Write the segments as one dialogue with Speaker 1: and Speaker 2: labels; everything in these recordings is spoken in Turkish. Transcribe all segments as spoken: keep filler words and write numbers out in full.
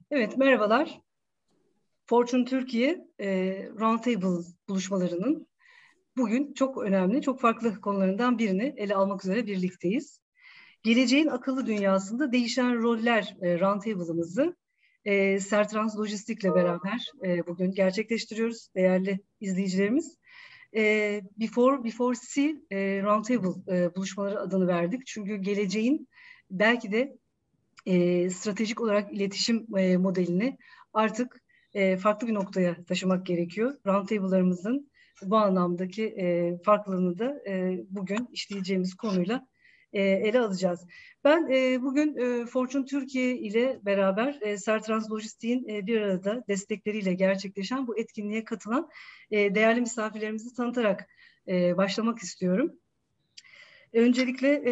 Speaker 1: Evet, merhabalar. Fortune Türkiye e, Roundtable buluşmalarının bugün çok önemli, çok farklı konularından birini ele almak üzere birlikteyiz. Geleceğin akıllı dünyasında değişen roller e, Roundtable'ımızı e, Sertrans Lojistik'le beraber e, bugün gerçekleştiriyoruz değerli izleyicilerimiz. E, Before Before C e, Roundtable e, buluşmaları adını verdik. Çünkü geleceğin belki de e, stratejik olarak iletişim e, modelini artık e, farklı bir noktaya taşımak gerekiyor. Roundtable'larımızın bu anlamdaki e, farklılığını da e, bugün işleyeceğimiz konuyla e, ele alacağız. Ben e, bugün e, Fortune Türkiye ile beraber e, Sertrans Lojistik'in e, bir arada destekleriyle gerçekleşen bu etkinliğe katılan e, değerli misafirlerimizi tanıtarak e, başlamak istiyorum. Öncelikle e,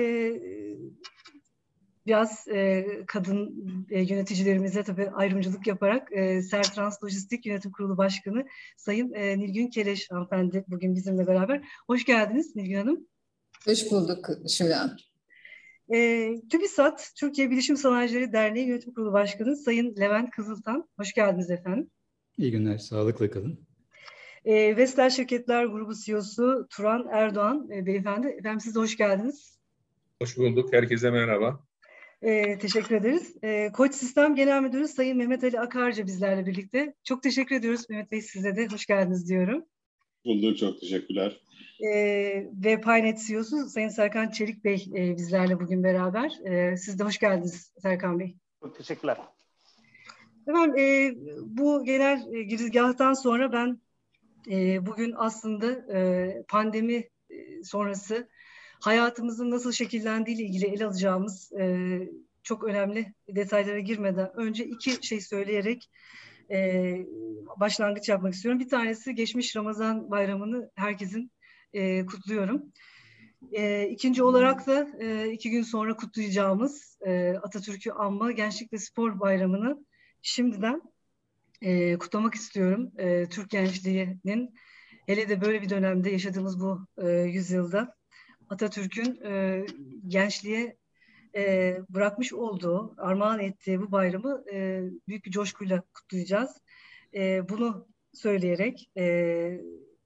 Speaker 1: biraz e, kadın e, yöneticilerimize tabii ayrımcılık yaparak e, Sertrans Lojistik Yönetim Kurulu Başkanı Sayın e, Nilgün Keleş hanımefendi bugün bizimle beraber. Hoş geldiniz Nilgün Hanım.
Speaker 2: Hoş bulduk Şulan.
Speaker 1: E, TÜBİSAT, Türkiye Bilişim Sanayicileri Derneği Yönetim Kurulu Başkanı Sayın Levent Kızıltan. Hoş geldiniz efendim.
Speaker 3: İyi günler, sağlıkla kalın.
Speaker 1: E, Vestel Şirketler Grubu C E O'su Turan Erdoğan e, beyefendi. Efendim siz de hoş geldiniz.
Speaker 4: Hoş bulduk, herkese merhaba.
Speaker 1: Ee, teşekkür ederiz. Ee, Koç Sistem Genel Müdürü Sayın Mehmet Ali Akarca bizlerle birlikte. Çok teşekkür ediyoruz Mehmet Bey, size de hoş geldiniz diyorum.
Speaker 5: Bulduk, çok teşekkürler.
Speaker 1: Ee, ve Paynet C E O'su Sayın Serkan Çelik Bey e, bizlerle bugün beraber. Ee, siz de hoş geldiniz Serkan Bey.
Speaker 6: Çok teşekkürler.
Speaker 1: Efendim e, bu genel e, girizgahtan sonra ben e, bugün aslında e, pandemi e, sonrası hayatımızın nasıl şekillendiği ile ilgili ele alacağımız e, çok önemli detaylara girmeden önce iki şey söyleyerek e, başlangıç yapmak istiyorum. Bir tanesi geçmiş Ramazan bayramını herkesin e, kutluyorum. E, ikinci olarak da e, iki gün sonra kutlayacağımız e, Atatürk'ü anma Gençlik ve Spor Bayramı'nı şimdiden e, kutlamak istiyorum. E, Türk gençliğinin hele de böyle bir dönemde yaşadığımız bu e, yüzyılda Atatürk'ün e, gençliğe e, bırakmış olduğu, armağan ettiği bu bayramı e, büyük bir coşkuyla kutlayacağız. E, bunu söyleyerek e,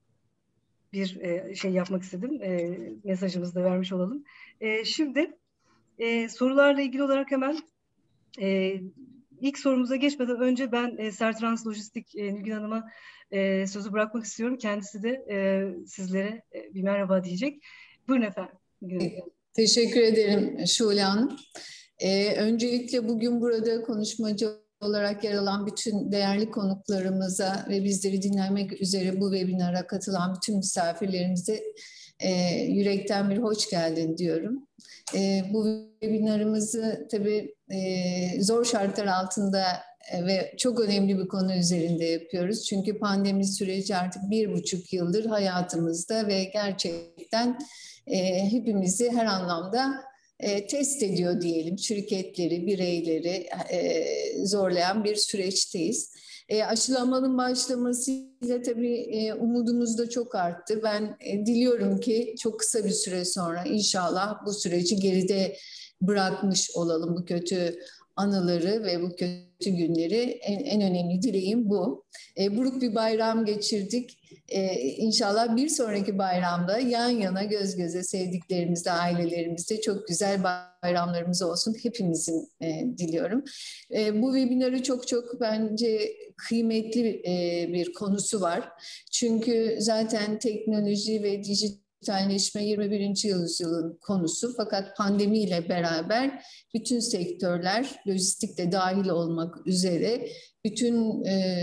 Speaker 1: bir e, şey yapmak istedim. E, mesajımızı da vermiş olalım. E, şimdi e, sorularla ilgili olarak hemen e, ilk sorumuza geçmeden önce ben e, Sertrans Lojistik e, Nilgün Hanım'a e, sözü bırakmak istiyorum. Kendisi de e, sizlere e, bir merhaba diyecek. Buyurun efendim.
Speaker 2: Teşekkür ederim Şule Hanım. Ee, öncelikle bugün burada konuşmacı olarak yer alan bütün değerli konuklarımıza ve bizleri dinlemek üzere bu webinara katılan bütün misafirlerimize e, yürekten bir hoş geldin diyorum. E, bu webinarımızı tabii e, zor şartlar altında ve çok önemli bir konu üzerinde yapıyoruz. Çünkü pandemi süreci artık bir buçuk yıldır hayatımızda ve gerçekten e, hepimizi her anlamda e, test ediyor diyelim. Şirketleri, bireyleri e, zorlayan bir süreçteyiz. E, aşılamanın başlamasıyla tabii e, umudumuz da çok arttı. Ben e, diliyorum ki çok kısa bir süre sonra inşallah bu süreci geride bırakmış olalım, bu kötü anıları ve bu kötü günleri. En, en önemli dileğim bu. E, buruk bir bayram geçirdik. E, inşallah bir sonraki bayramda yan yana göz göze sevdiklerimizle, ailelerimizle çok güzel bayramlarımız olsun. Hepimizin e, diliyorum. E, bu webinarı çok çok bence kıymetli e, bir konusu var. Çünkü zaten teknoloji ve dijital dijitalleşme yirmi birinci yüzyılın konusu, fakat pandemiyle beraber bütün sektörler, lojistik de dahil olmak üzere bütün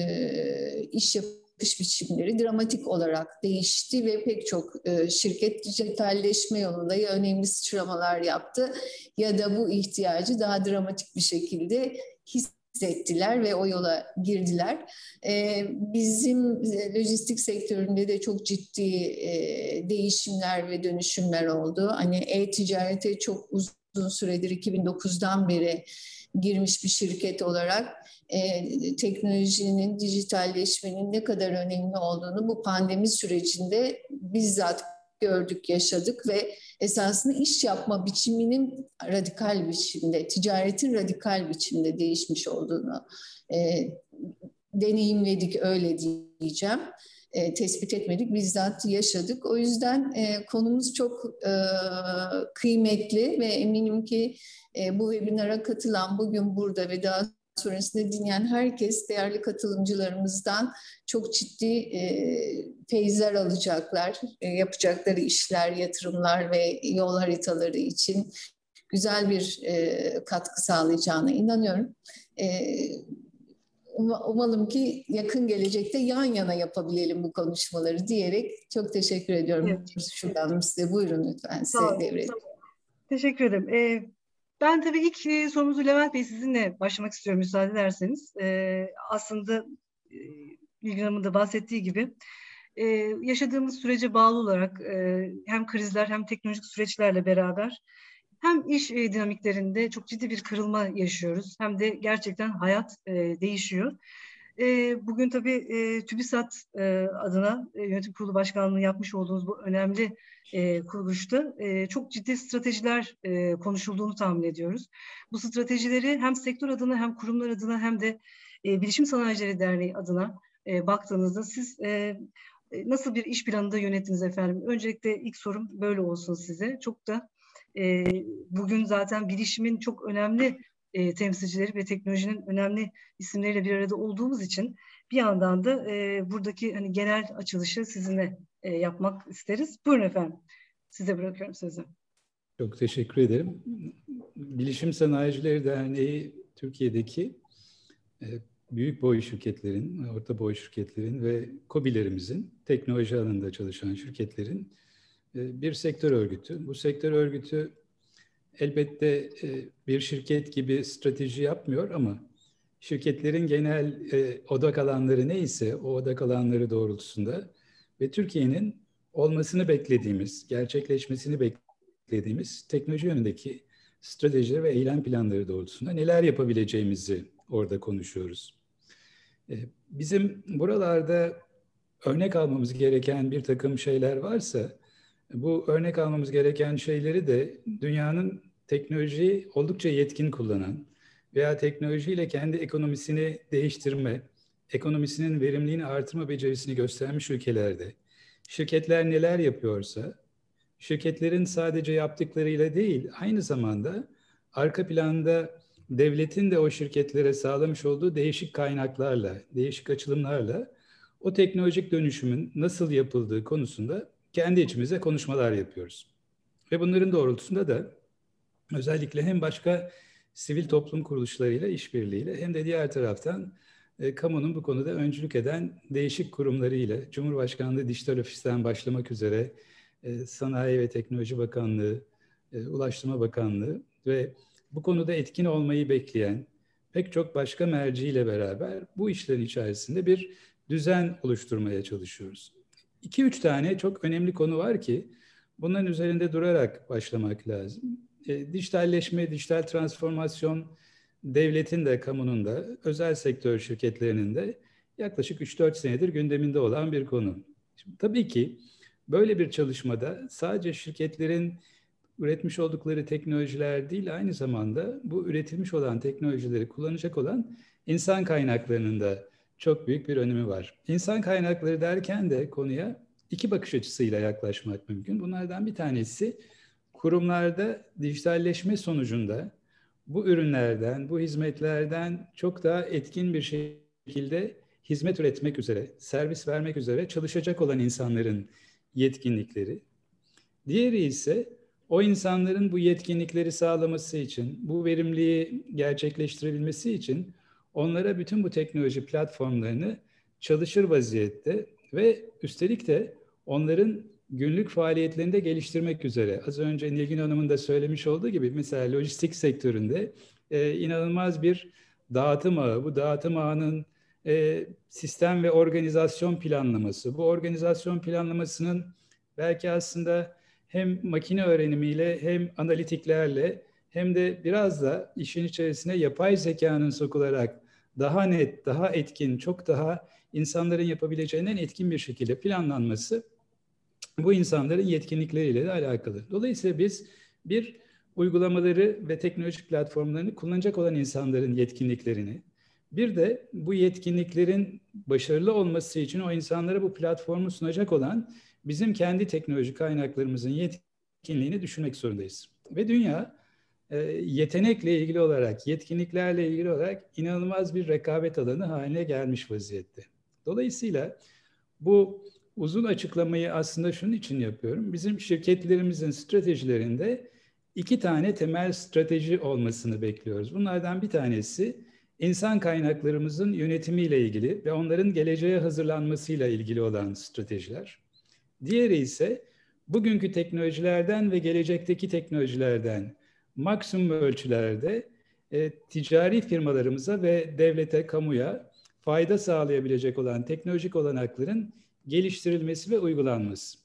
Speaker 2: e, iş yapış biçimleri dramatik olarak değişti ve pek çok e, şirket dijitalleşme yolunda ya önemli sıçramalar yaptı ya da bu ihtiyacı daha dramatik bir şekilde hissediyor ettiler ve o yola girdiler. Ee, bizim lojistik sektöründe de çok ciddi e, değişimler ve dönüşümler oldu. Hani e-ticarete çok uzun süredir iki bin dokuzdan beri girmiş bir şirket olarak e, teknolojinin, dijitalleşmenin ne kadar önemli olduğunu bu pandemi sürecinde bizzat gördük, yaşadık ve esasında iş yapma biçiminin radikal biçimde, ticaretin radikal biçimde değişmiş olduğunu e, deneyimledik, öyle diyeceğim. E, tespit etmedik, bizzat yaşadık. O yüzden e, konumuz çok e, kıymetli ve eminim ki e, bu webinara katılan, bugün burada ve daha sonrasında dinleyen herkes, değerli katılımcılarımızdan çok ciddi e, feyizler alacaklar. E, yapacakları işler, yatırımlar ve yol haritaları için güzel bir e, katkı sağlayacağına inanıyorum. E, Umalım ki yakın gelecekte yan yana yapabilelim bu konuşmaları diyerek çok teşekkür ediyorum.
Speaker 1: Evet.
Speaker 2: Şule Hanım, size buyurun lütfen, size devredeyim.
Speaker 1: Teşekkür ederim. Ee, ben tabii ilk e, sorumuzu Levent Bey sizinle başlamak istiyorum müsaade ederseniz. Ee, aslında e, Nilgün Hanım'ın da bahsettiği gibi e, yaşadığımız sürece bağlı olarak e, hem krizler hem teknolojik süreçlerle beraber hem iş e, dinamiklerinde çok ciddi bir kırılma yaşıyoruz hem de gerçekten hayat e, değişiyor. E, bugün tabii e, TÜBİSAT e, adına e, Yönetim Kurulu Başkanlığı yapmış olduğumuz bu önemli e, kuruluşta e, çok ciddi stratejiler e, konuşulduğunu tahmin ediyoruz. Bu stratejileri hem sektör adına hem kurumlar adına hem de e, Bilişim Sanayicileri Derneği adına e, baktığınızda siz e, nasıl bir iş planında yönettiniz efendim? Öncelikle ilk sorum böyle olsun size. Çok da e, bugün zaten bilişimin çok önemli e, temsilcileri ve teknolojinin önemli isimleriyle bir arada olduğumuz için bir yandan da e, buradaki hani genel açılışı sizinle e, yapmak isteriz. Buyurun efendim. Size bırakıyorum sözü.
Speaker 3: Çok teşekkür ederim. Bilişim Sanayicileri Derneği Türkiye'deki e, büyük boy şirketlerin, orta boy şirketlerin ve KOBİ'lerimizin, teknoloji alanında çalışan şirketlerin e, bir sektör örgütü. Bu sektör örgütü elbette e, bir şirket gibi strateji yapmıyor ama şirketlerin genel e, odak alanları neyse o odak alanları doğrultusunda ve Türkiye'nin olmasını beklediğimiz, gerçekleşmesini beklediğimiz teknoloji yönündeki strateji ve eylem planları doğrultusunda neler yapabileceğimizi orada konuşuyoruz. E, bizim buralarda örnek almamız gereken bir takım şeyler varsa, bu örnek almamız gereken şeyleri de dünyanın teknolojiyi oldukça yetkin kullanan veya teknolojiyle kendi ekonomisini değiştirme, ekonomisinin verimliliğini artırma becerisini göstermiş ülkelerde şirketler neler yapıyorsa, şirketlerin sadece yaptıklarıyla değil, aynı zamanda arka planda devletin de o şirketlere sağlamış olduğu değişik kaynaklarla, değişik açılımlarla o teknolojik dönüşümün nasıl yapıldığı konusunda kendi içimize konuşmalar yapıyoruz. Ve bunların doğrultusunda da özellikle hem başka sivil toplum kuruluşlarıyla işbirliğiyle hem de diğer taraftan e, kamunun bu konuda öncülük eden değişik kurumlarıyla, Cumhurbaşkanlığı Dijital Ofis'ten başlamak üzere e, Sanayi ve Teknoloji Bakanlığı, e, Ulaştırma Bakanlığı ve bu konuda etkin olmayı bekleyen pek çok başka merciyle beraber bu işlerin içerisinde bir düzen oluşturmaya çalışıyoruz. İki üç tane çok önemli konu var ki bunların üzerinde durarak başlamak lazım. E, dijitalleşme, dijital transformasyon devletin de, kamunun da, özel sektör şirketlerinin de yaklaşık üç dört senedir gündeminde olan bir konu. Şimdi, tabii ki böyle bir çalışmada sadece şirketlerin üretmiş oldukları teknolojiler değil, aynı zamanda bu üretilmiş olan teknolojileri kullanacak olan insan kaynaklarının da çok büyük bir önemi var. İnsan kaynakları derken de konuya iki bakış açısıyla yaklaşmak mümkün. Bunlardan bir tanesi kurumlarda dijitalleşme sonucunda bu ürünlerden, bu hizmetlerden çok daha etkin bir şekilde hizmet üretmek üzere, servis vermek üzere çalışacak olan insanların yetkinlikleri. Diğeri ise o insanların bu yetkinlikleri sağlaması için, bu verimliliği gerçekleştirebilmesi için onlara bütün bu teknoloji platformlarını çalışır vaziyette ve üstelik de onların günlük faaliyetlerini de geliştirmek üzere. Az önce Nilgün Hanım'ın da söylemiş olduğu gibi mesela lojistik sektöründe e, inanılmaz bir dağıtım ağı. Bu dağıtım ağının e, sistem ve organizasyon planlaması. Bu organizasyon planlamasının belki aslında hem makine öğrenimiyle hem analitiklerle hem de biraz da işin içerisine yapay zekanın sokularak daha net, daha etkin, çok daha insanların yapabileceğinden etkin bir şekilde planlanması bu insanların yetkinlikleriyle de alakalı. Dolayısıyla biz bir uygulamaları ve teknolojik platformlarını kullanacak olan insanların yetkinliklerini, bir de bu yetkinliklerin başarılı olması için o insanlara bu platformu sunacak olan bizim kendi teknoloji kaynaklarımızın yetkinliğini düşünmek zorundayız. Ve dünya yetenekle ilgili olarak, yetkinliklerle ilgili olarak inanılmaz bir rekabet alanı haline gelmiş vaziyette. Dolayısıyla bu uzun açıklamayı aslında şunun için yapıyorum. Bizim şirketlerimizin stratejilerinde iki tane temel strateji olmasını bekliyoruz. Bunlardan bir tanesi insan kaynaklarımızın yönetimiyle ilgili ve onların geleceğe hazırlanmasıyla ilgili olan stratejiler. Diğeri ise bugünkü teknolojilerden ve gelecekteki teknolojilerden maksimum ölçülerde e, ticari firmalarımıza ve devlete, kamuya fayda sağlayabilecek olan teknolojik olanakların geliştirilmesi ve uygulanması.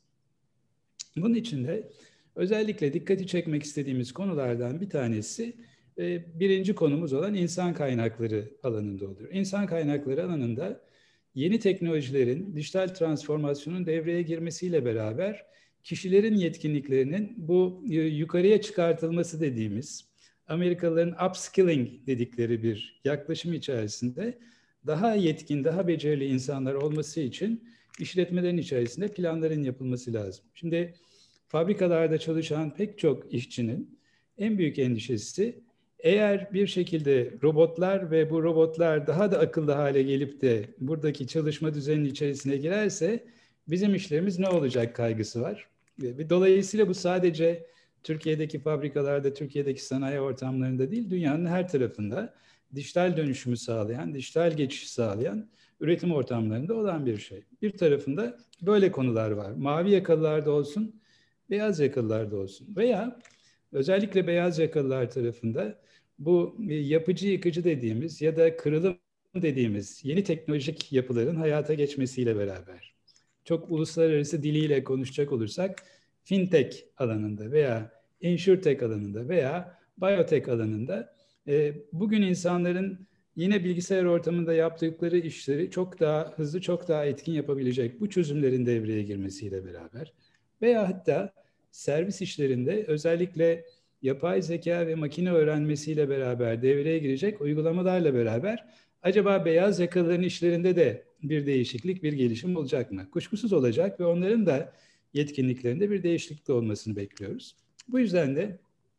Speaker 3: Bunun için de özellikle dikkati çekmek istediğimiz konulardan bir tanesi e, birinci konumuz olan insan kaynakları alanında oluyor. İnsan kaynakları alanında yeni teknolojilerin, dijital transformasyonun devreye girmesiyle beraber kişilerin yetkinliklerinin bu yukarıya çıkartılması dediğimiz, Amerikalıların upskilling dedikleri bir yaklaşım içerisinde daha yetkin, daha becerili insanlar olması için işletmelerin içerisinde planların yapılması lazım. Şimdi fabrikalarda çalışan pek çok işçinin en büyük endişesi, eğer bir şekilde robotlar ve bu robotlar daha da akıllı hale gelip de buradaki çalışma düzeninin içerisine girerse bizim işlerimiz ne olacak kaygısı var. Ve dolayısıyla bu sadece Türkiye'deki fabrikalarda, Türkiye'deki sanayi ortamlarında değil, dünyanın her tarafında dijital dönüşümü sağlayan, dijital geçişi sağlayan üretim ortamlarında olan bir şey. Bir tarafında böyle konular var. Mavi yakalılarda olsun, beyaz yakalılarda olsun. Veya özellikle beyaz yakalılar tarafında bu yapıcı yıkıcı dediğimiz ya da kırılım dediğimiz yeni teknolojik yapıların hayata geçmesiyle beraber, çok uluslararası diliyle konuşacak olursak fintech alanında veya insurtech alanında veya biotech alanında e, bugün insanların yine bilgisayar ortamında yaptıkları işleri çok daha hızlı, çok daha etkin yapabilecek bu çözümlerin devreye girmesiyle beraber veya hatta servis işlerinde özellikle yapay zeka ve makine öğrenmesiyle beraber devreye girecek uygulamalarla beraber acaba beyaz yakalıların işlerinde de bir değişiklik, bir gelişim olacak mı? Kuşkusuz olacak ve onların da yetkinliklerinde bir değişiklik olmasını bekliyoruz. Bu yüzden de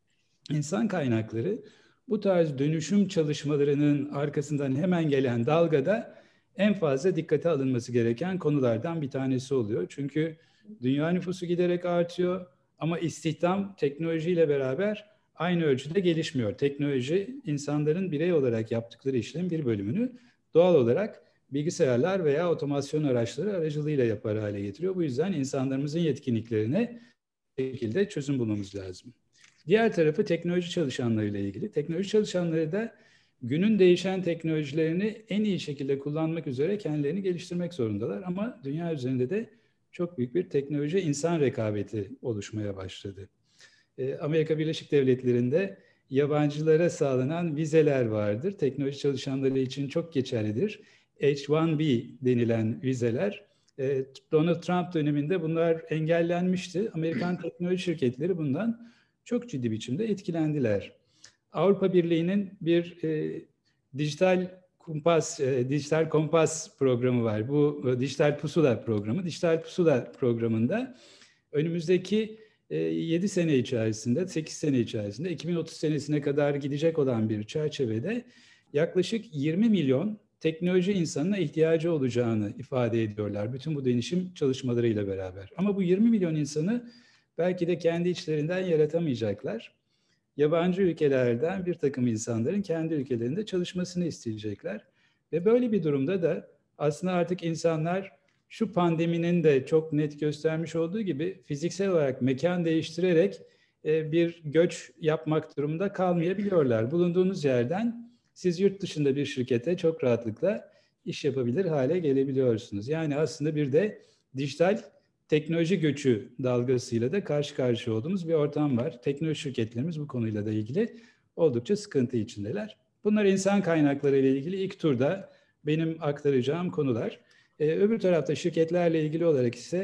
Speaker 3: insan kaynakları bu tarz dönüşüm çalışmalarının arkasından hemen gelen dalgada en fazla dikkate alınması gereken konulardan bir tanesi oluyor. Çünkü dünya nüfusu giderek artıyor ama istihdam teknolojiyle beraber aynı ölçüde gelişmiyor. Teknoloji insanların birey olarak yaptıkları işlerin bir bölümünü doğal olarak bilgisayarlar veya otomasyon araçları aracılığıyla yapar hale getiriyor. Bu yüzden insanlarımızın yetkinliklerine bir şekilde çözüm bulmamız lazım. Diğer tarafı teknoloji çalışanlarıyla ilgili. Teknoloji çalışanları da günün değişen teknolojilerini en iyi şekilde kullanmak üzere kendilerini geliştirmek zorundalar. Ama dünya üzerinde de çok büyük bir teknoloji insan rekabeti oluşmaya başladı. Amerika Birleşik Devletleri'nde yabancılara sağlanan vizeler vardır. Teknoloji çalışanları için çok geçerlidir. H bir B denilen vizeler. Donald Trump döneminde bunlar engellenmişti. Amerikan teknoloji şirketleri bundan çok ciddi biçimde etkilendiler. Avrupa Birliği'nin bir e, dijital kompas, e, dijital kompas programı var. Bu e, dijital pusula programı. Dijital pusula programında önümüzdeki e, yedi sene içerisinde, sekiz sene içerisinde, iki bin otuz senesine kadar gidecek olan bir çerçevede yaklaşık yirmi milyon teknoloji insanına ihtiyacı olacağını ifade ediyorlar. Bütün bu dönüşüm çalışmalarıyla beraber. Ama bu yirmi milyon insanı belki de kendi içlerinden yaratamayacaklar. Yabancı ülkelerden bir takım insanların kendi ülkelerinde çalışmasını isteyecekler. Ve böyle bir durumda da aslında artık insanlar şu pandeminin de çok net göstermiş olduğu gibi fiziksel olarak mekan değiştirerek bir göç yapmak durumunda kalmayabiliyorlar. Bulunduğunuz yerden siz yurt dışında bir şirkete çok rahatlıkla iş yapabilir hale gelebiliyorsunuz. Yani aslında bir de dijital teknoloji göçü dalgasıyla da karşı karşıya olduğumuz bir ortam var. Teknoloji şirketlerimiz bu konuyla da ilgili oldukça sıkıntı içindeler. Bunlar insan kaynakları ile ilgili ilk turda benim aktaracağım konular. Ee, öbür tarafta şirketlerle ilgili olarak ise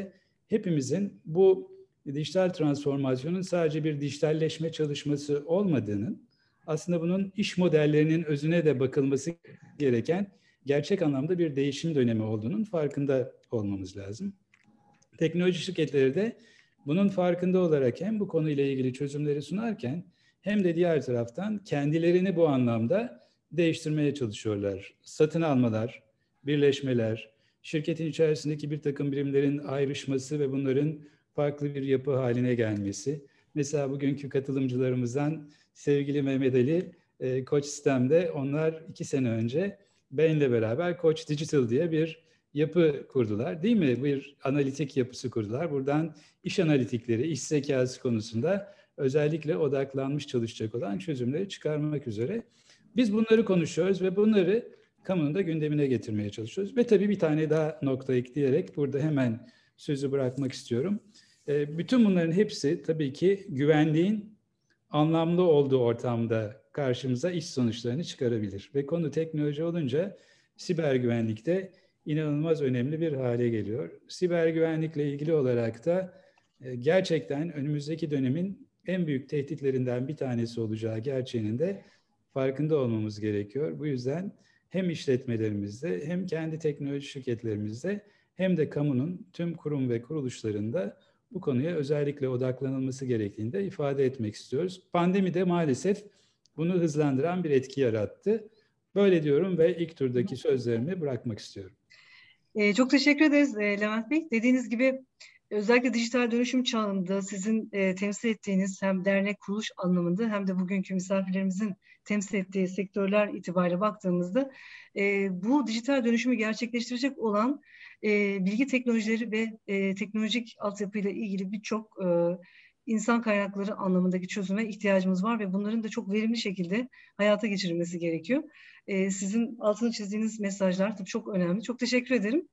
Speaker 3: hepimizin bu dijital transformasyonun sadece bir dijitalleşme çalışması olmadığının, aslında bunun iş modellerinin özüne de bakılması gereken gerçek anlamda bir değişim dönemi olduğunun farkında olmamız lazım. Teknoloji şirketleri de bunun farkında olarak hem bu konuyla ilgili çözümleri sunarken hem de diğer taraftan kendilerini bu anlamda değiştirmeye çalışıyorlar. Satın almalar, birleşmeler, şirketin içerisindeki bir takım birimlerin ayrışması ve bunların farklı bir yapı haline gelmesi. Mesela bugünkü katılımcılarımızdan sevgili Mehmet Ali, e, Koç Sistem'de onlar iki sene önce benle beraber Koç Digital diye bir yapı kurdular, değil mi? Bir analitik yapısı kurdular. Buradan iş analitikleri, iş zekası konusunda özellikle odaklanmış çalışacak olan çözümleri çıkarmak üzere. Biz bunları konuşuyoruz ve bunları kamunun da gündemine getirmeye çalışıyoruz. Ve tabii bir tane daha nokta ekleyerek burada hemen sözü bırakmak istiyorum. Bütün bunların hepsi tabii ki güvenliğin anlamlı olduğu ortamda karşımıza iş sonuçlarını çıkarabilir. Ve konu teknoloji olunca siber güvenlikte inanılmaz önemli bir hale geliyor. Siber güvenlikle ilgili olarak da gerçekten önümüzdeki dönemin en büyük tehditlerinden bir tanesi olacağı gerçeğinin de farkında olmamız gerekiyor. Bu yüzden hem işletmelerimizde hem kendi teknoloji şirketlerimizde hem de kamunun tüm kurum ve kuruluşlarında bu konuya özellikle odaklanılması gerektiğini de ifade etmek istiyoruz. Pandemi de maalesef bunu hızlandıran bir etki yarattı. Böyle diyorum ve ilk turdaki sözlerimi bırakmak istiyorum.
Speaker 1: Ee, çok teşekkür ederiz e, Levent Bey. Dediğiniz gibi özellikle dijital dönüşüm çağında sizin e, temsil ettiğiniz hem dernek kuruluş anlamında hem de bugünkü misafirlerimizin temsil ettiği sektörler itibariyle baktığımızda e, bu dijital dönüşümü gerçekleştirecek olan e, bilgi teknolojileri ve e, teknolojik altyapıyla ilgili birçok e, insan kaynakları anlamındaki çözüme ihtiyacımız var ve bunların da çok verimli şekilde hayata geçirilmesi gerekiyor. E, sizin altını çizdiğiniz mesajlar tabii çok önemli. Çok teşekkür ederim.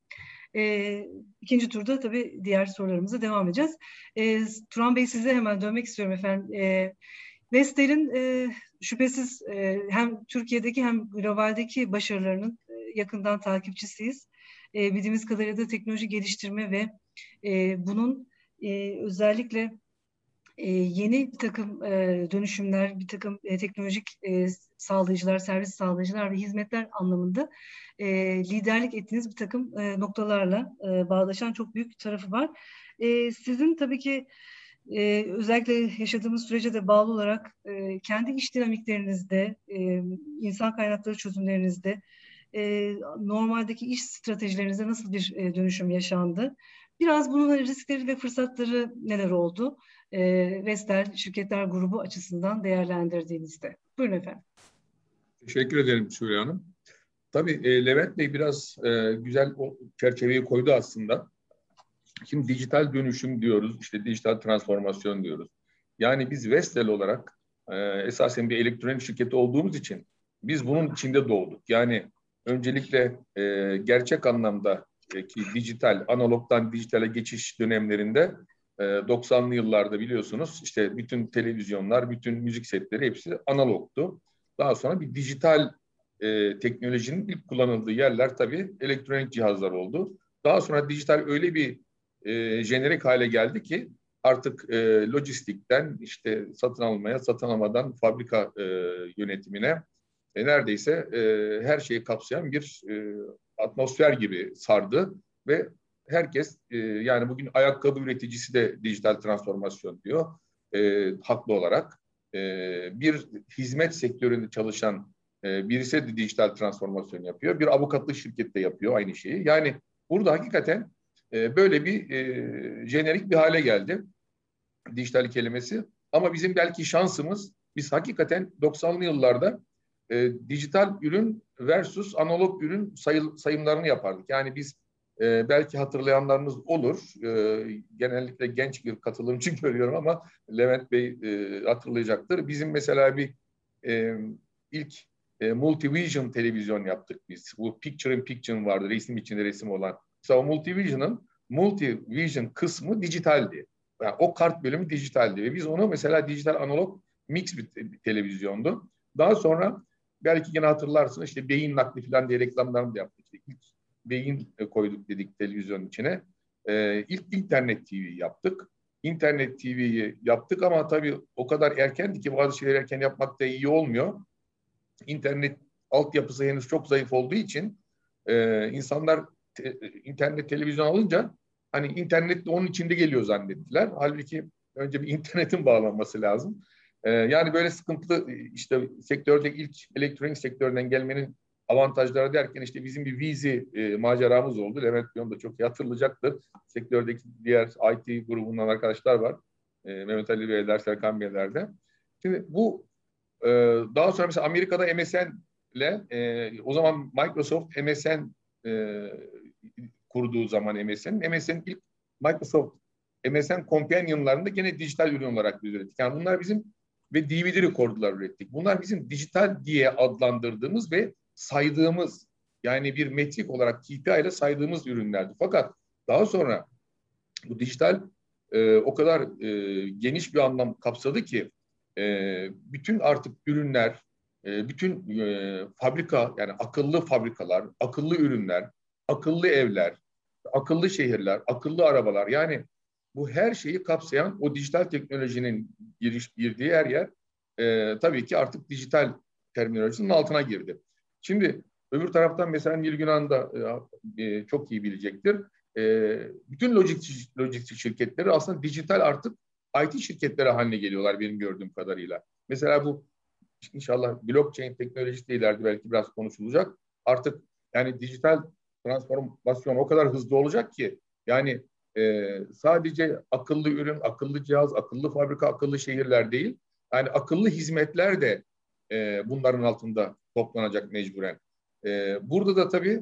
Speaker 1: E, ikinci turda tabii diğer sorularımıza devam edeceğiz. E, Turan Bey, size hemen dönmek istiyorum efendim. E, Vestel'in e, şüphesiz e, hem Türkiye'deki hem globaldeki başarılarının e, yakından takipçisiyiz. E, bildiğimiz kadarıyla da teknoloji geliştirme ve e, bunun e, özellikle e, yeni bir takım e, dönüşümler, bir takım e, teknolojik e, sağlayıcılar, servis sağlayıcılar ve hizmetler anlamında e, liderlik ettiğiniz bir takım e, noktalarla e, bağdaşan çok büyük tarafı var. E, sizin tabii ki e, özellikle yaşadığımız sürece de bağlı olarak e, kendi iş dinamiklerinizde, e, insan kaynakları çözümlerinizde, e, normaldeki iş stratejilerinizde nasıl bir e, dönüşüm yaşandı? Biraz bunun riskleri ve fırsatları neler oldu? E, Vestel Şirketler Grubu açısından değerlendirdiğinizde. Buyurun efendim.
Speaker 4: Teşekkür ederim Şule Hanım. Tabii e, Levent Bey biraz e, güzel o çerçeveyi koydu aslında. Şimdi dijital dönüşüm diyoruz, işte dijital transformasyon diyoruz. Yani biz Vestel olarak e, esasen bir elektronik şirketi olduğumuz için biz bunun içinde doğduk. Yani öncelikle e, gerçek anlamda e, ki dijital, analogdan dijitale geçiş dönemlerinde e, doksanlı yıllarda biliyorsunuz işte bütün televizyonlar, bütün müzik setleri hepsi analogtu. Daha sonra bir dijital e, teknolojinin ilk kullanıldığı yerler tabii elektronik cihazlar oldu. Daha sonra dijital öyle bir e, jenerik hale geldi ki artık e, lojistikten işte satın almaya, satın almadan fabrika e, yönetimine e, neredeyse e, her şeyi kapsayan bir e, atmosfer gibi sardı ve herkes e, yani bugün ayakkabı üreticisi de dijital transformasyon diyor e, haklı olarak. E, bir hizmet sektöründe çalışan e, birisi de dijital transformasyon yapıyor. Bir avukatlık şirketi de yapıyor aynı şeyi. Yani burada hakikaten e, böyle bir e, jenerik bir hale geldi dijital kelimesi. Ama bizim belki şansımız, biz hakikaten doksanlı yıllarda e, dijital ürün versus analog ürün sayı, sayımlarını yapardık. Yani biz e, belki hatırlayanlarınız olur. E, genellikle genç bir katılımcı görüyorum ama Levent Bey e, hatırlayacaktır. Bizim mesela bir e, ilk e, Multivision televizyon yaptık biz. Bu Picture in Picture vardı, resim içinde resim olan. Mesela o Multivision'ın Multivision kısmı dijitaldi. Yani o kart bölümü dijitaldi ve biz onu mesela dijital analog mix bir te- televizyondu. Daha sonra belki yine hatırlarsınız işte beyin nakli falan diye reklamlarını da yaptık. İlk beyin koyduk dedik televizyonun içine. e, ilk internet T V yaptık. İnternet T V'yi yaptık ama tabii o kadar erkendi ki bazı şeyleri erken yapmak da iyi olmuyor. İnternet altyapısı henüz çok zayıf olduğu için e, insanlar te, internet televizyon alınca hani internet de onun içinde geliyor zannettiler. Halbuki önce bir internetin bağlanması lazım. E, yani böyle sıkıntılı işte sektördeki ilk elektronik sektöründen gelmenin avantajları derken işte bizim bir Vizi e, maceramız oldu. Levent Bey onu da çok iyi hatırlayacaktır. Sektördeki diğer I T grubundan arkadaşlar var. E, Mehmet Ali Beyler, Serkan Beyler de. Şimdi bu e, daha sonra mesela Amerika'da M S N'le e, o zaman Microsoft M S N e, kurduğu zaman M S N'in M S N'in ilk Microsoft M S N Companion'larında gene dijital ürün olarak biz ürettik. Yani bunlar bizim ve D V D rekorderlar ürettik. Bunlar bizim dijital diye adlandırdığımız ve saydığımız yani bir metrik olarak K P I ile saydığımız ürünlerdi. Fakat daha sonra bu dijital e, o kadar e, geniş bir anlam kapsadı ki e, bütün artık ürünler, e, bütün e, fabrika yani akıllı fabrikalar, akıllı ürünler, akıllı evler, akıllı şehirler, akıllı arabalar yani bu her şeyi kapsayan o dijital teknolojinin giriş, girdiği her yer e, tabii ki artık dijital terminolojisinin altına girdi. Şimdi öbür taraftan mesela Nilgün Hanım da e, çok iyi bilecektir. E, bütün lojistik, lojistik şirketleri aslında dijital artık I T şirketleri haline geliyorlar benim gördüğüm kadarıyla. Mesela bu inşallah blockchain teknolojisi de ileride belki biraz konuşulacak. Artık yani dijital transformasyon o kadar hızlı olacak ki yani e, sadece akıllı ürün, akıllı cihaz, akıllı fabrika, akıllı şehirler değil. Yani akıllı hizmetler de e, bunların altında toplanacak mecburen. E, burada da tabii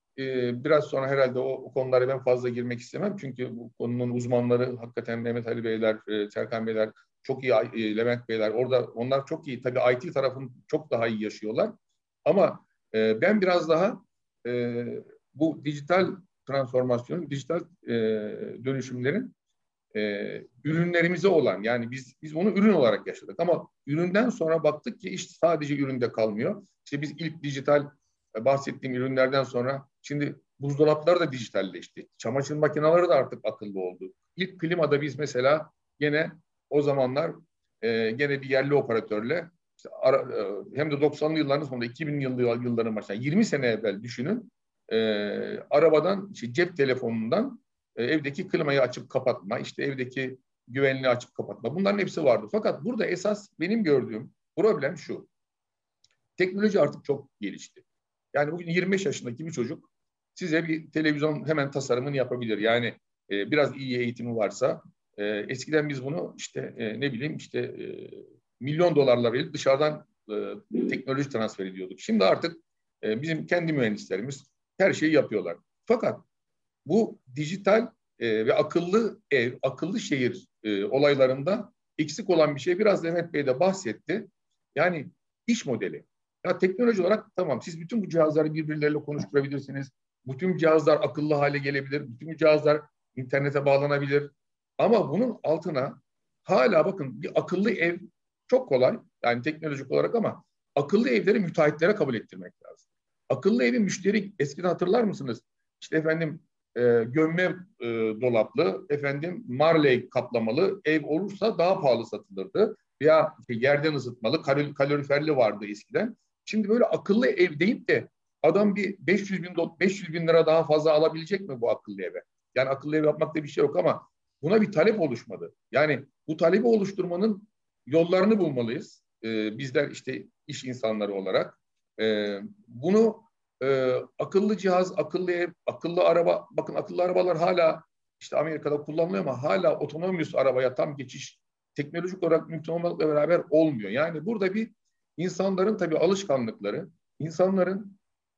Speaker 4: e, biraz sonra herhalde o, o konulara ben fazla girmek istemem. Çünkü bu konunun uzmanları hakikaten Mehmet Ali Beyler, e, Serkan Beyler, çok iyi e, Levent Beyler. Orada onlar çok iyi. Tabii I T tarafını çok daha iyi yaşıyorlar. Ama e, ben biraz daha e, bu dijital transformasyonun, dijital e, dönüşümlerin e, ürünlerimize olan yani biz biz onu ürün olarak yaşadık ama üründen sonra baktık ki iş sadece üründe kalmıyor. İşte biz ilk dijital e, bahsettiğim ürünlerden sonra şimdi buzdolapları da dijitalleşti. Çamaşır makineleri de artık akıllı oldu. İlk klimada biz mesela gene o zamanlar e, gene bir yerli operatörle işte ara, e, hem de doksanlı yılların sonunda iki bin yıllı yılların başında yirmi sene evvel düşünün e, arabadan işte cep telefonundan evdeki klimayı açıp kapatma, işte evdeki güvenliği açıp kapatma. Bunların hepsi vardı. Fakat burada esas benim gördüğüm problem şu. Teknoloji artık çok gelişti. Yani bugün yirmi beş yaşındaki bir çocuk size bir televizyon hemen tasarımını yapabilir. Yani e, biraz iyi eğitimi varsa e, eskiden biz bunu işte e, ne bileyim işte e, milyon dolarla verip dışarıdan e, teknoloji transfer ediyorduk. Şimdi artık e, bizim kendi mühendislerimiz her şeyi yapıyorlar. Fakat bu dijital e, ve akıllı ev, akıllı şehir e, olaylarında eksik olan bir şey biraz Levent Bey de bahsetti. Yani iş modeli. Ya teknoloji olarak tamam siz bütün bu cihazları birbirleriyle konuşturabilirsiniz. Bütün cihazlar akıllı hale gelebilir. Bütün cihazlar internete bağlanabilir. Ama bunun altına hala bakın bir akıllı ev çok kolay. Yani teknolojik olarak ama akıllı evleri müteahhitlere kabul ettirmek lazım. Akıllı evi müşteri eskiden hatırlar mısınız? İşte efendim e, gömme e, dolaplı, efendim Marley kaplamalı ev olursa daha pahalı satılırdı. Veya işte yerden ısıtmalı, kalor, kaloriferli vardı eskiden. Şimdi böyle akıllı ev deyip de adam bir beş yüz bin, beş yüz bin lira daha fazla alabilecek mi bu akıllı eve? Yani akıllı ev yapmakta bir şey yok ama buna bir talep oluşmadı. Yani bu talebi oluşturmanın yollarını bulmalıyız. Ee, bizler işte iş insanları olarak. Ee, bunu e, akıllı cihaz, akıllı ev, akıllı araba, bakın akıllı arabalar hala işte Amerika'da kullanılıyor ama hala otonomyus arabaya tam geçiş teknolojik olarak mümkün olmakla beraber olmuyor. Yani burada bir insanların tabii alışkanlıkları, insanların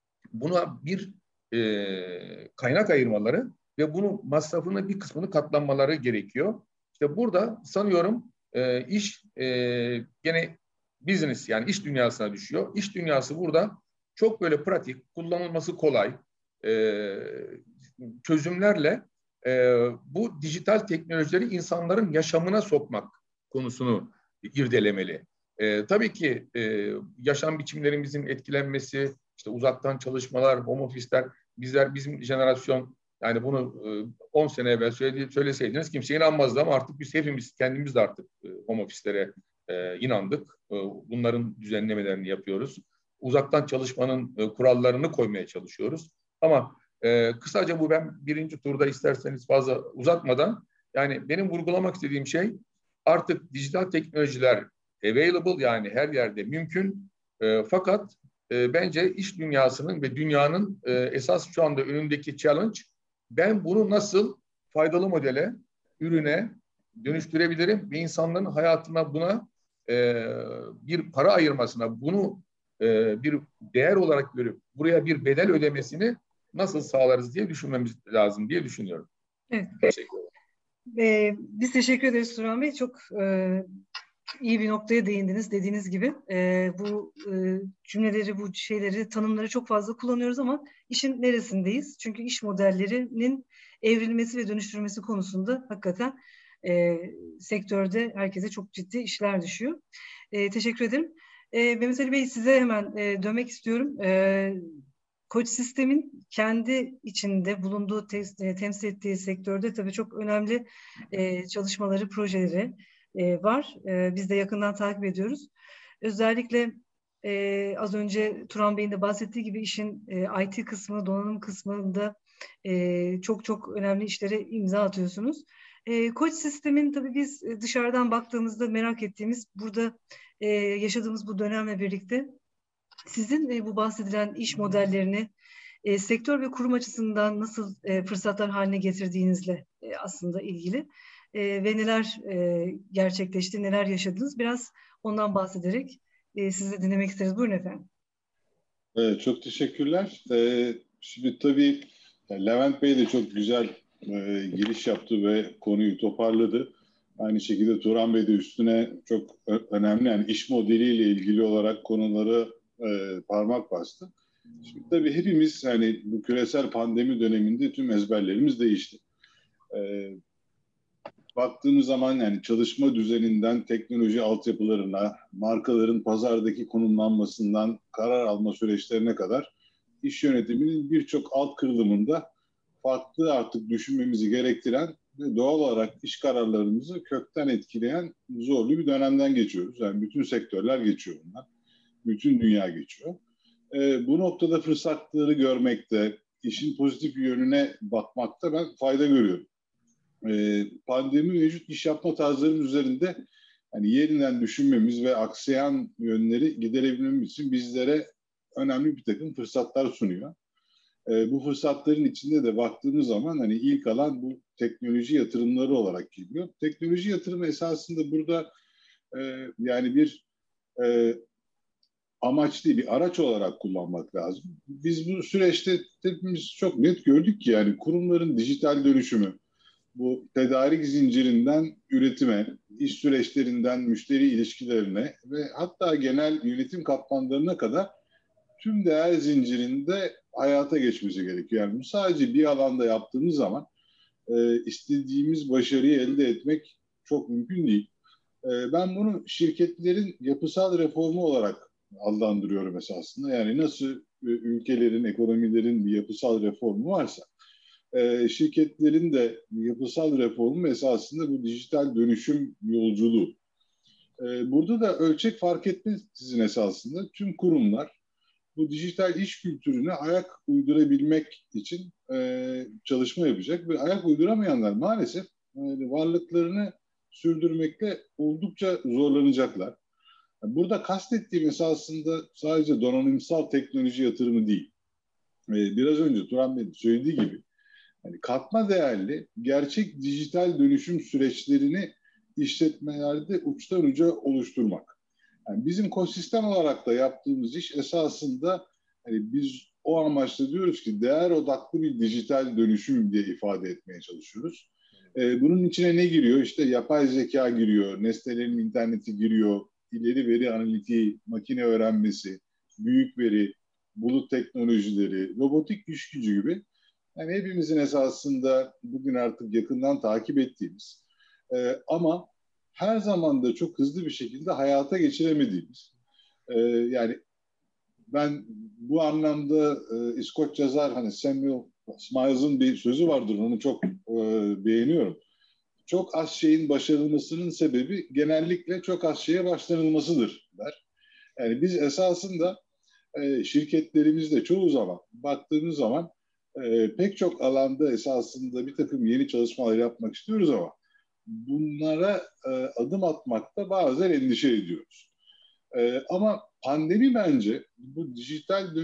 Speaker 4: buna bir e, kaynak ayırmaları ve bunun masrafını bir kısmını katlanmaları gerekiyor. İşte burada sanıyorum e, iş e, gene business yani iş dünyasına düşüyor. İş dünyası burada çok böyle pratik, kullanılması kolay e, çözümlerle e, bu dijital teknolojileri insanların yaşamına sokmak konusunu irdelemeli. E, tabii ki e, yaşam biçimlerimizin etkilenmesi, işte uzaktan çalışmalar, home office'ler, bizler bizim jenerasyon Yani bunu on sene evvel söyleseydiniz kimse inanmazdı ama artık biz hepimiz kendimiz de artık home office'lere inandık. Bunların düzenlemelerini yapıyoruz. Uzaktan çalışmanın kurallarını koymaya çalışıyoruz. Ama kısaca bu, ben birinci turda isterseniz fazla uzatmadan, yani benim vurgulamak istediğim şey, artık dijital teknolojiler available, yani her yerde mümkün. Fakat bence iş dünyasının ve dünyanın esas şu anda önündeki challenge, ben bunu nasıl faydalı modele, ürüne dönüştürebilirim ve insanların hayatına buna e, bir para ayırmasına, bunu e, bir değer olarak görüp buraya bir bedel ödemesini nasıl sağlarız diye düşünmemiz lazım diye düşünüyorum.
Speaker 1: Evet.
Speaker 4: Teşekkür ederim.
Speaker 1: Ee, biz teşekkür ederiz Turan Bey. Çok e, iyi bir noktaya değindiniz dediğiniz gibi. E, bu e, cümleleri, bu şeyleri, tanımları çok fazla kullanıyoruz ama işin neresindeyiz? Çünkü iş modellerinin evrilmesi ve dönüştürülmesi konusunda hakikaten e, sektörde herkese çok ciddi işler düşüyor. E, teşekkür ederim. E, Mehmet Ali Bey, size hemen e, dönmek istiyorum. E, Koç Sistem'in kendi içinde bulunduğu, te- temsil ettiği sektörde tabii çok önemli e, çalışmaları, projeleri e, var. E, biz de yakından takip ediyoruz. Özellikle e, az önce Turan Bey'in de bahsettiği gibi işin e, I T kısmı, donanım kısmında e, çok çok önemli işlere imza atıyorsunuz. E, Koç Sistem'in tabii biz dışarıdan baktığımızda merak ettiğimiz, burada e, yaşadığımız bu dönemle birlikte sizin e, bu bahsedilen iş modellerini e, sektör ve kurum açısından nasıl e, fırsatlar haline getirdiğinizle e, aslında ilgili e, ve neler e, gerçekleşti, neler yaşadınız, biraz ondan bahsederek e, sizi dinlemek isteriz. Buyurun efendim.
Speaker 5: Evet, çok teşekkürler. Ee, şimdi tabii Levent Bey de çok güzel e, giriş yaptı ve konuyu toparladı. Aynı şekilde Turan Bey de üstüne çok önemli, yani iş modeliyle ilgili olarak konuları e, parmak bastı. Şimdi tabii hepimiz, yani bu küresel pandemi döneminde tüm ezberlerimiz değişti. E, baktığımız zaman yani çalışma düzeninden teknoloji altyapılarına, markaların pazardaki konumlanmasından karar alma süreçlerine kadar iş yönetiminin birçok alt kırılımında farklı artık düşünmemizi gerektiren ve doğal olarak iş kararlarımızı kökten etkileyen zorlu bir dönemden geçiyoruz. Yani bütün sektörler geçiyor bunlar. Bütün dünya geçiyor. Ee, bu noktada fırsatları görmekte, işin pozitif yönüne bakmakta ben fayda görüyorum. Ee, pandemi mevcut iş yapma tarzlarımız üzerinde hani yeniden düşünmemiz ve aksayan yönleri giderebilmemiz için bizlere önemli bir takım fırsatlar sunuyor. Ee, bu fırsatların içinde de baktığımız zaman hani ilk alan bu teknoloji yatırımları olarak geliyor. Teknoloji yatırımı esasında burada e, yani bir e, amaç değil, bir araç olarak kullanmak lazım. Biz bu süreçte hepimiz çok net gördük ki yani kurumların dijital dönüşümü, bu tedarik zincirinden üretime, iş süreçlerinden müşteri ilişkilerine ve hatta genel yönetim katmanlarına kadar tüm değer zincirinde hayata geçmesi gerekiyor. Yani bu sadece bir alanda yaptığımız zaman e, istediğimiz başarıyı elde etmek çok mümkün değil. E, ben bunu şirketlerin yapısal reformu olarak adlandırıyorum esasında. Yani nasıl e, ülkelerin, ekonomilerin bir yapısal reformu varsa, e, şirketlerin de yapısal reformu esasında bu dijital dönüşüm yolculuğu. E, burada da ölçek fark etmezsizin esasında tüm kurumlar bu dijital iş kültürüne ayak uydurabilmek için e, çalışma yapacak ve ayak uyduramayanlar maalesef e, varlıklarını sürdürmekte oldukça zorlanacaklar. Yani burada kastettiğim esasında sadece donanımsal teknoloji yatırımı değil. E, biraz önce Turan Bey'in söylediği gibi yani katma değerli gerçek dijital dönüşüm süreçlerini işletmelerde uçtan uca oluşturmak. Yani bizim ekosistem olarak da yaptığımız iş esasında hani biz o amaçla diyoruz ki değer odaklı bir dijital dönüşüm diye ifade etmeye çalışıyoruz. Ee, bunun içine ne giriyor? İşte yapay zeka giriyor, nesnelerin interneti giriyor, ileri veri analitiği, makine öğrenmesi, büyük veri, bulut teknolojileri, robotik iş gücü gibi. Yani hepimizin esasında bugün artık yakından takip ettiğimiz e, ama her zaman da çok hızlı bir şekilde hayata geçiremediğimiz. Ee, yani ben bu anlamda e, İskoç yazar hani Samuel Smiles'ın bir sözü vardır, onu çok e, beğeniyorum. Çok az şeyin başarılmasının sebebi genellikle çok az şeye başlanılmasıdır der. Yani biz esasında e, şirketlerimizde çoğu zaman baktığımız zaman e, pek çok alanda esasında bir takım yeni çalışmalar yapmak istiyoruz ama bunlara e, adım atmakta bazen endişe ediyoruz. E, ama pandemi bence bu dijital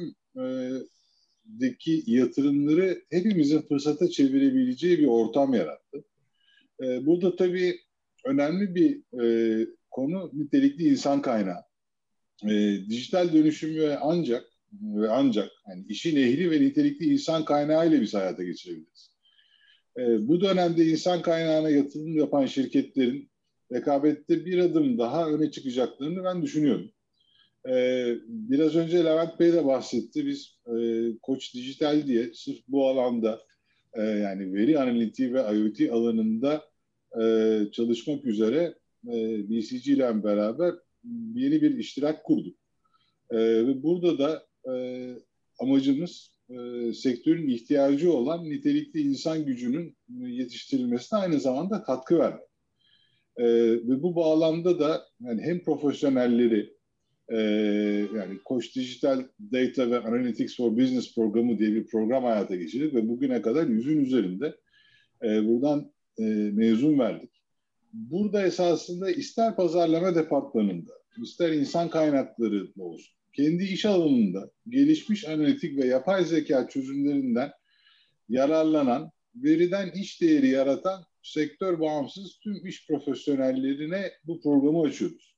Speaker 5: dönüşümdeki yatırımları hepimizin fırsata çevirebileceği bir ortam yarattı. E, burada tabii önemli bir e, konu nitelikli insan kaynağı. E, dijital dönüşümü ve ancak ve ancak yani işin ehli ve nitelikli insan kaynağı ile biz hayata geçirebiliriz. E, bu dönemde insan kaynağına yatırım yapan şirketlerin rekabette bir adım daha öne çıkacaklarını ben düşünüyorum. E, biraz önce Levent Bey de bahsetti. Biz e, Koç Dijital diye sırf bu alanda e, yani veri analitiği ve IoT alanında e, çalışmak üzere e, B C G ile beraber yeni bir iştirak kurduk. E, ve burada da e, amacımız e, sektörün ihtiyacı olan nitelikli insan gücünün yetiştirilmesine aynı zamanda katkı vermek. E, ve bu bağlamda da yani hem profesyonelleri e, yani Koç Digital Data ve Analytics for Business programı diye bir program hayata geçirdik ve bugüne kadar yüzün üzerinde e, buradan e, mezun verdik. Burada esasında ister pazarlama departmanında, ister insan kaynakları olsun, kendi iş alanında gelişmiş analitik ve yapay zeka çözümlerinden yararlanan, veriden iş değeri yaratan sektör bağımsız tüm iş profesyonellerine bu programı açıyoruz.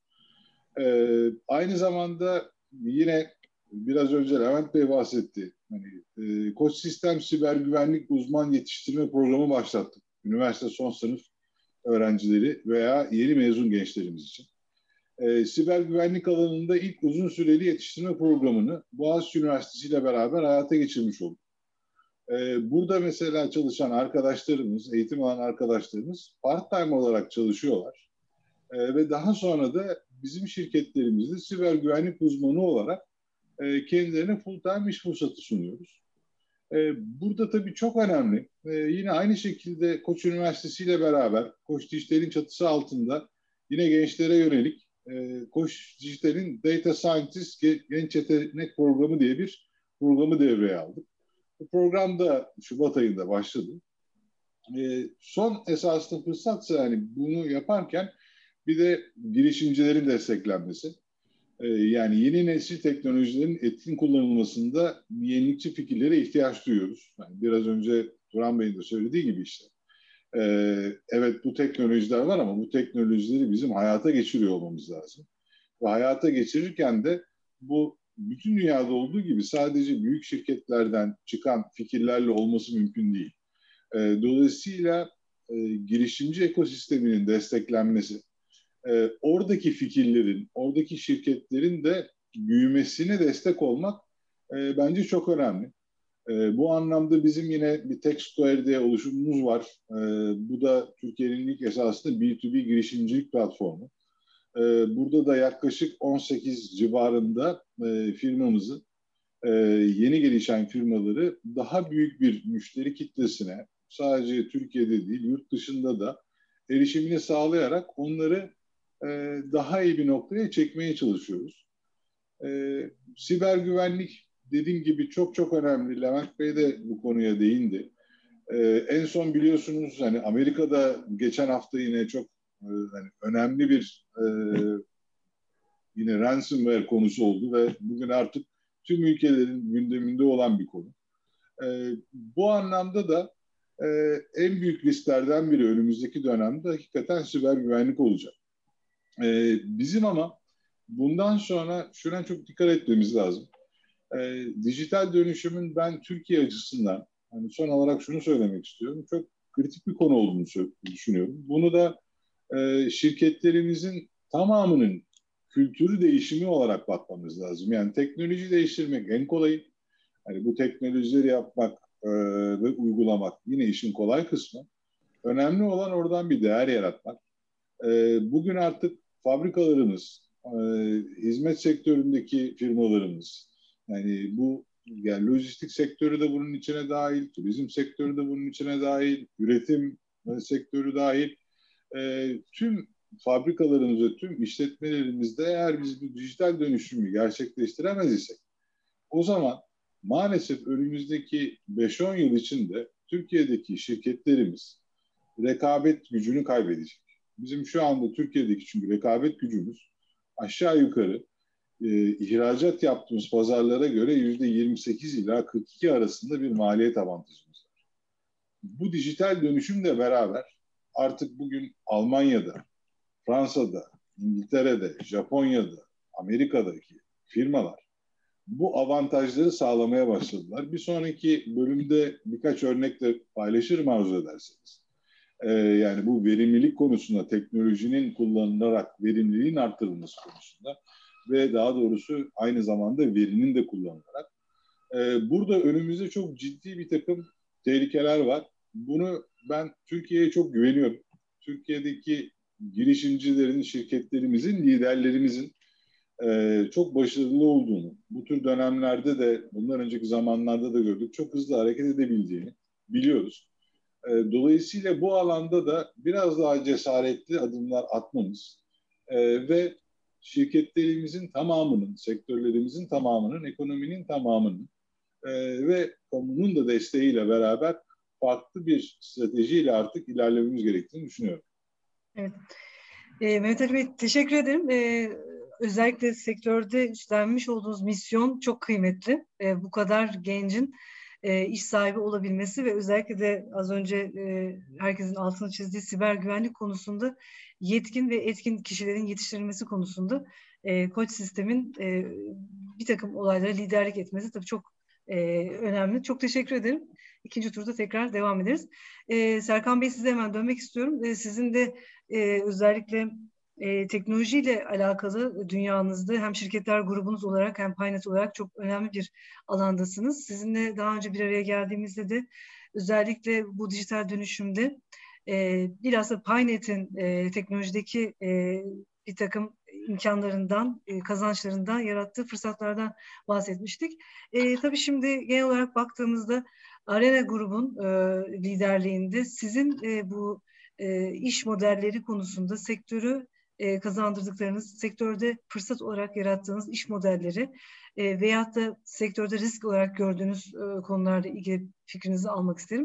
Speaker 5: Ee, aynı zamanda yine biraz önce Levent Bey bahsetti. Hani, e, Koç Sistem Siber Güvenlik Uzman Yetiştirme Programı başlattık. Üniversite son sınıf öğrencileri veya yeni mezun gençlerimiz için. E, siber güvenlik alanında ilk uzun süreli yetiştirme programını Boğaziçi Üniversitesi ile beraber hayata geçirmiş olduk. E, burada mesela çalışan arkadaşlarımız, eğitim alan arkadaşlarımız part-time olarak çalışıyorlar. E, ve daha sonra da bizim şirketlerimizde siber güvenlik uzmanı olarak e, kendilerine full-time iş fırsatı sunuyoruz. E, burada tabii çok önemli. E, yine aynı şekilde Koç Üniversitesi ile beraber Koç Dijital'in çatısı altında yine gençlere yönelik e, Koç Dijital'in Data Scientist Genç Yetenek Programı diye bir programı devreye aldık. Bu program da Şubat ayında başladı. E, son esaslı fırsatsa yani bunu yaparken bir de girişimcilerin desteklenmesi. Yani yeni nesil teknolojilerin etkin kullanılmasında yenilikçi fikirlere ihtiyaç duyuyoruz. Yani biraz önce Turan Bey'in de söylediği gibi işte. Ee, evet bu teknolojiler var ama bu teknolojileri bizim hayata geçiriyor olmamız lazım. Ve hayata geçirirken de bu bütün dünyada olduğu gibi sadece büyük şirketlerden çıkan fikirlerle olması mümkün değil. Ee, dolayısıyla e, girişimci ekosisteminin desteklenmesi, E, oradaki fikirlerin, oradaki şirketlerin de büyümesine destek olmak e, bence çok önemli. E, bu anlamda bizim yine bir TechSquare diye oluşumumuz var. E, bu da Türkiye'nin ilk esasında B iki B girişimcilik platformu. E, burada da yaklaşık on sekiz civarında e, firmamızı, e, yeni gelişen firmaları daha büyük bir müşteri kitlesine, sadece Türkiye'de değil, yurt dışında da erişimini sağlayarak onları daha iyi bir noktaya çekmeye çalışıyoruz. Ee, siber güvenlik dediğim gibi çok çok önemli. Levent Bey de bu konuya değindi. Ee, en son biliyorsunuz hani Amerika'da geçen hafta yine çok e, hani önemli bir e, yine ransomware konusu oldu ve bugün artık tüm ülkelerin gündeminde olan bir konu. Ee, bu anlamda da e, en büyük risklerden biri önümüzdeki dönemde hakikaten siber güvenlik olacak. Ee, bizim ama bundan sonra şuna çok dikkat etmemiz lazım. Ee, dijital dönüşümün ben Türkiye açısından hani son olarak şunu söylemek istiyorum. Çok kritik bir konu olduğunu düşünüyorum. Bunu da e, şirketlerimizin tamamının kültürü değişimi olarak bakmamız lazım. Yani teknoloji değiştirmek en kolayı. Hani bu teknolojileri yapmak e, ve uygulamak yine işin kolay kısmı. Önemli olan oradan bir değer yaratmak. E, bugün artık fabrikalarımız, e, hizmet sektöründeki firmalarımız, yani bu Yani lojistik sektörü de bunun içine dahil, turizm sektörü de bunun içine dahil, üretim sektörü dahil. E, tüm fabrikalarımızda, tüm işletmelerimizde eğer biz bu dijital dönüşümü gerçekleştiremez isek, o zaman maalesef önümüzdeki beş on yıl içinde Türkiye'deki şirketlerimiz rekabet gücünü kaybedecek. Bizim şu anda Türkiye'deki çünkü rekabet gücümüz aşağı yukarı e, ihracat yaptığımız pazarlara göre yüzde yirmi sekiz ila kırk iki arasında bir maliyet avantajımız var. Bu dijital dönüşümle beraber artık bugün Almanya'da, Fransa'da, İngiltere'de, Japonya'da, Amerika'daki firmalar bu avantajları sağlamaya başladılar. Bir sonraki bölümde birkaç örnekle paylaşırım arzu ederseniz. Ee, yani bu verimlilik konusunda, teknolojinin kullanılarak verimliliğin arttırılması konusunda ve daha doğrusu aynı zamanda verinin de kullanılarak. Ee, burada önümüzde çok ciddi bir takım tehlikeler var. Bunu ben Türkiye'ye çok güveniyorum. Türkiye'deki girişimcilerin, şirketlerimizin, liderlerimizin e, çok başarılı olduğunu, bu tür dönemlerde de, bundan önceki zamanlarda da gördük, çok hızlı hareket edebildiğini biliyoruz. E, dolayısıyla bu alanda da biraz daha cesaretli adımlar atmamız e, ve şirketlerimizin tamamının, sektörlerimizin tamamının, ekonominin tamamının e, ve kamunun da desteğiyle beraber farklı bir stratejiyle artık ilerlememiz gerektiğini düşünüyorum.
Speaker 1: Evet. E, Mehmet Ali Bey, teşekkür ederim. E, özellikle sektörde üstlenmiş olduğunuz misyon çok kıymetli. E, bu kadar gencin e, iş sahibi olabilmesi ve özellikle de az önce e, herkesin altını çizdiği siber güvenlik konusunda yetkin ve etkin kişilerin yetiştirilmesi konusunda e, Koç sistemin e, bir takım olaylara liderlik etmesi tabii çok e, önemli. Çok teşekkür ederim. İkinci turda tekrar devam ederiz. E, Serkan Bey, size hemen dönmek istiyorum. E, sizin de e, özellikle e, teknolojiyle alakalı dünyanızda hem şirketler grubunuz olarak hem Paynet olarak çok önemli bir alandasınız. Sizinle daha önce bir araya geldiğimizde de özellikle bu dijital dönüşümde e, biraz da Paynet'in e, teknolojideki e, bir takım imkanlarından, e, kazançlarından, yarattığı fırsatlardan bahsetmiştik. E, tabii şimdi genel olarak baktığımızda Arena Grubun e, liderliğinde sizin e, bu e, iş modelleri konusunda sektörü e, kazandırdıklarınız, sektörde fırsat olarak yarattığınız iş modelleri e, veyahut da sektörde risk olarak gördüğünüz e, konularla ilgili fikrinizi almak isterim.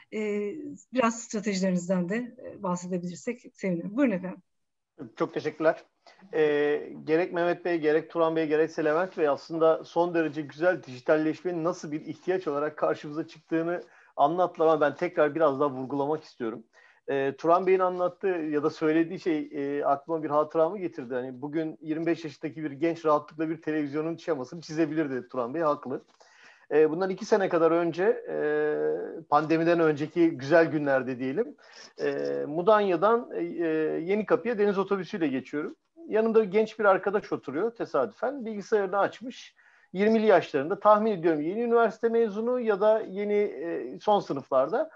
Speaker 1: E, biraz stratejilerinizden de bahsedebilirsek sevinirim. Buyurun efendim.
Speaker 6: Çok teşekkürler. E, gerek Mehmet Bey, gerek Turan Bey, gerekse Levent Bey aslında son derece güzel dijitalleşmenin nasıl bir ihtiyaç olarak karşımıza çıktığını anlattılar ama ben tekrar biraz daha vurgulamak istiyorum. E, Turan Bey'in anlattığı ya da söylediği şey e, aklıma bir hatıramı getirdi. Hani bugün yirmi beş yaşındaki bir genç rahatlıkla bir televizyonun şemasını çizebilirdi Turan Bey, haklı. E, bundan iki sene kadar önce e, pandemiden önceki güzel günlerde diyelim e, Mudanya'dan e, Yenikapı'ya deniz otobüsüyle geçiyorum. Yanımda genç bir arkadaş oturuyor tesadüfen. Bilgisayarını açmış. yirmili yaşlarında, tahmin ediyorum yeni üniversite mezunu ya da yeni e, son sınıflarda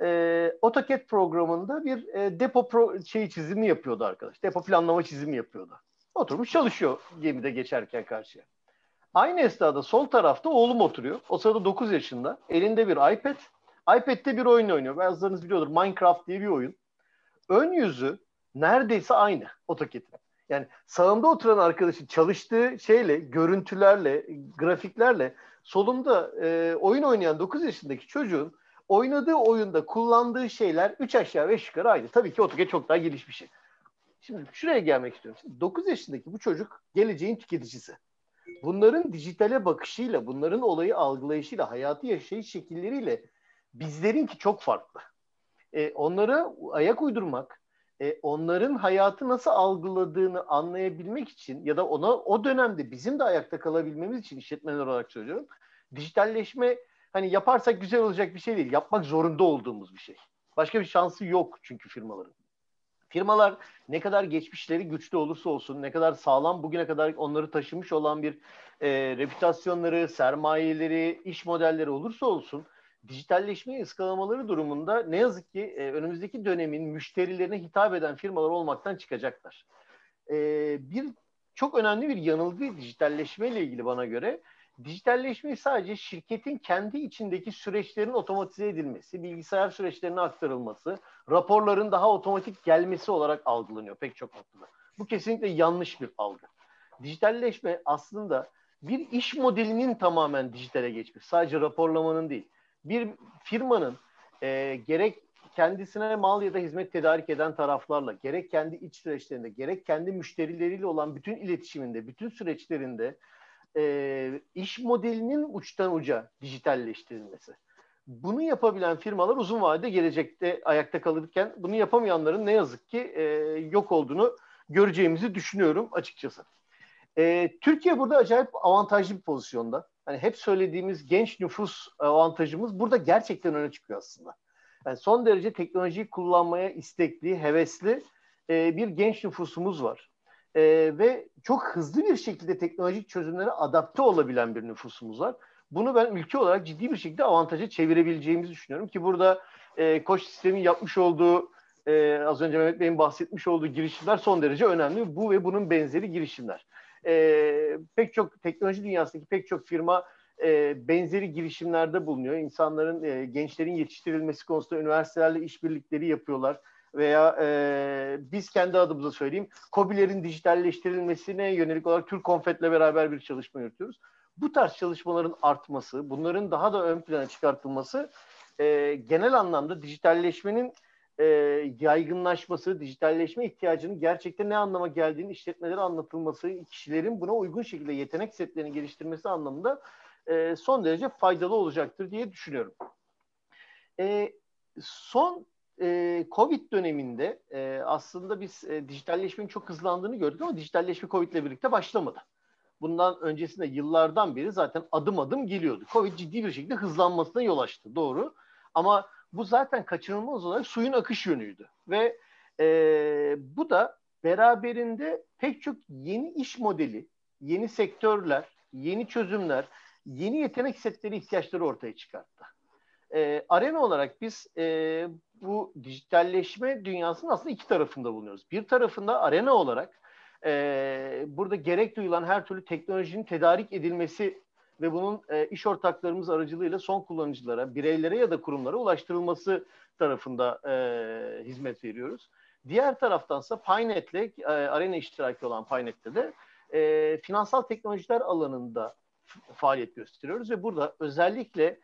Speaker 6: e, AutoCAD programında bir e, depo pro, şeyi çizimi yapıyordu arkadaş. Depo planlama çizimi yapıyordu. Oturmuş çalışıyor gemide geçerken karşıya. Aynı esnada sol tarafta oğlum oturuyor. O sırada dokuz yaşında. Elinde bir iPad. iPad'de bir oyun oynuyor. Bazılarınız biliyordur. Minecraft diye bir oyun. Ön yüzü neredeyse aynı AutoCAD'in. Yani sağımda oturan arkadaşın çalıştığı şeyle, görüntülerle, grafiklerle solumda e, oyun oynayan dokuz yaşındaki çocuğun oynadığı oyunda kullandığı şeyler üç aşağı beş yukarı aynı. Tabii ki AutoCAD çok daha gelişmiş bir şey. Şimdi şuraya gelmek istiyorum. Şimdi dokuz yaşındaki bu çocuk geleceğin tüketicisi. Bunların dijitale bakışıyla, bunların olayı algılayışıyla, hayatı yaşayış şekilleriyle bizlerinki çok farklı. E, onlara ayak uydurmak, e, onların hayatı nasıl algıladığını anlayabilmek için ya da ona o dönemde bizim de ayakta kalabilmemiz için işletmeler olarak söylüyorum. Dijitalleşme hani yaparsak güzel olacak bir şey değil. Yapmak zorunda olduğumuz bir şey. Başka bir şansı yok çünkü firmaların. Firmalar ne kadar geçmişleri güçlü olursa olsun, ne kadar sağlam bugüne kadar onları taşımış olan bir e, reputasyonları, sermayeleri, iş modelleri olursa olsun, dijitalleşmeyi ıskalamaları durumunda ne yazık ki e, önümüzdeki dönemin müşterilerine hitap eden firmalar olmaktan çıkacaklar. E, bir çok önemli bir yanılgı dijitalleşmeyle ilgili bana göre dijitalleşmeyi sadece şirketin kendi içindeki süreçlerin otomatize edilmesi, bilgisayar süreçlerine aktarılması, raporların daha otomatik gelmesi olarak algılanıyor pek çok noktada. Bu kesinlikle yanlış bir algı. Dijitalleşme aslında bir iş modelinin tamamen dijitale geçmesi. Sadece raporlamanın değil. Bir firmanın e, gerek kendisine mal ya da hizmet tedarik eden taraflarla, gerek kendi iç süreçlerinde, gerek kendi müşterileriyle olan bütün iletişiminde, bütün süreçlerinde e, iş modelinin uçtan uca dijitalleştirilmesi. Bunu yapabilen firmalar uzun vadede gelecekte ayakta kalırken bunu yapamayanların ne yazık ki e, yok olduğunu göreceğimizi düşünüyorum açıkçası. E, Türkiye burada acayip avantajlı bir pozisyonda. Hani hep söylediğimiz genç nüfus avantajımız burada gerçekten öne çıkıyor aslında. Yani son derece teknolojiyi kullanmaya istekli, hevesli e, bir genç nüfusumuz var. E, ve çok hızlı bir şekilde teknolojik çözümlere adapte olabilen bir nüfusumuz var. Bunu ben ülke olarak ciddi bir şekilde avantaja çevirebileceğimizi düşünüyorum ki burada e, Koç sistemin yapmış olduğu, e, az önce Mehmet Bey'in bahsetmiş olduğu girişimler son derece önemli. Bu ve bunun benzeri girişimler. E, pek çok teknoloji dünyasındaki pek çok firma e, benzeri girişimlerde bulunuyor. İnsanların, e, gençlerin yetiştirilmesi konusunda üniversitelerle işbirlikleri yapıyorlar. Veya e, biz kendi adımıza söyleyeyim, KOBİ'lerin dijitalleştirilmesine yönelik olarak TÜRKONFET'le beraber bir çalışma yürütüyoruz. Bu tarz çalışmaların artması, bunların daha da ön plana çıkartılması e, genel anlamda dijitalleşmenin e, yaygınlaşması, dijitalleşme ihtiyacının gerçekten ne anlama geldiğini işletmelere anlatılması, kişilerin buna uygun şekilde yetenek setlerini geliştirmesi anlamında e, son derece faydalı olacaktır diye düşünüyorum. E, son e, Covid döneminde e, aslında biz e, dijitalleşmenin çok hızlandığını gördük ama dijitalleşme Covid ile birlikte başlamadı. Bundan öncesinde yıllardan beri zaten adım adım geliyordu. Covid ciddi bir şekilde hızlanmasına yol açtı, doğru. Ama bu zaten kaçınılmaz olarak suyun akış yönüydü. Ve e, bu da beraberinde pek çok yeni iş modeli, yeni sektörler, yeni çözümler, yeni yetenek setleri ihtiyaçları ortaya çıkarttı. E, arena olarak biz e, bu dijitalleşme dünyasının aslında iki tarafında bulunuyoruz. Bir tarafında arena olarak e, burada gerek duyulan her türlü teknolojinin tedarik edilmesi ve bunun e, iş ortaklarımız aracılığıyla son kullanıcılara, bireylere ya da kurumlara ulaştırılması tarafında e, hizmet veriyoruz. Diğer taraftansa Paynet'le e, arena iştiraki olan Paynet'te de e, finansal teknolojiler alanında faaliyet gösteriyoruz ve burada özellikle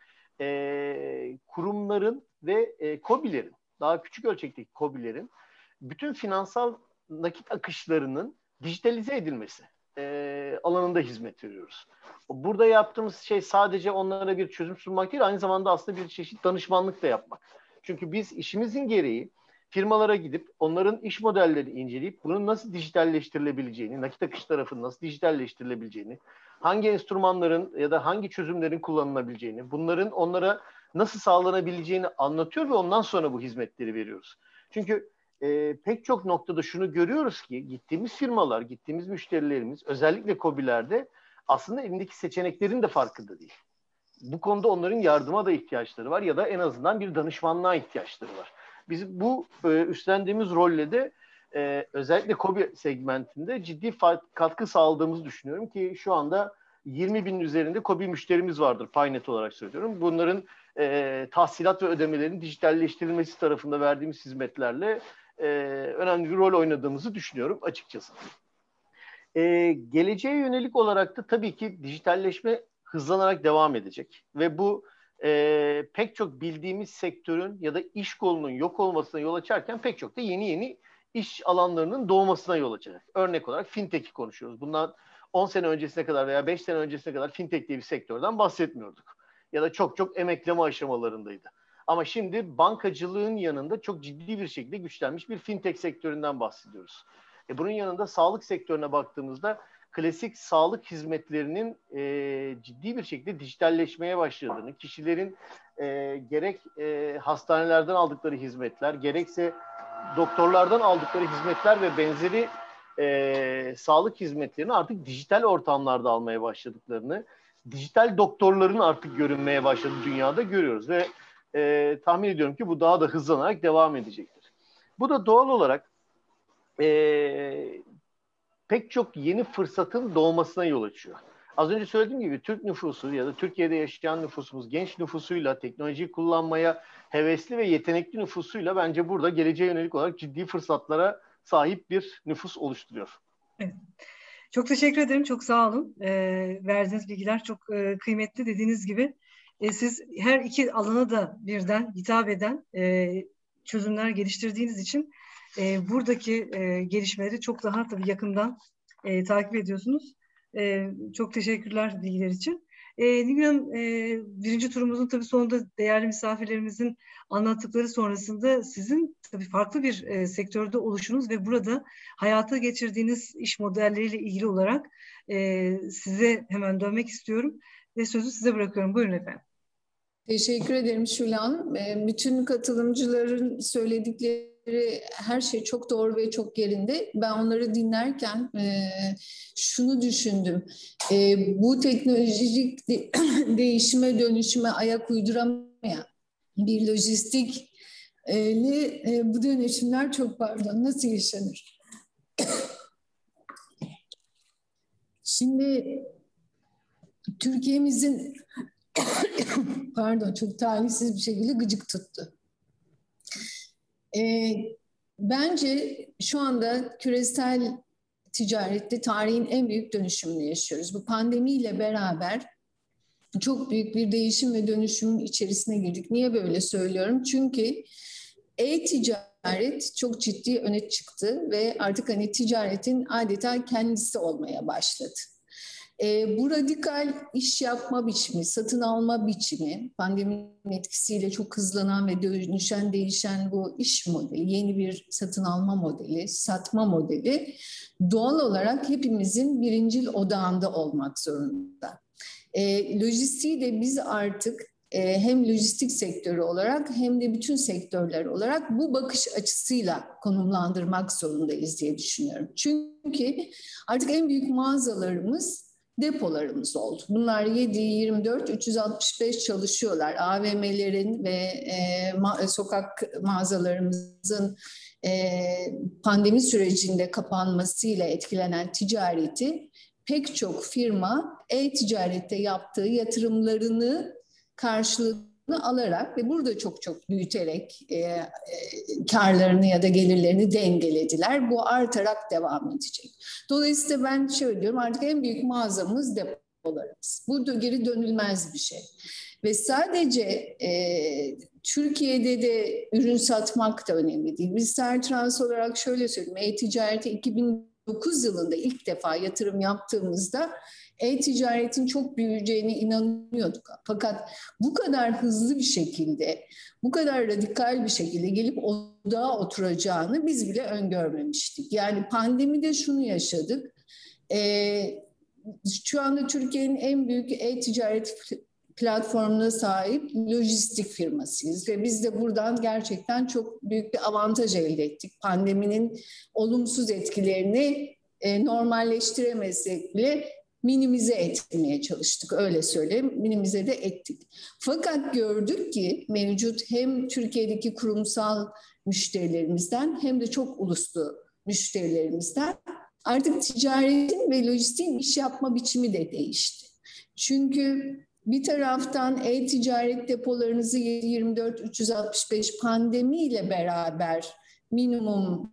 Speaker 6: e, kurumların ve e, KOBİ'lerin, daha küçük ölçekteki KOBİ'lerin bütün finansal nakit akışlarının dijitalize edilmesi e, alanında hizmet veriyoruz. Burada yaptığımız şey sadece onlara bir çözüm sunmak değil, aynı zamanda aslında bir çeşit danışmanlık da yapmak. Çünkü biz işimizin gereği firmalara gidip onların iş modellerini inceleyip bunun nasıl dijitalleştirilebileceğini, nakit akış tarafının nasıl dijitalleştirilebileceğini, hangi enstrümanların ya da hangi çözümlerin kullanılabileceğini, bunların onlara nasıl sağlanabileceğini anlatıyor ve ondan sonra bu hizmetleri veriyoruz. Çünkü e, pek çok noktada şunu görüyoruz ki gittiğimiz firmalar, gittiğimiz müşterilerimiz özellikle KOBİ'lerde aslında elindeki seçeneklerin de farkında değil. Bu konuda onların yardıma da ihtiyaçları var ya da en azından bir danışmanlığa ihtiyaçları var. Biz bu e, üstlendiğimiz rolle de e, özellikle KOBİ segmentinde ciddi katkı sağladığımızı düşünüyorum ki şu anda yirmi binin üzerinde KOBİ müşterimiz vardır, Paynet olarak söylüyorum. Bunların e, tahsilat ve ödemelerin dijitalleştirilmesi tarafında verdiğimiz hizmetlerle e, önemli bir rol oynadığımızı düşünüyorum açıkçası. E, geleceğe yönelik olarak da tabii ki dijitalleşme hızlanarak devam edecek ve bu e, pek çok bildiğimiz sektörün ya da iş kolunun yok olmasına yol açarken pek çok da yeni yeni iş alanlarının doğmasına yol açacak. Örnek olarak fintech'i konuşuyoruz. Bundan on sene öncesine kadar veya beş sene öncesine kadar fintech diye bir sektörden bahsetmiyorduk. Ya da çok çok emekleme aşamalarındaydı. Ama şimdi bankacılığın yanında çok ciddi bir şekilde güçlenmiş bir fintech sektöründen bahsediyoruz. E bunun yanında sağlık sektörüne baktığımızda klasik sağlık hizmetlerinin e, ciddi bir şekilde dijitalleşmeye başladığını, kişilerin e, gerek e, hastanelerden aldıkları hizmetler, gerekse doktorlardan aldıkları hizmetler ve benzeri e, sağlık hizmetlerini artık dijital ortamlarda almaya başladıklarını, dijital doktorların artık görünmeye başladığı dünyada görüyoruz ve e, tahmin ediyorum ki bu daha da hızlanarak devam edecektir. Bu da doğal olarak e, pek çok yeni fırsatın doğmasına yol açıyor. Az önce söylediğim gibi Türk nüfusu ya da Türkiye'de yaşayan nüfusumuz genç nüfusuyla, teknolojiyi kullanmaya hevesli ve yetenekli nüfusuyla bence burada geleceğe yönelik olarak ciddi fırsatlara sahip bir nüfus oluşturuyor.
Speaker 1: Evet. Çok teşekkür ederim. Çok sağ olun. E, verdiğiniz bilgiler çok e, kıymetli. Dediğiniz gibi e, siz her iki alana da birden hitap eden e, çözümler geliştirdiğiniz için e, buradaki e, gelişmeleri çok daha tabii yakından e, takip ediyorsunuz. E, çok teşekkürler bilgiler için. E, Nilgün Hanım, e, birinci turumuzun tabii sonunda değerli misafirlerimizin anlattıkları sonrasında sizin tabii farklı bir e, sektörde oluşunuz ve burada hayata geçirdiğiniz iş modelleriyle ilgili olarak e, size hemen dönmek istiyorum ve sözü size bırakıyorum. Buyurun efendim.
Speaker 2: Teşekkür ederim Şule Hanım. Bütün katılımcıların söyledikleri her şey çok doğru ve çok yerinde. Ben onları dinlerken şunu düşündüm. Bu teknolojik değişime, dönüşüme ayak uyduramayan bir lojistik bu dönüşümler çok pardon nasıl yaşanır? Şimdi Türkiye'mizin pardon çok talihsiz bir şekilde gıcık tuttu. Ee, bence şu anda küresel ticarette tarihin en büyük dönüşümünü yaşıyoruz. Bu pandemiyle beraber çok büyük bir değişim ve dönüşümün içerisine girdik. Niye böyle söylüyorum? Çünkü e-ticaret çok ciddi öne çıktı ve artık hani ticaretin adeta kendisi olmaya başladı. E, bu radikal iş yapma biçimi, satın alma biçimi, pandeminin etkisiyle çok hızlanan ve dönüşen, değişen bu iş modeli, yeni bir satın alma modeli, satma modeli doğal olarak hepimizin birincil odağında olmak zorunda. E, lojistiği de biz artık e, hem lojistik sektörü olarak hem de bütün sektörler olarak bu bakış açısıyla konumlandırmak zorundayız diye düşünüyorum. Çünkü artık en büyük mağazalarımız depolarımız oldu. Bunlar yedi yirmi dört üç yüz altmış beş çalışıyorlar. A V M'lerin ve e, ma- sokak mağazalarımızın e, pandemi sürecinde kapanmasıyla etkilenen ticareti pek çok firma e-ticarette yaptığı yatırımlarını karşılığını alarak ve burada çok çok büyüterek e, e, karlarını ya da gelirlerini dengelediler. Bu artarak devam edecek. Dolayısıyla ben şöyle diyorum, artık en büyük mağazamız depolarımız. Bu da geri dönülmez bir şey. Ve sadece e, Türkiye'de de ürün satmak da önemli değil. Biz Sertrans olarak şöyle söyleyeyim, e-ticarete iki bin dokuz yılında ilk defa yatırım yaptığımızda e-ticaretin çok büyüyeceğine inanıyorduk. Fakat bu kadar hızlı bir şekilde, bu kadar radikal bir şekilde gelip odağa oturacağını biz bile öngörmemiştik. Yani pandemide şunu yaşadık. Ee, şu anda Türkiye'nin en büyük e-ticaret platformuna sahip lojistik firmasıyız ve biz de buradan gerçekten çok büyük bir avantaj elde ettik. Pandeminin olumsuz etkilerini e, normalleştiremezsek bile minimize etmeye çalıştık, öyle söyleyeyim. Minimize de ettik. Fakat gördük ki mevcut hem Türkiye'deki kurumsal müşterilerimizden hem de çok uluslu müşterilerimizden artık ticaretin ve lojistiğin iş yapma biçimi de değişti. Çünkü bir taraftan e-ticaret depolarınızı yedi yirmi dört üç yüz altmış beş pandemiyle beraber minimum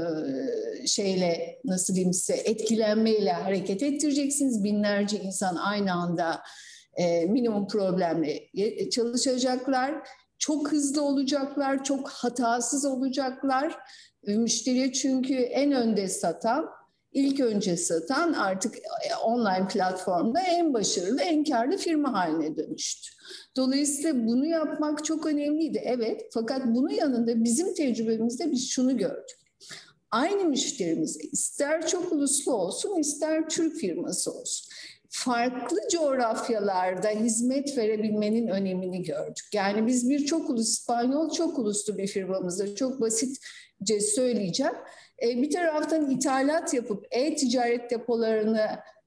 Speaker 2: e, şeyle nasıl diyeyim size etkilenmeyle hareket ettireceksiniz. Binlerce insan aynı anda e, minimum problemle çalışacaklar. Çok hızlı olacaklar, çok hatasız olacaklar. Müşteriye çünkü en önde satan, ilk önce satan artık online platformda en başarılı, en kârlı firma haline dönüştü. Dolayısıyla bunu yapmak çok önemliydi. Evet, fakat bunun yanında bizim tecrübemizde biz şunu gördük. Aynı müşterimiz ister çok uluslu olsun, ister Türk firması olsun, farklı coğrafyalarda hizmet verebilmenin önemini gördük. Yani biz bir çok uluslu, İspanyol çok uluslu bir firmamızda, çok basitçe söyleyeceğim. Bir taraftan ithalat yapıp e-ticaret depolarını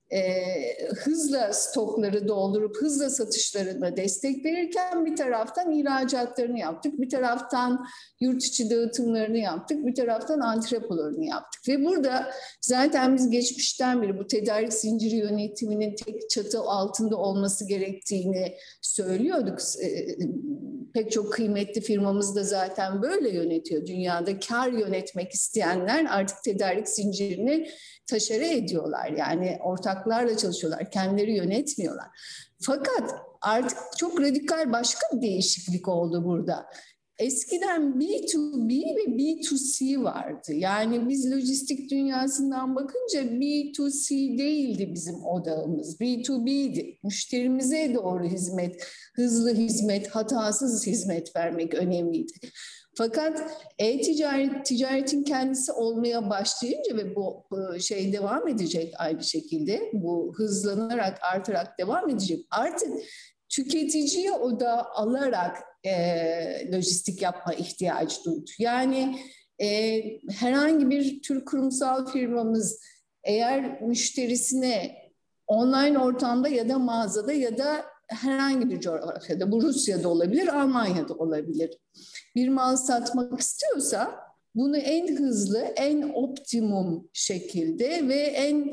Speaker 2: e, hızla stokları doldurup hızla satışlarına destek verirken bir taraftan ihracatlarını yaptık, bir taraftan yurt içi dağıtımlarını yaptık, bir taraftan antrepolarını yaptık. Ve burada zaten biz geçmişten beri bu tedarik zinciri yönetiminin tek çatı altında olması gerektiğini söylüyorduk. E, pek çok kıymetli firmamız da zaten böyle yönetiyor. Dünyada kar yönetmek isteyenler artık tedarik zincirini taşere ediyorlar. Yani ortaklarla çalışıyorlar, kendileri yönetmiyorlar. Fakat artık çok radikal başka bir değişiklik oldu burada. Eskiden B to B ve B to C vardı. Yani biz lojistik dünyasından bakınca B to C değildi bizim odağımız. B to B'di. Müşterimize doğru hizmet, hızlı hizmet, hatasız hizmet vermek önemliydi. Fakat e-ticaret, ticaretin kendisi olmaya başlayınca ve bu şey devam edecek aynı şekilde, bu hızlanarak, artarak devam edecek. Artık tüketiciye odağı alarak e, lojistik yapma ihtiyacı duydu. Yani e, herhangi bir Türk kurumsal firmamız eğer müşterisine online ortamda ya da mağazada ya da herhangi bir coğrafyada, bu Rusya'da olabilir, Almanya'da olabilir, bir mal satmak istiyorsa bunu en hızlı, en optimum şekilde ve en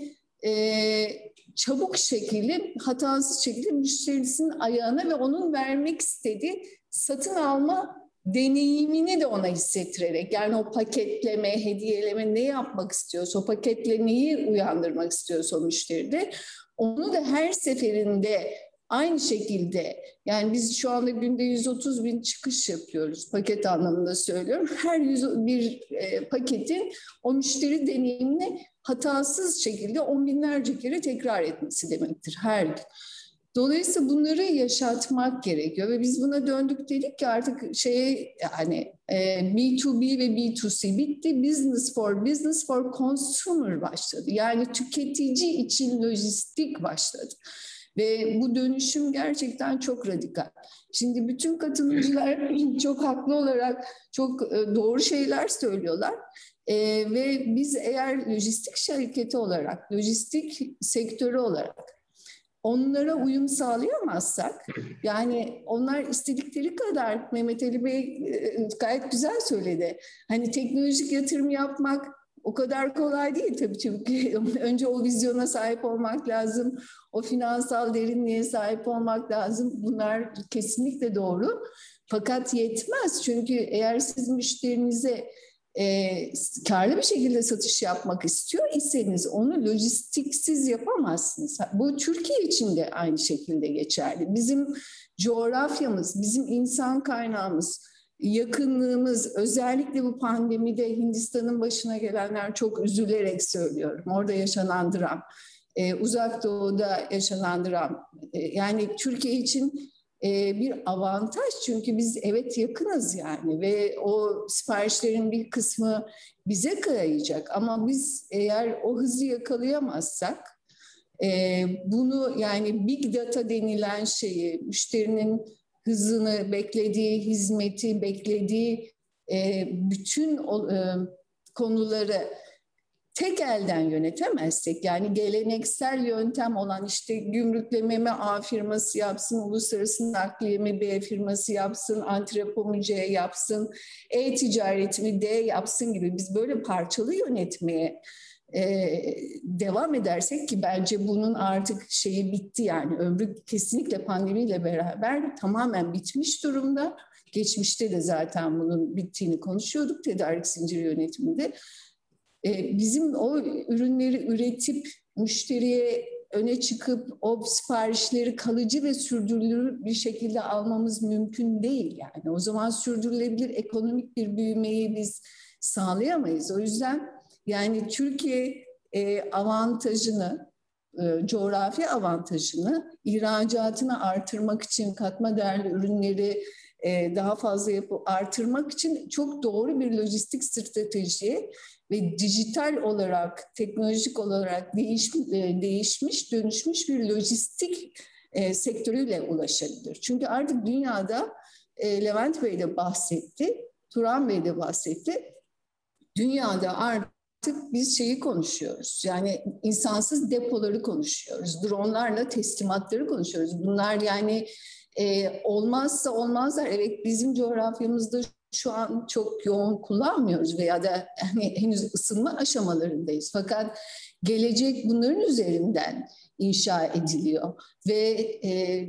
Speaker 2: e, çabuk şekilde, hatasız şekilde müşterisinin ayağına ve onun vermek istediği satın alma deneyimini de ona hissettirerek, yani o paketleme, hediyeleme ne yapmak istiyorsa, o paketle neyi uyandırmak istiyorsa o müşteride, onu da her seferinde aynı şekilde, yani biz şu anda günde yüz otuz bin çıkış yapıyoruz, paket anlamında söylüyorum. Her yüz bir e, paketin o müşteri deneyimini hatasız şekilde on binlerce kere tekrar etmesi demektir her gün. Dolayısıyla bunları yaşatmak gerekiyor ve biz buna döndük, dedik ki artık şey, yani e, B to B ve B to C bitti, business for business for consumer başladı. Yani tüketici için lojistik başladı. Ve bu dönüşüm gerçekten çok radikal. Şimdi bütün katılımcılar çok haklı olarak çok doğru şeyler söylüyorlar. Ee, ve biz eğer lojistik şirketi olarak, lojistik sektörü olarak onlara uyum sağlayamazsak, yani onlar istedikleri kadar, Mehmet Ali Bey gayet güzel söyledi, hani teknolojik yatırım yapmak o kadar kolay değil tabii. Çünkü önce o vizyona sahip olmak lazım, o finansal derinliğe sahip olmak lazım. Bunlar kesinlikle doğru. Fakat yetmez. Çünkü eğer siz müşterinize e, karlı bir şekilde satış yapmak istiyor iseniz onu lojistiksiz yapamazsınız. Bu Türkiye için de aynı şekilde geçerli. Bizim coğrafyamız, bizim insan kaynağımız, yakınlığımız, özellikle bu pandemide Hindistan'ın başına gelenler, çok üzülerek söylüyorum. Orada yaşanan dram, e, Uzak Doğu'da yaşanan dram. E, yani Türkiye için e, bir avantaj, çünkü biz evet yakınız yani ve o siparişlerin bir kısmı bize kayacak. Ama biz eğer o hızı yakalayamazsak, e, bunu, yani big data denilen şeyi, müşterinin hızını, beklediği hizmeti, beklediği e, bütün o, e, konuları tek elden yönetemezsek, yani geleneksel yöntem olan işte gümrükleme A firması yapsın, uluslararası nakliyemi B firması yapsın, antrepomu C yapsın, e-ticaretimi D yapsın gibi biz böyle parçalı yönetmeye Ee, devam edersek, ki bence bunun artık şeyi bitti, yani ömrü kesinlikle pandemiyle beraber tamamen bitmiş durumda. Geçmişte de zaten bunun bittiğini konuşuyorduk tedarik zinciri yönetiminde. Ee, bizim o ürünleri üretip müşteriye öne çıkıp o siparişleri kalıcı ve sürdürülebilir bir şekilde almamız mümkün değil. Yani o zaman sürdürülebilir ekonomik bir büyümeyi biz sağlayamayız. O yüzden yani Türkiye e, avantajını, e, coğrafi avantajını, ihracatını artırmak için, katma değerli ürünleri e, daha fazla yapıp artırmak için çok doğru bir lojistik stratejiye ve dijital olarak, teknolojik olarak değişmiş, e, değişmiş dönüşmüş bir lojistik e, sektörüyle ulaşabilir. Çünkü artık dünyada, e, Levent Bey de bahsetti, Turan Bey de bahsetti, dünyada artık artık biz şeyi konuşuyoruz. Yani insansız depoları konuşuyoruz. Dronlarla teslimatları konuşuyoruz. Bunlar yani e, olmazsa olmazlar. Evet, bizim coğrafyamızda şu an çok yoğun kullanmıyoruz veya da hani henüz ısınma aşamalarındayız. Fakat gelecek bunların üzerinden inşa ediliyor ve e,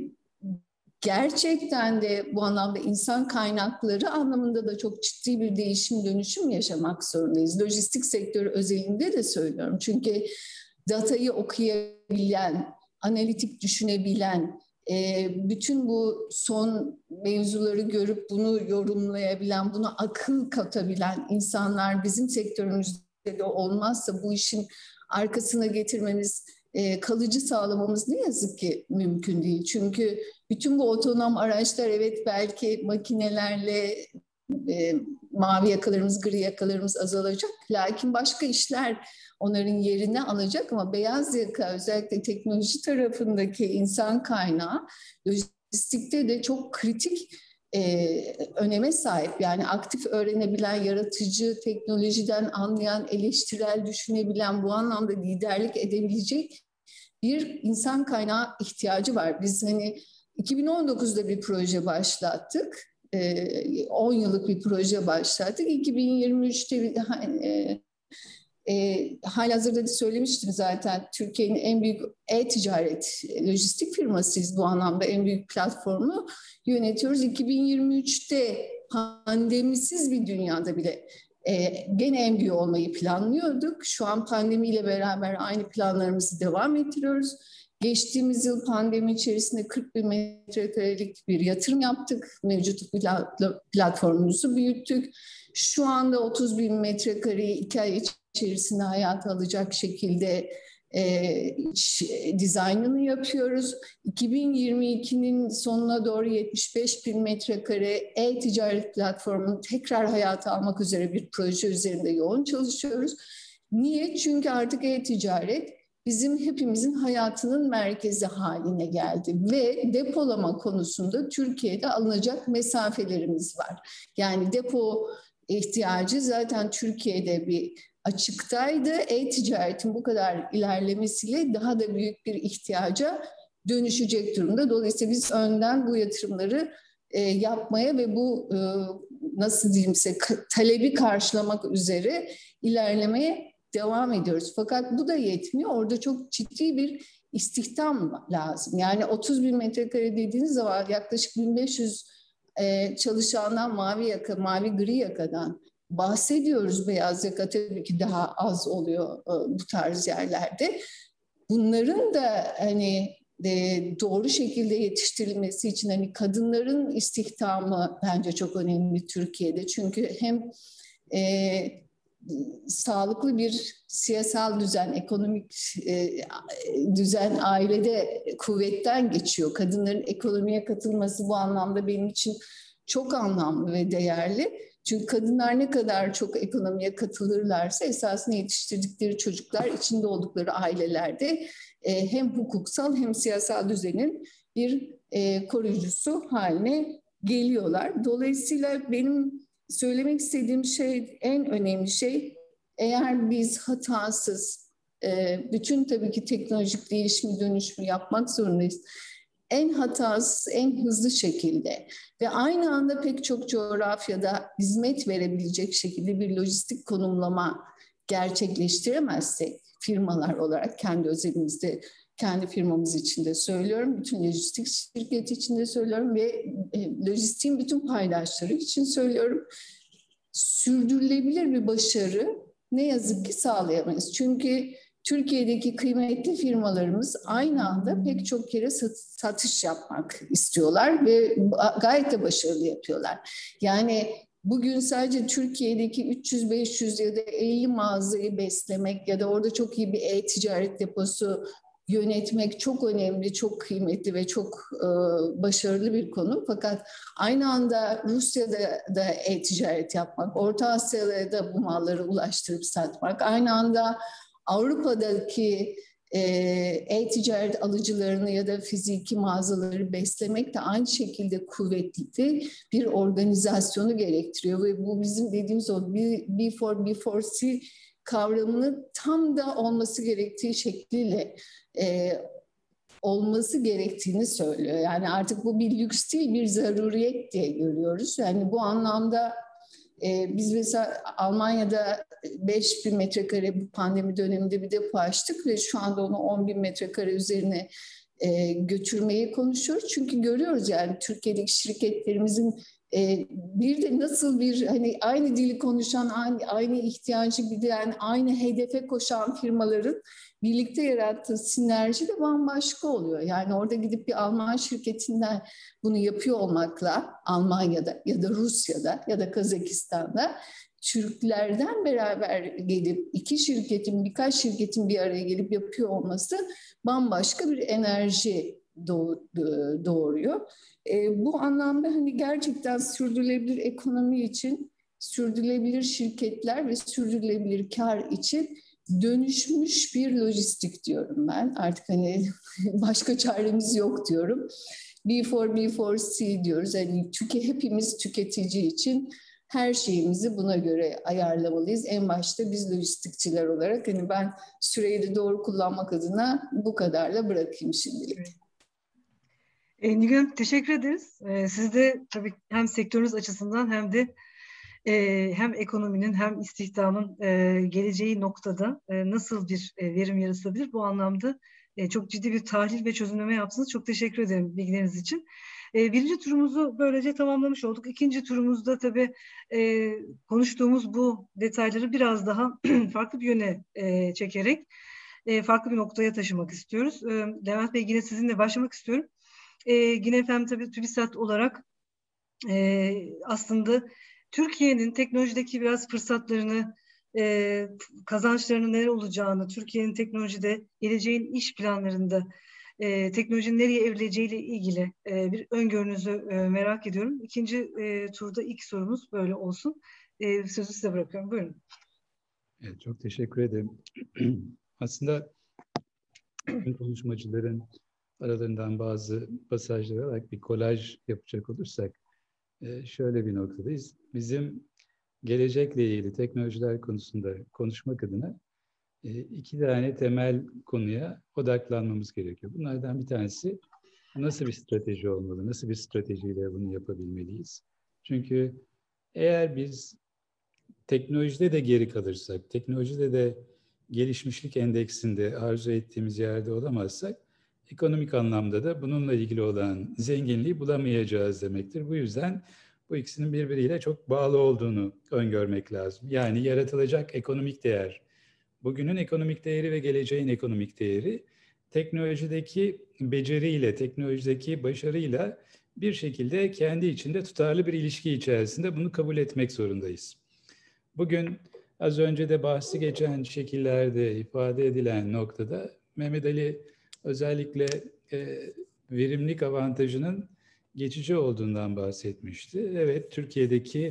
Speaker 2: gerçekten de bu anlamda insan kaynakları anlamında da çok ciddi bir değişim, dönüşüm yaşamak zorundayız. Lojistik sektörü özelinde de söylüyorum. Çünkü datayı okuyabilen, analitik düşünebilen, bütün bu son mevzuları görüp bunu yorumlayabilen, buna akıl katabilen insanlar bizim sektörümüzde de olmazsa bu işin arkasına getirmemiz, kalıcı sağlamamız ne yazık ki mümkün değil. Çünkü bütün bu otonom araçlar evet belki makinelerle e, mavi yakalarımız, gri yakalarımız azalacak. Lakin başka işler onların yerini alacak ama beyaz yaka özellikle teknoloji tarafındaki insan kaynağı lojistikte de çok kritik e, öneme sahip. Yani aktif öğrenebilen, yaratıcı, teknolojiden anlayan, eleştirel düşünebilen, bu anlamda liderlik edebilecek bir insan kaynağı ihtiyacı var. Biz hani iki bin on dokuzda bir proje başlattık. on yıllık bir proje başlattık. iki bin yirmi üçte bir daha e, e, halihazırda da söylemiştim zaten. Türkiye'nin en büyük e-ticaret lojistik firmasıyız bu anlamda. En büyük platformu yönetiyoruz. iki bin yirmi üçte pandemisiz bir dünyada bile e, gene en büyük olmayı planlıyorduk. Şu an pandemiyle beraber aynı planlarımızı devam ettiriyoruz. Geçtiğimiz yıl pandemi içerisinde kırk bin metrekarelik bir yatırım yaptık. Mevcut platformumuzu büyüttük. Şu anda otuz bin metrekareyi iki ay içerisinde hayata alacak şekilde e, dizaynını yapıyoruz. iki bin yirmi ikinin sonuna doğru yetmiş beş bin metrekare e-ticaret platformunu tekrar hayata almak üzere bir proje üzerinde yoğun çalışıyoruz. Niye? Çünkü artık e-ticaret bizim hepimizin hayatının merkezi haline geldi ve depolama konusunda Türkiye'de alınacak mesafelerimiz var. Yani depo ihtiyacı zaten Türkiye'de bir açıktaydı. E-ticaretin bu kadar ilerlemesiyle daha da büyük bir ihtiyaca dönüşecek durumda. Dolayısıyla biz önden bu yatırımları e, yapmaya ve bu e, nasıl diyeyimse talebi karşılamak üzere ilerlemeye devam ediyoruz. Fakat bu da yetmiyor. Orada çok ciddi bir istihdam lazım. Yani otuz bin metrekare dediğiniz zaman yaklaşık bin beş yüz e, çalışandan mavi yaka, mavi gri yakadan bahsediyoruz. Beyaz yaka tabii ki daha az oluyor e, bu tarz yerlerde. Bunların da hani de doğru şekilde yetiştirilmesi için hani kadınların istihdamı bence çok önemli Türkiye'de. Çünkü hem e, sağlıklı bir siyasal düzen, ekonomik e, düzen ailede kuvvetten geçiyor. Kadınların ekonomiye katılması bu anlamda benim için çok anlamlı ve değerli. Çünkü kadınlar ne kadar çok ekonomiye katılırlarsa esasında yetiştirdikleri çocuklar içinde oldukları ailelerde e, hem hukuksal hem siyasal düzenin bir e, koruyucusu haline geliyorlar. Dolayısıyla benim söylemek istediğim şey, en önemli şey, eğer biz hatasız, bütün tabii ki teknolojik değişimi, dönüşümü yapmak zorundayız. En hatasız, en hızlı şekilde ve aynı anda pek çok coğrafyada hizmet verebilecek şekilde bir lojistik konumlama gerçekleştiremezsek firmalar olarak kendi özelimizde, kendi firmamız için de söylüyorum, bütün lojistik şirketi için de söylüyorum ve lojistiğin bütün paydaşları için söylüyorum. Sürdürülebilir bir başarı ne yazık ki sağlayamayız. Çünkü Türkiye'deki kıymetli firmalarımız aynı anda pek çok kere satış yapmak istiyorlar ve gayet de başarılı yapıyorlar. Yani bugün sadece Türkiye'deki üç yüz beş yüz ya da elli mağazayı beslemek ya da orada çok iyi bir e-ticaret deposu yönetmek çok önemli, çok kıymetli ve çok e, başarılı bir konu. Fakat aynı anda Rusya'da da e-ticaret yapmak, Orta Asya'da da bu malları ulaştırıp satmak, aynı anda Avrupa'daki e-ticaret alıcılarını ya da fiziki mağazaları beslemek de aynı şekilde kuvvetli bir organizasyonu gerektiriyor ve bu bizim dediğimiz o before before C kavramını tam da olması gerektiği şekliyle e, olması gerektiğini söylüyor. Yani artık bu bir lüks değil, bir zaruriyet diye görüyoruz. Yani bu anlamda e, biz mesela Almanya'da beş bin metrekare bu pandemi döneminde bir depo açtık ve şu anda onu on bin metrekare üzerine e, götürmeyi konuşuyoruz. Çünkü görüyoruz yani Türkiye'deki şirketlerimizin e, bir de nasıl bir hani aynı dili konuşan, aynı, aynı ihtiyacı bilen, aynı hedefe koşan firmaların birlikte yarattığı sinerji de bambaşka oluyor. Yani orada gidip bir Alman şirketinden bunu yapıyor olmakla Almanya'da ya da Rusya'da ya da Kazakistan'da Türklerden beraber gelip iki şirketin, birkaç şirketin bir araya gelip yapıyor olması bambaşka bir enerji doğuruyor. E, bu anlamda hani gerçekten sürdürülebilir ekonomi için, sürdürülebilir şirketler ve sürdürülebilir kar için dönüşmüş bir lojistik diyorum ben. Artık hani başka çaremiz yok diyorum. B for B for C diyoruz. Yani çünkü hepimiz tüketici için her şeyimizi buna göre ayarlamalıyız. En başta biz lojistikçiler olarak hani ben süreyi de doğru kullanmak adına bu kadarla bırakayım şimdilik.
Speaker 1: Evet. E, Nilgün Hanım teşekkür ederiz. E, siz de tabii hem sektörünüz açısından hem de e, hem ekonominin hem istihdamın e, geleceği noktada e, nasıl bir e, verim yaratılabilir bu anlamda e, çok ciddi bir tahlil ve çözümleme yaptınız. Çok teşekkür ederim bilgileriniz için. E, birinci turumuzu böylece tamamlamış olduk. İkinci turumuzda tabii e, konuştuğumuz bu detayları biraz daha farklı bir yöne e, çekerek e, farklı bir noktaya taşımak istiyoruz. E, Levent Bey yine sizinle başlamak istiyorum. E, yine efendim tabii TÜBİSAT olarak e, aslında Türkiye'nin teknolojideki biraz fırsatlarını, e, kazançlarının neler olacağını, Türkiye'nin teknolojide, geleceğin iş planlarında e, teknolojinin nereye evrileceğiyle ilgili e, bir öngörünüzü e, merak ediyorum. İkinci e, turda ilk sorumuz böyle olsun. E, sözü size bırakıyorum. Buyurun.
Speaker 3: Evet, çok teşekkür ederim. Aslında bütün konuşmacıların aralarından bazı pasajları alarak bir kolaj yapacak olursak şöyle bir noktadayız. Bizim gelecekle ilgili teknolojiler konusunda konuşmak adına iki tane temel konuya odaklanmamız gerekiyor. Bunlardan bir tanesi nasıl bir strateji olmalı, nasıl bir stratejiyle bunu yapabilmeliyiz? Çünkü eğer biz teknolojide de geri kalırsak, teknolojide de gelişmişlik endeksinde arzu ettiğimiz yerde olamazsak, ekonomik anlamda da bununla ilgili olan zenginliği bulamayacağız demektir. Bu yüzden bu ikisinin birbiriyle çok bağlı olduğunu öngörmek lazım. Yani yaratılacak ekonomik değer, bugünün ekonomik değeri ve geleceğin ekonomik değeri, teknolojideki beceriyle, teknolojideki başarıyla bir şekilde kendi içinde tutarlı bir ilişki içerisinde bunu kabul etmek zorundayız. Bugün az önce de bahsi geçen şekillerde ifade edilen noktada Mehmet Ali özellikle e, verimlilik avantajının geçici olduğundan bahsetmişti. Evet, Türkiye'deki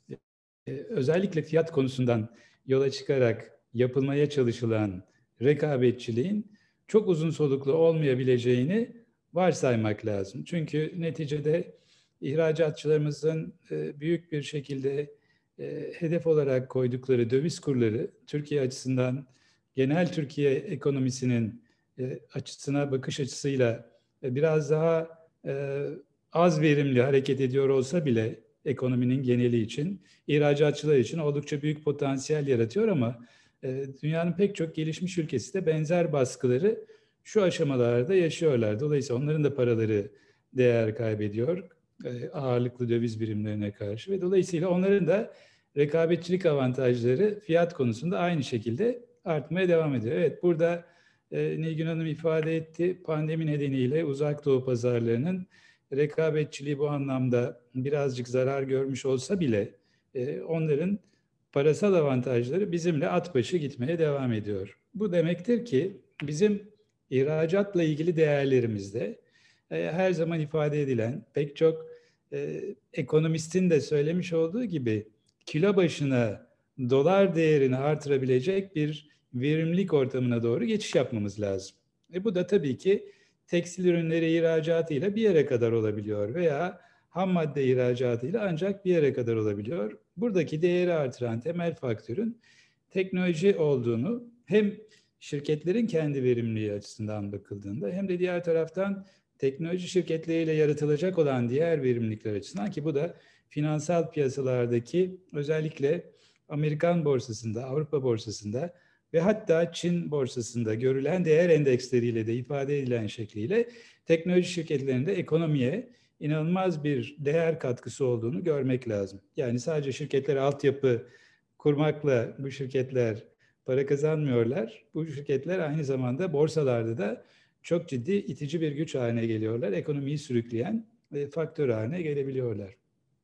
Speaker 3: e, özellikle fiyat konusundan yola çıkarak yapılmaya çalışılan rekabetçiliğin çok uzun soluklu olmayabileceğini varsaymak lazım. Çünkü neticede ihracatçılarımızın e, büyük bir şekilde e, hedef olarak koydukları döviz kurları Türkiye açısından genel Türkiye ekonomisinin e, açısına bakış açısıyla e, biraz daha e, az verimli hareket ediyor olsa bile ekonominin geneli için, ihracatçılar için oldukça büyük potansiyel yaratıyor ama e, dünyanın pek çok gelişmiş ülkesi de benzer baskıları şu aşamalarda yaşıyorlar. Dolayısıyla onların da paraları değer kaybediyor e, ağırlıklı döviz birimlerine karşı ve dolayısıyla onların da rekabetçilik avantajları fiyat konusunda aynı şekilde artmaya devam ediyor. Evet, burada e, Nilgün Hanım ifade etti, pandemi nedeniyle uzak doğu pazarlarının rekabetçiliği bu anlamda birazcık zarar görmüş olsa bile e, onların parasal avantajları bizimle at başı gitmeye devam ediyor. Bu demektir ki bizim ihracatla ilgili değerlerimizde e, her zaman ifade edilen pek çok e, ekonomistin de söylemiş olduğu gibi kilo başına dolar değerini artırabilecek bir verimlilik ortamına doğru geçiş yapmamız lazım. E bu da tabii ki tekstil ürünleri ihracatıyla bir yere kadar olabiliyor veya ham madde ihracatıyla ancak bir yere kadar olabiliyor. Buradaki değeri artıran temel faktörün teknoloji olduğunu hem şirketlerin kendi verimliliği açısından bakıldığında hem de diğer taraftan teknoloji şirketleriyle yaratılacak olan diğer verimlilikler açısından, ki bu da finansal piyasalardaki özellikle Amerikan borsasında, Avrupa borsasında ve hatta Çin borsasında görülen değer endeksleriyle de ifade edilen şekliyle teknoloji şirketlerinde ekonomiye inanılmaz bir değer katkısı olduğunu görmek lazım. Yani sadece şirketlere altyapı kurmakla bu şirketler para kazanmıyorlar. Bu şirketler aynı zamanda borsalarda da çok ciddi itici bir güç haline geliyorlar. Ekonomiyi sürükleyen e, faktör haline gelebiliyorlar.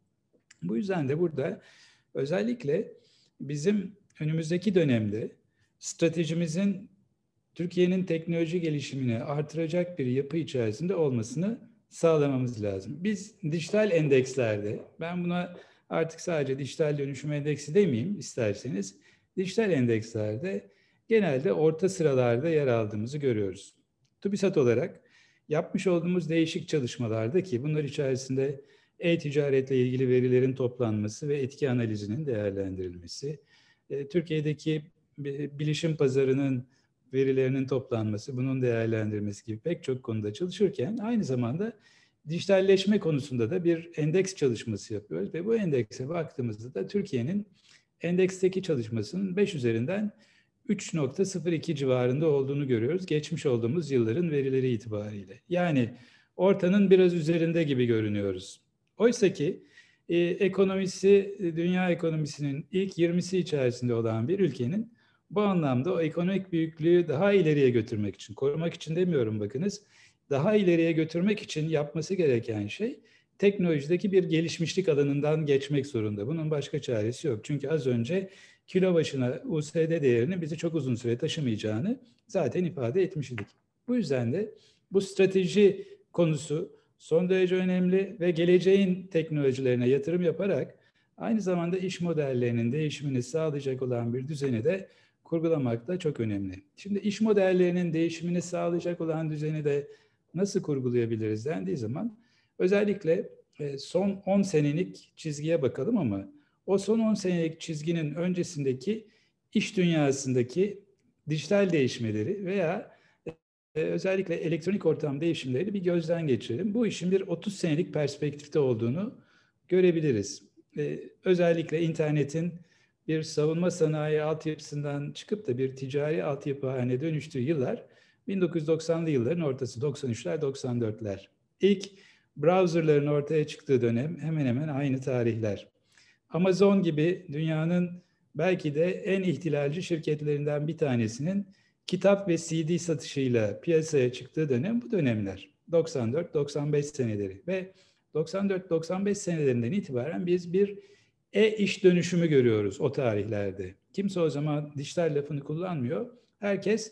Speaker 3: Bu yüzden de burada özellikle bizim önümüzdeki dönemde stratejimizin Türkiye'nin teknoloji gelişimini artıracak bir yapı içerisinde olmasını sağlamamız lazım. Biz dijital endekslerde, ben buna artık sadece dijital dönüşüm endeksi demeyeyim isterseniz, dijital endekslerde genelde orta sıralarda yer aldığımızı görüyoruz. TÜBİSAT olarak yapmış olduğumuz değişik çalışmalarda, ki bunlar içerisinde e-ticaretle ilgili verilerin toplanması ve etki analizinin değerlendirilmesi, Türkiye'deki bilişim pazarının verilerinin toplanması, bunun değerlendirilmesi gibi pek çok konuda çalışırken aynı zamanda dijitalleşme konusunda da bir endeks çalışması yapıyoruz ve bu endekse baktığımızda da Türkiye'nin endeksteki çalışmasının beş üzerinden üç nokta sıfır iki civarında olduğunu görüyoruz geçmiş olduğumuz yılların verileri itibariyle. Yani ortanın biraz üzerinde gibi görünüyoruz. Oysa ki e, ekonomisi, dünya ekonomisinin ilk yirmisi içerisinde olan bir ülkenin bu anlamda o ekonomik büyüklüğü daha ileriye götürmek için, korumak için demiyorum bakınız, daha ileriye götürmek için yapması gereken şey teknolojideki bir gelişmişlik alanından geçmek zorunda. Bunun başka çaresi yok. Çünkü az önce kilo başına U S D değerinin bizi çok uzun süre taşımayacağını zaten ifade etmiştik. Bu yüzden de bu strateji konusu son derece önemli ve geleceğin teknolojilerine yatırım yaparak aynı zamanda iş modellerinin değişimini sağlayacak olan bir düzeni de kurgulamak da çok önemli. Şimdi iş modellerinin değişimini sağlayacak olan düzeni de nasıl kurgulayabiliriz dendiği zaman özellikle son on senelik çizgiye bakalım, ama o son on senelik çizginin öncesindeki iş dünyasındaki dijital değişmeleri veya özellikle elektronik ortam değişimleri bir gözden geçirelim. Bu işin bir otuz senelik perspektifte olduğunu görebiliriz. Özellikle internetin bir savunma sanayi altyapısından çıkıp da bir ticari altyapı haline dönüştüğü yıllar bin dokuz yüz doksanlı yılların ortası, doksan üçler doksan dörtler. İlk browserların ortaya çıktığı dönem hemen hemen aynı tarihler. Amazon gibi dünyanın belki de en ihtilalci şirketlerinden bir tanesinin kitap ve C D satışıyla piyasaya çıktığı dönem bu dönemler. doksan dört doksan beş seneleri ve doksan dört doksan beş senelerinden itibaren biz bir e-iş dönüşümü görüyoruz o tarihlerde. Kimse o zaman dijital lafını kullanmıyor. Herkes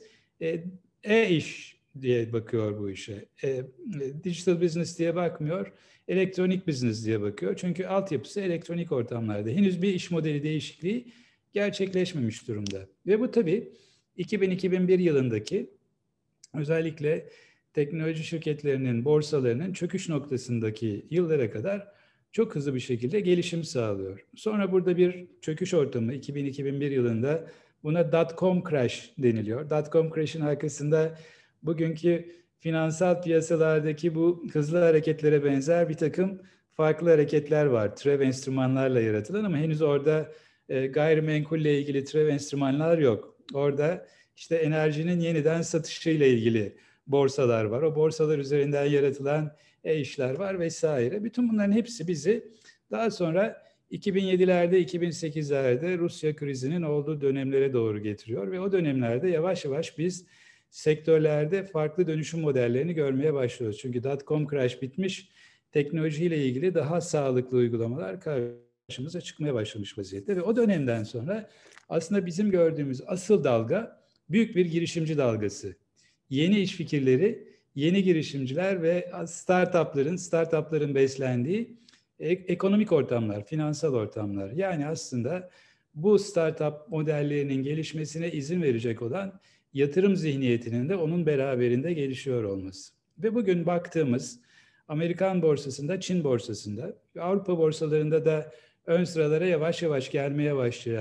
Speaker 3: e-iş diye bakıyor bu işe. E, digital business diye bakmıyor, elektronik business diye bakıyor. Çünkü altyapısı elektronik ortamlarda. Henüz bir iş modeli değişikliği gerçekleşmemiş durumda. Ve bu tabii iki bin iki bin bir yılındaki özellikle teknoloji şirketlerinin, borsalarının çöküş noktasındaki yıllara kadar çok hızlı bir şekilde gelişim sağlıyor. Sonra burada bir çöküş ortamı iki bin iki bin bir yılında buna dot-com crash deniliyor. dot-com crash'in arkasında bugünkü finansal piyasalardaki bu hızlı hareketlere benzer bir takım farklı hareketler var. Türev enstrümanlarla yaratılan, ama henüz orada e, gayrimenkulle ilgili türev enstrümanlar yok. Orada işte enerjinin yeniden satışıyla ilgili borsalar var. O borsalar üzerinden yaratılan e-işler var vesaire. Bütün bunların hepsi bizi daha sonra iki bin yedilerde, iki bin sekizlerde Rusya krizinin olduğu dönemlere doğru getiriyor ve o dönemlerde yavaş yavaş biz sektörlerde farklı dönüşüm modellerini görmeye başlıyoruz. Çünkü dot-com crash bitmiş, teknolojiyle ilgili daha sağlıklı uygulamalar karşımıza çıkmaya başlamış vaziyette ve o dönemden sonra aslında bizim gördüğümüz asıl dalga büyük bir girişimci dalgası. Yeni iş fikirleri, yeni girişimciler ve startupların, startupların beslendiği ekonomik ortamlar, finansal ortamlar. Yani aslında bu startup modellerinin gelişmesine izin verecek olan yatırım zihniyetinin de onun beraberinde gelişiyor olması. Ve bugün baktığımız Amerikan borsasında, Çin borsasında, Avrupa borsalarında da ön sıralara yavaş yavaş gelmeye başlayan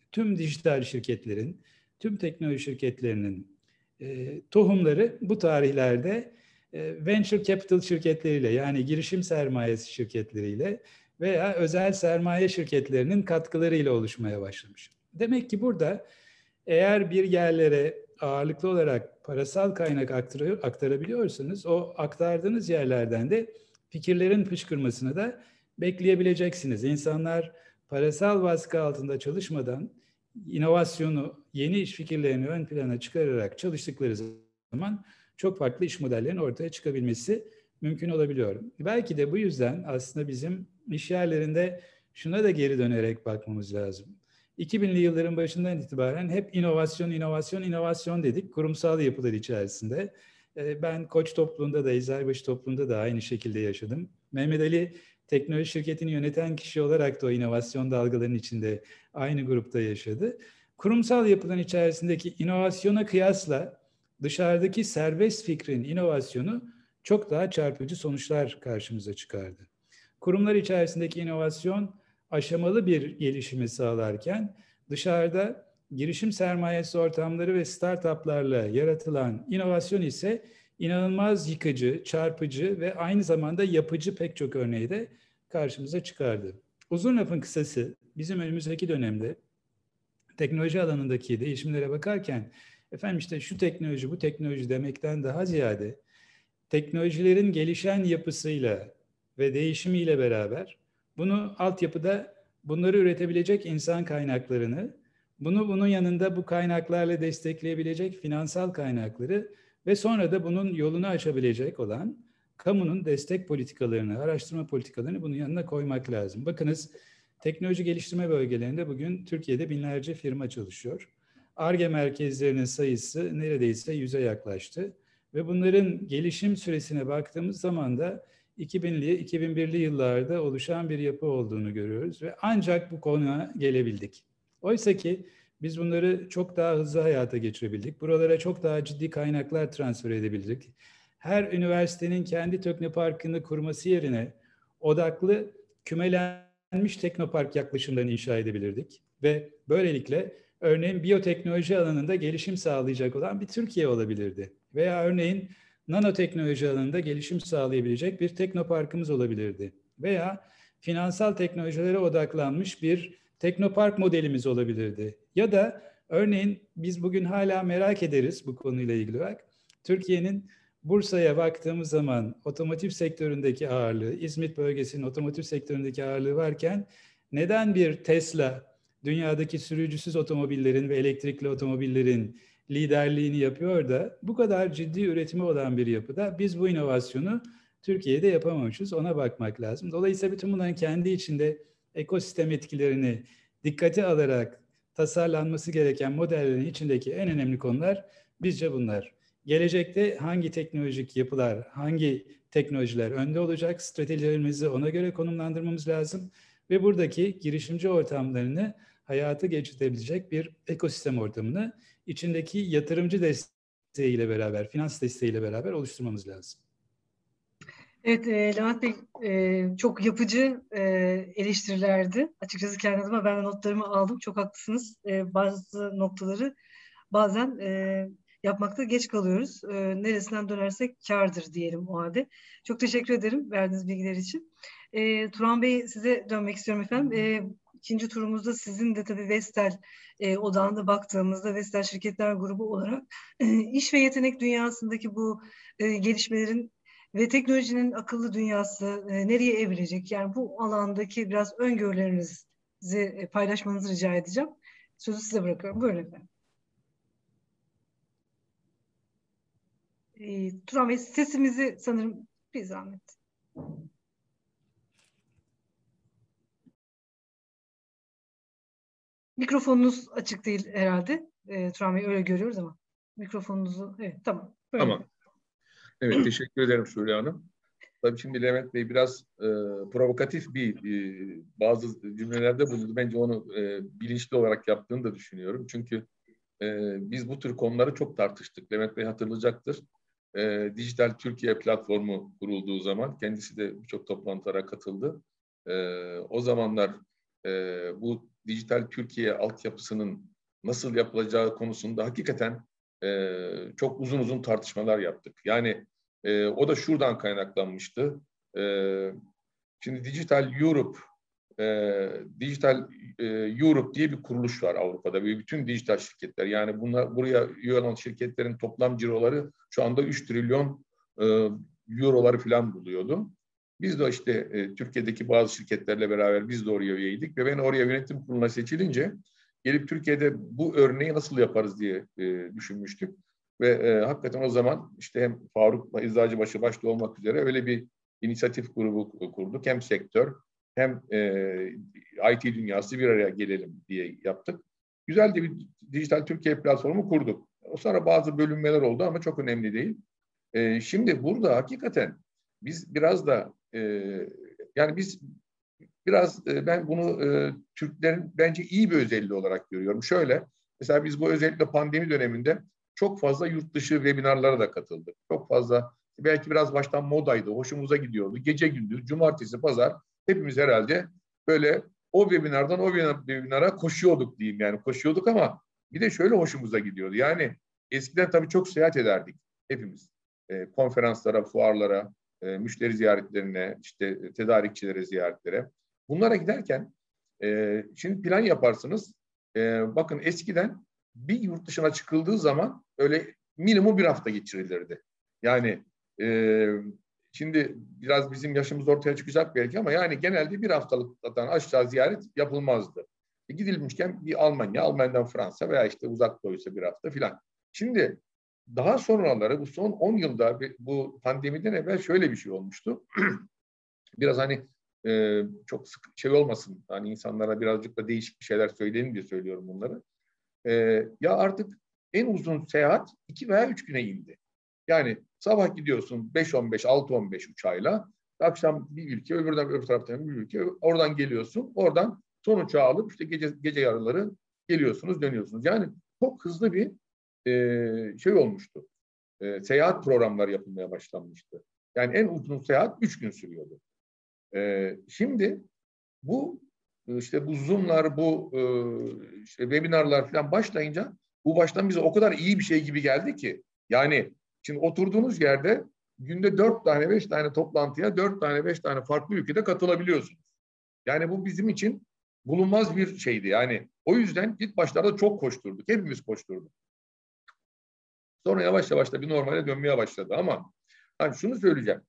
Speaker 3: tüm dijital şirketlerin, tüm teknoloji şirketlerinin e, tohumları bu tarihlerde e, venture capital şirketleriyle, yani girişim sermayesi şirketleriyle veya özel sermaye şirketlerinin katkılarıyla oluşmaya başlamış. Demek ki burada eğer bir yerlere ağırlıklı olarak parasal kaynak aktar- aktarabiliyorsanız, o aktardığınız yerlerden de fikirlerin fışkırmasını da bekleyebileceksiniz. İnsanlar parasal baskı altında çalışmadan inovasyonu, yeni iş fikirlerini ön plana çıkararak çalıştıkları zaman çok farklı iş modellerinin ortaya çıkabilmesi mümkün olabiliyor. Belki de bu yüzden aslında bizim iş yerlerinde şuna da geri dönerek bakmamız lazım. iki binli yılların başından itibaren hep inovasyon, inovasyon, inovasyon dedik kurumsal yapılar içerisinde. Ben Koç topluluğunda da, Eczacıbaşı topluluğunda da aynı şekilde yaşadım. Mehmet Ali teknoloji şirketini yöneten kişi olarak da o inovasyon dalgalarının içinde aynı grupta yaşadı. Kurumsal yapıların içerisindeki inovasyona kıyasla dışarıdaki serbest fikrin inovasyonu çok daha çarpıcı sonuçlar karşımıza çıkardı. Kurumlar içerisindeki inovasyon aşamalı bir gelişimi sağlarken dışarıda girişim sermayesi ortamları ve startuplarla yaratılan inovasyon ise inanılmaz yıkıcı, çarpıcı ve aynı zamanda yapıcı pek çok örneği de karşımıza çıkardı. Uzun lafın kısası, bizim önümüzdeki dönemde teknoloji alanındaki değişimlere bakarken efendim işte şu teknoloji, bu teknoloji demekten daha ziyade teknolojilerin gelişen yapısıyla ve değişimiyle beraber bunu altyapıda bunları üretebilecek insan kaynaklarını, bunu bunun yanında bu kaynaklarla destekleyebilecek finansal kaynakları ve sonra da bunun yolunu açabilecek olan kamunun destek politikalarını, araştırma politikalarını bunun yanına koymak lazım. Bakınız, teknoloji geliştirme bölgelerinde bugün Türkiye'de binlerce firma çalışıyor. Ar-Ge merkezlerinin sayısı neredeyse yüze yaklaştı. Ve bunların gelişim süresine baktığımız zaman da iki binli, iki bin birli yıllarda oluşan bir yapı olduğunu görüyoruz ve ancak bu konuya gelebildik. Oysa ki biz bunları çok daha hızlı hayata geçirebildik. Buralara çok daha ciddi kaynaklar transfer edebildik. Her üniversitenin kendi teknoparkını kurması yerine odaklı, kümelenmiş teknopark yaklaşımlarını inşa edebilirdik. Ve böylelikle örneğin biyoteknoloji alanında gelişim sağlayacak olan bir Türkiye olabilirdi. Veya örneğin nanoteknoloji alanında gelişim sağlayabilecek bir teknoparkımız olabilirdi. Veya finansal teknolojilere odaklanmış bir teknopark modelimiz olabilirdi. Ya da örneğin biz bugün hala merak ederiz bu konuyla ilgili olarak. Türkiye'nin Bursa'ya baktığımız zaman otomotiv sektöründeki ağırlığı, İzmit bölgesinin otomotiv sektöründeki ağırlığı varken neden bir Tesla dünyadaki sürücüsüz otomobillerin ve elektrikli otomobillerin liderliğini yapıyor da bu kadar ciddi üretimi olan bir yapıda biz bu inovasyonu Türkiye'de yapamamışız, ona bakmak lazım. Dolayısıyla bütün bunların kendi içinde ekosistem etkilerini dikkate alarak tasarlanması gereken modellerin içindeki en önemli konular bizce bunlar. Gelecekte hangi teknolojik yapılar, hangi teknolojiler önde olacak, stratejilerimizi ona göre konumlandırmamız lazım ve buradaki girişimci ortamlarını hayata geçirebilecek bir ekosistem ortamını içindeki yatırımcı desteğiyle beraber, finans desteğiyle beraber oluşturmamız lazım.
Speaker 1: Evet, e, Levent Bey e, çok yapıcı e, eleştirilerdi. Açıkçası kendi adıma ben de notlarımı aldım. Çok haklısınız. E, bazı noktaları bazen e, yapmakta geç kalıyoruz. E, neresinden dönersek kârdır diyelim o halde. Çok teşekkür ederim verdiğiniz bilgiler için. E, Turan Bey, size dönmek istiyorum efendim. E, ikinci turumuzda sizin de tabii Vestel e, odağında baktığımızda Vestel Şirketler Grubu olarak e, iş ve yetenek dünyasındaki bu e, gelişmelerin ve teknolojinin akıllı dünyası e, nereye evrilecek? Yani bu alandaki biraz öngörülerinizi e, paylaşmanızı rica edeceğim. Sözü size bırakıyorum. Buyurun efendim. E, Turan Bey, sesimizi sanırım bir zahmet. Mikrofonunuz açık değil herhalde. E, Turan Bey, öyle görüyoruz ama mikrofonunuzu, evet, tamam. Buyurun.
Speaker 4: Tamam. Evet, teşekkür ederim Şule Hanım. Tabii şimdi Levent Bey biraz e, provokatif bir e, bazı cümlelerde bulundu. Bence onu e, bilinçli olarak yaptığını da düşünüyorum. Çünkü e, biz bu tür konuları çok tartıştık. Levent Bey hatırlayacaktır. E, Dijital Türkiye platformu kurulduğu zaman kendisi de birçok toplantılara katıldı. E, o zamanlar e, bu dijital Türkiye altyapısının nasıl yapılacağı konusunda hakikaten e, çok uzun uzun tartışmalar yaptık. Yani e, o da şuradan kaynaklanmıştı. E, şimdi Digital Europe, e, Digital e, Europe diye bir kuruluş var Avrupa'da. Ve bütün dijital şirketler, yani bunlar, buraya üye olan şirketlerin toplam ciroları şu anda üç trilyon e, euroları falan buluyordu. Biz de işte e, Türkiye'deki bazı şirketlerle beraber biz de oraya üyeydik ve ben oraya yönetim kuruluna seçilince gelip Türkiye'de bu örneği nasıl yaparız diye e, düşünmüştük. Ve e, hakikaten o zaman işte hem Faruk Eczacıbaşı başta olmak üzere öyle bir inisiyatif grubu kurduk. Hem sektör hem e, I T dünyası bir araya gelelim diye yaptık. Güzel de bir dijital Türkiye platformu kurduk. O sonra bazı bölünmeler oldu ama çok önemli değil. E, şimdi burada hakikaten biz biraz da e, yani biz biraz e, ben bunu e, Türklerin bence iyi bir özelliği olarak görüyorum. Şöyle, mesela biz bu özellikle pandemi döneminde çok fazla yurt dışı webinarlara da katıldık. Çok fazla, belki biraz baştan modaydı, hoşumuza gidiyordu. Gece gündüz, cumartesi, pazar hepimiz herhalde böyle o webinardan o webinara koşuyorduk diyeyim, yani koşuyorduk ama bir de şöyle hoşumuza gidiyordu. Yani eskiden tabii çok seyahat ederdik hepimiz. E, konferanslara, fuarlara, e, müşteri ziyaretlerine, işte tedarikçilere ziyaretlere. Bunlara giderken e, şimdi plan yaparsınız. E, bakın eskiden bir yurt dışına çıkıldığı zaman öyle minimum bir hafta geçirilirdi. Yani e, şimdi biraz bizim yaşımız ortaya çıkacak belki ama yani genelde bir haftalıktan aşağı ziyaret yapılmazdı. E, gidilmişken bir Almanya, Almanya'dan Fransa veya işte uzak doğuysa bir hafta filan. Şimdi daha sonraları bu son on yılda bu pandemiden evvel şöyle bir şey olmuştu. Biraz hani e, çok sık şey olmasın, hani insanlara birazcık da değişik bir şeyler söyleyin diye söylüyorum bunları. E, ya artık en uzun seyahat iki veya üç güne indi. Yani sabah gidiyorsun beş on beş, altı on beş uçağıyla, akşam bir ülke, öbürden öbür taraftan bir ülke, oradan geliyorsun, oradan son uçağı alıp işte gece gece yarıları geliyorsunuz, dönüyorsunuz. Yani çok hızlı bir e, şey olmuştu. E, seyahat programları yapılmaya başlanmıştı. Yani en uzun seyahat üç gün sürüyordu. E, şimdi bu işte bu Zoom'lar, bu e, işte webinarlar falan başlayınca bu baştan bize o kadar iyi bir şey gibi geldi ki. Yani şimdi oturduğunuz yerde günde dört tane, beş tane toplantıya dört tane, beş tane farklı ülkede katılabiliyorsunuz. Yani bu bizim için bulunmaz bir şeydi. Yani o yüzden ilk başlarda çok koşturduk. Hepimiz koşturduk. Sonra yavaş yavaş da bir normale dönmeye başladı ama hani şunu söyleyeceğim.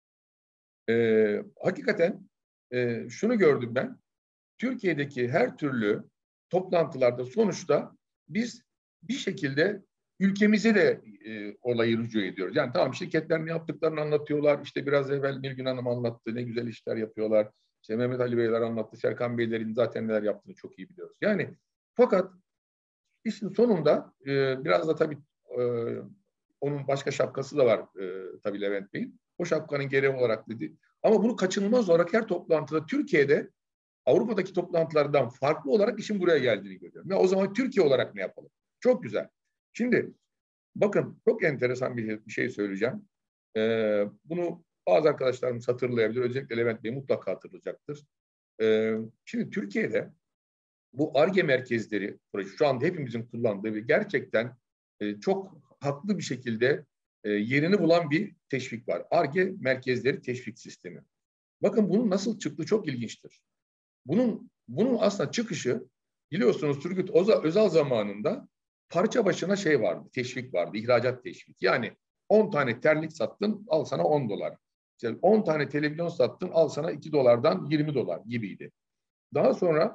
Speaker 4: Ee, hakikaten e, şunu gördüm ben. Türkiye'deki her türlü toplantılarda sonuçta biz bir şekilde ülkemize de e, olayı rücu ediyoruz. Yani tamam, şirketler ne yaptıklarını anlatıyorlar. İşte biraz evvel Nilgün Hanım anlattı. Ne güzel işler yapıyorlar. İşte Mehmet Ali Beyler anlattı. Serkan Beylerin zaten neler yaptığını çok iyi biliyoruz. Yani fakat işin sonunda e, biraz da tabii e, onun başka şapkası da var e, tabii Levent Bey'in. O şapkanın gereği olarak dedi. Ama bunu kaçınılmaz olarak her toplantıda Türkiye'de Avrupa'daki toplantılardan farklı olarak işin buraya geldiğini görüyorum. Ya o zaman Türkiye olarak ne yapalım? Çok güzel. Şimdi bakın, çok enteresan bir şey söyleyeceğim. Ee, bunu bazı arkadaşlarımız hatırlayabilir. Özellikle Levent Bey mutlaka hatırlayacaktır. Ee, şimdi Türkiye'de bu Ar-Ge merkezleri şu anda hepimizin kullandığı ve gerçekten e, çok haklı bir şekilde e, yerini bulan bir teşvik var. Ar-Ge merkezleri teşvik sistemi. Bakın bunun nasıl çıktığı çok ilginçtir. Bunun bunun aslında çıkışı, biliyorsunuz Turgut Özal zamanında parça başına şey vardı, teşvik vardı, ihracat teşvik. Yani on tane terlik sattın, al sana on dolar. İşte on tane televizyon sattın, al sana iki dolardan yirmi dolar gibiydi. Daha sonra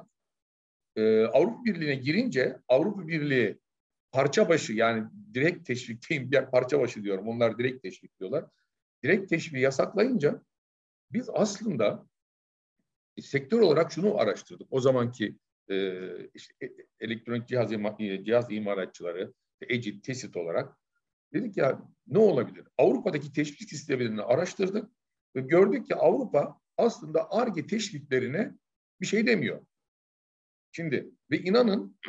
Speaker 4: e, Avrupa Birliği'ne girince Avrupa Birliği parça başı, yani direkt teşvikteyim, bir parça başı diyorum, onlar direkt teşvik diyorlar. Direkt teşviği yasaklayınca biz aslında sektör olarak şunu araştırdık. O zamanki e, işte, elektronik cihaz, cihaz imalatçıları, E C İ T, TESİT olarak dedik ya ne olabilir? Avrupa'daki teşvik sistemlerini araştırdık ve gördük ki Avrupa aslında Ar-Ge teşviklerine bir şey demiyor. Şimdi ve inanın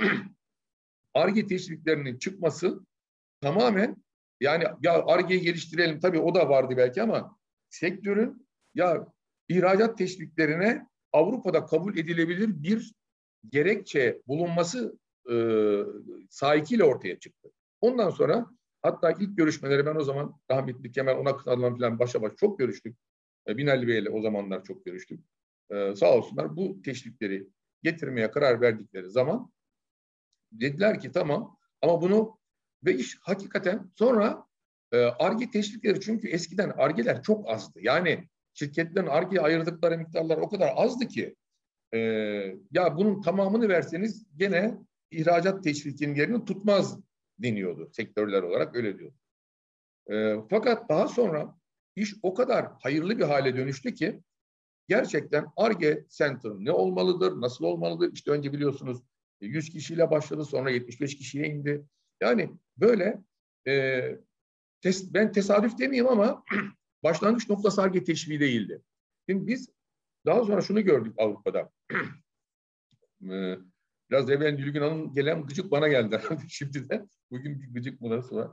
Speaker 4: Ar-Ge teşviklerinin çıkması tamamen, yani ya Ar-Ge'yi geliştirelim, tabii o da vardı belki ama sektörün ya ihracat teşviklerine Avrupa'da kabul edilebilir bir gerekçe bulunması e, sahikiyle ortaya çıktı. Ondan sonra hatta ilk görüşmeleri ben o zaman rahmetli Kemal Onaklı'dan falan başa baş çok görüştük. E, Binali Bey'le o zamanlar çok görüştük. E, sağ olsunlar bu teşvikleri getirmeye karar verdikleri zaman dediler ki tamam ama bunu ve iş hakikaten sonra Ar-Ge teşvikleri çünkü eskiden Ar-Ge'ler çok azdı. Yani şirketlerin Ar-Ge'ye ayırdıkları miktarlar o kadar azdı ki e, ya bunun tamamını verseniz gene ihracat teşvikinin yerini tutmaz deniyordu. Sektörler olarak öyle diyordu. E, fakat daha sonra iş o kadar hayırlı bir hale dönüştü ki gerçekten Ar-Ge Center ne olmalıdır, nasıl olmalıdır? İşte önce biliyorsunuz yüz kişiyle başladı, sonra yetmiş beş kişiye indi. Yani böyle e, tes, ben tesadüf demeyeyim ama başlangıç noktası Ar-Ge teşviği değildi. Şimdi biz daha sonra şunu gördük Avrupa'da. e, biraz evvel Nilgün Hanım gelen gıcık bana geldi. Şimdi de bugün bir gıcık bunası var.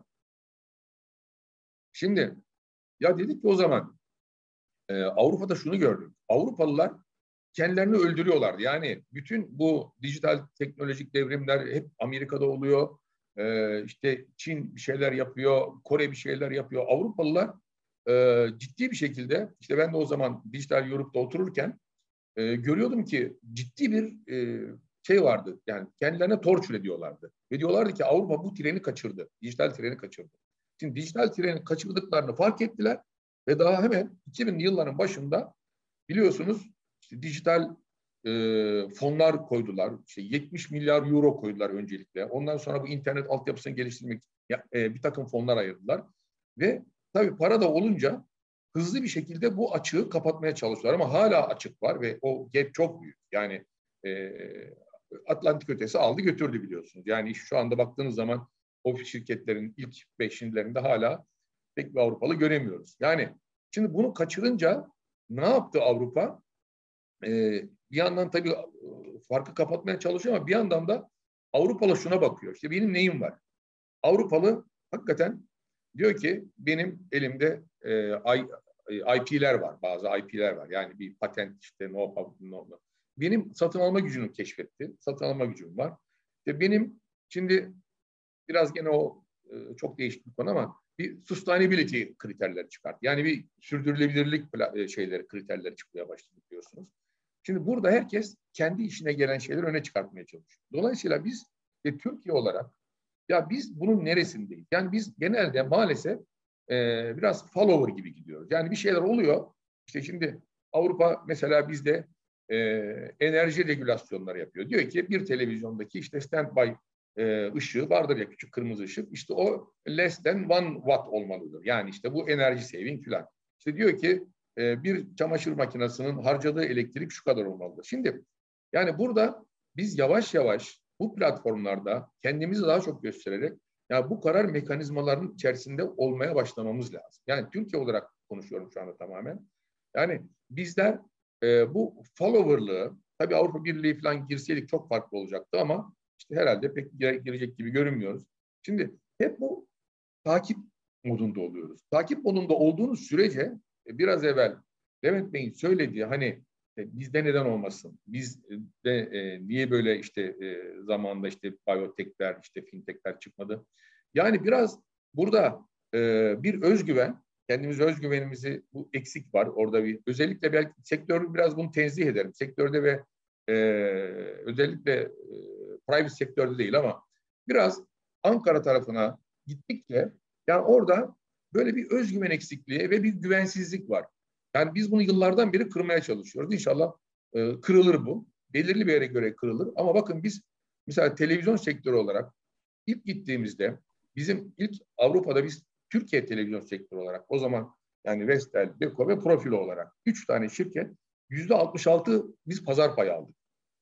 Speaker 4: Şimdi ya dedik ki o zaman e, Avrupa'da şunu gördük. Avrupalılar kendilerini öldürüyorlardı. Yani bütün bu dijital teknolojik devrimler hep Amerika'da oluyor. Ee, işte Çin bir şeyler yapıyor, Kore bir şeyler yapıyor. Avrupalılar e, ciddi bir şekilde, işte ben de o zaman Dijital Europe'da otururken e, görüyordum ki ciddi bir e, şey vardı. Yani kendilerine torç ediyorlardı. Ve diyorlardı ki Avrupa bu treni kaçırdı. Dijital treni kaçırdı. Şimdi dijital treni kaçırdıklarını fark ettiler ve daha hemen iki binli yılların başında biliyorsunuz İşte dijital e, fonlar koydular. İşte yetmiş milyar euro koydular öncelikle. Ondan sonra bu internet altyapısını geliştirmek e, bir takım fonlar ayırdılar. Ve tabii para da olunca hızlı bir şekilde bu açığı kapatmaya çalışıyorlar. Ama hala açık var ve o gap çok büyük. Yani e, Atlantik ötesi aldı götürdü biliyorsunuz. Yani şu anda baktığınız zaman o şirketlerin ilk beşinlerinde hala pek bir Avrupalı göremiyoruz. Yani şimdi bunu kaçırınca ne yaptı Avrupa? Ee, bir yandan tabii farkı kapatmaya çalışıyor ama bir yandan da Avrupalı şuna bakıyor. İşte benim neyim var? Avrupalı hakikaten diyor ki benim elimde e, I P'ler var. Bazı I P'ler var. Yani bir patent işte know-how. No, no. Benim satın alma gücünü keşfetti. Satın alma gücüm var. İşte benim şimdi biraz gene o e, çok değişik bir konu ama bir sustainability kriterleri çıkarttı. Yani bir sürdürülebilirlik şeyleri, kriterleri çıkmaya başladı biliyorsunuz. Şimdi burada herkes kendi işine gelen şeyleri öne çıkartmaya çalışıyor. Dolayısıyla biz de Türkiye olarak ya biz bunun neresindeyiz? Yani biz genelde maalesef e, biraz follower gibi gidiyoruz. Yani bir şeyler oluyor. İşte şimdi Avrupa mesela bizde e, enerji regülasyonları yapıyor. Diyor ki bir televizyondaki işte standby e, ışığı vardır ya küçük kırmızı ışık. İşte o less than one watt olmalıdır. Yani işte bu enerji saving falan. İşte diyor ki bir çamaşır makinesinin harcadığı elektrik şu kadar olmalıdır. Şimdi yani burada biz yavaş yavaş bu platformlarda kendimizi daha çok göstererek yani bu karar mekanizmalarının içerisinde olmaya başlamamız lazım. Yani Türkiye olarak konuşuyorum şu anda tamamen. Yani bizler e, bu followerlığı tabii Avrupa Birliği falan girseydik çok farklı olacaktı ama işte herhalde pek girecek gibi görünmüyoruz. Şimdi hep bu takip modunda oluyoruz. Takip modunda olduğunuz sürece biraz evvel Levent Bey'in söylediği hani e, bizde neden olmasın? Biz de e, niye böyle işte e, zamanında işte biyotekler, işte fintechler çıkmadı? Yani biraz burada e, bir özgüven, kendimiz özgüvenimizi bu eksik var. Orada bir özellikle belki sektörü biraz bunu tenzih ederim. Sektörde ve e, özellikle e, private sektörde değil ama biraz Ankara tarafına gittikçe yani orada böyle bir özgüven eksikliği ve bir güvensizlik var. Yani biz bunu yıllardan beri kırmaya çalışıyoruz. İnşallah e, kırılır bu. Belirli bir yere göre kırılır. Ama bakın biz mesela televizyon sektörü olarak ilk gittiğimizde bizim ilk Avrupa'da biz Türkiye televizyon sektörü olarak o zaman yani Vestel, Beko ve Profilo olarak üç tane şirket yüzde altmış altı biz pazar payı aldık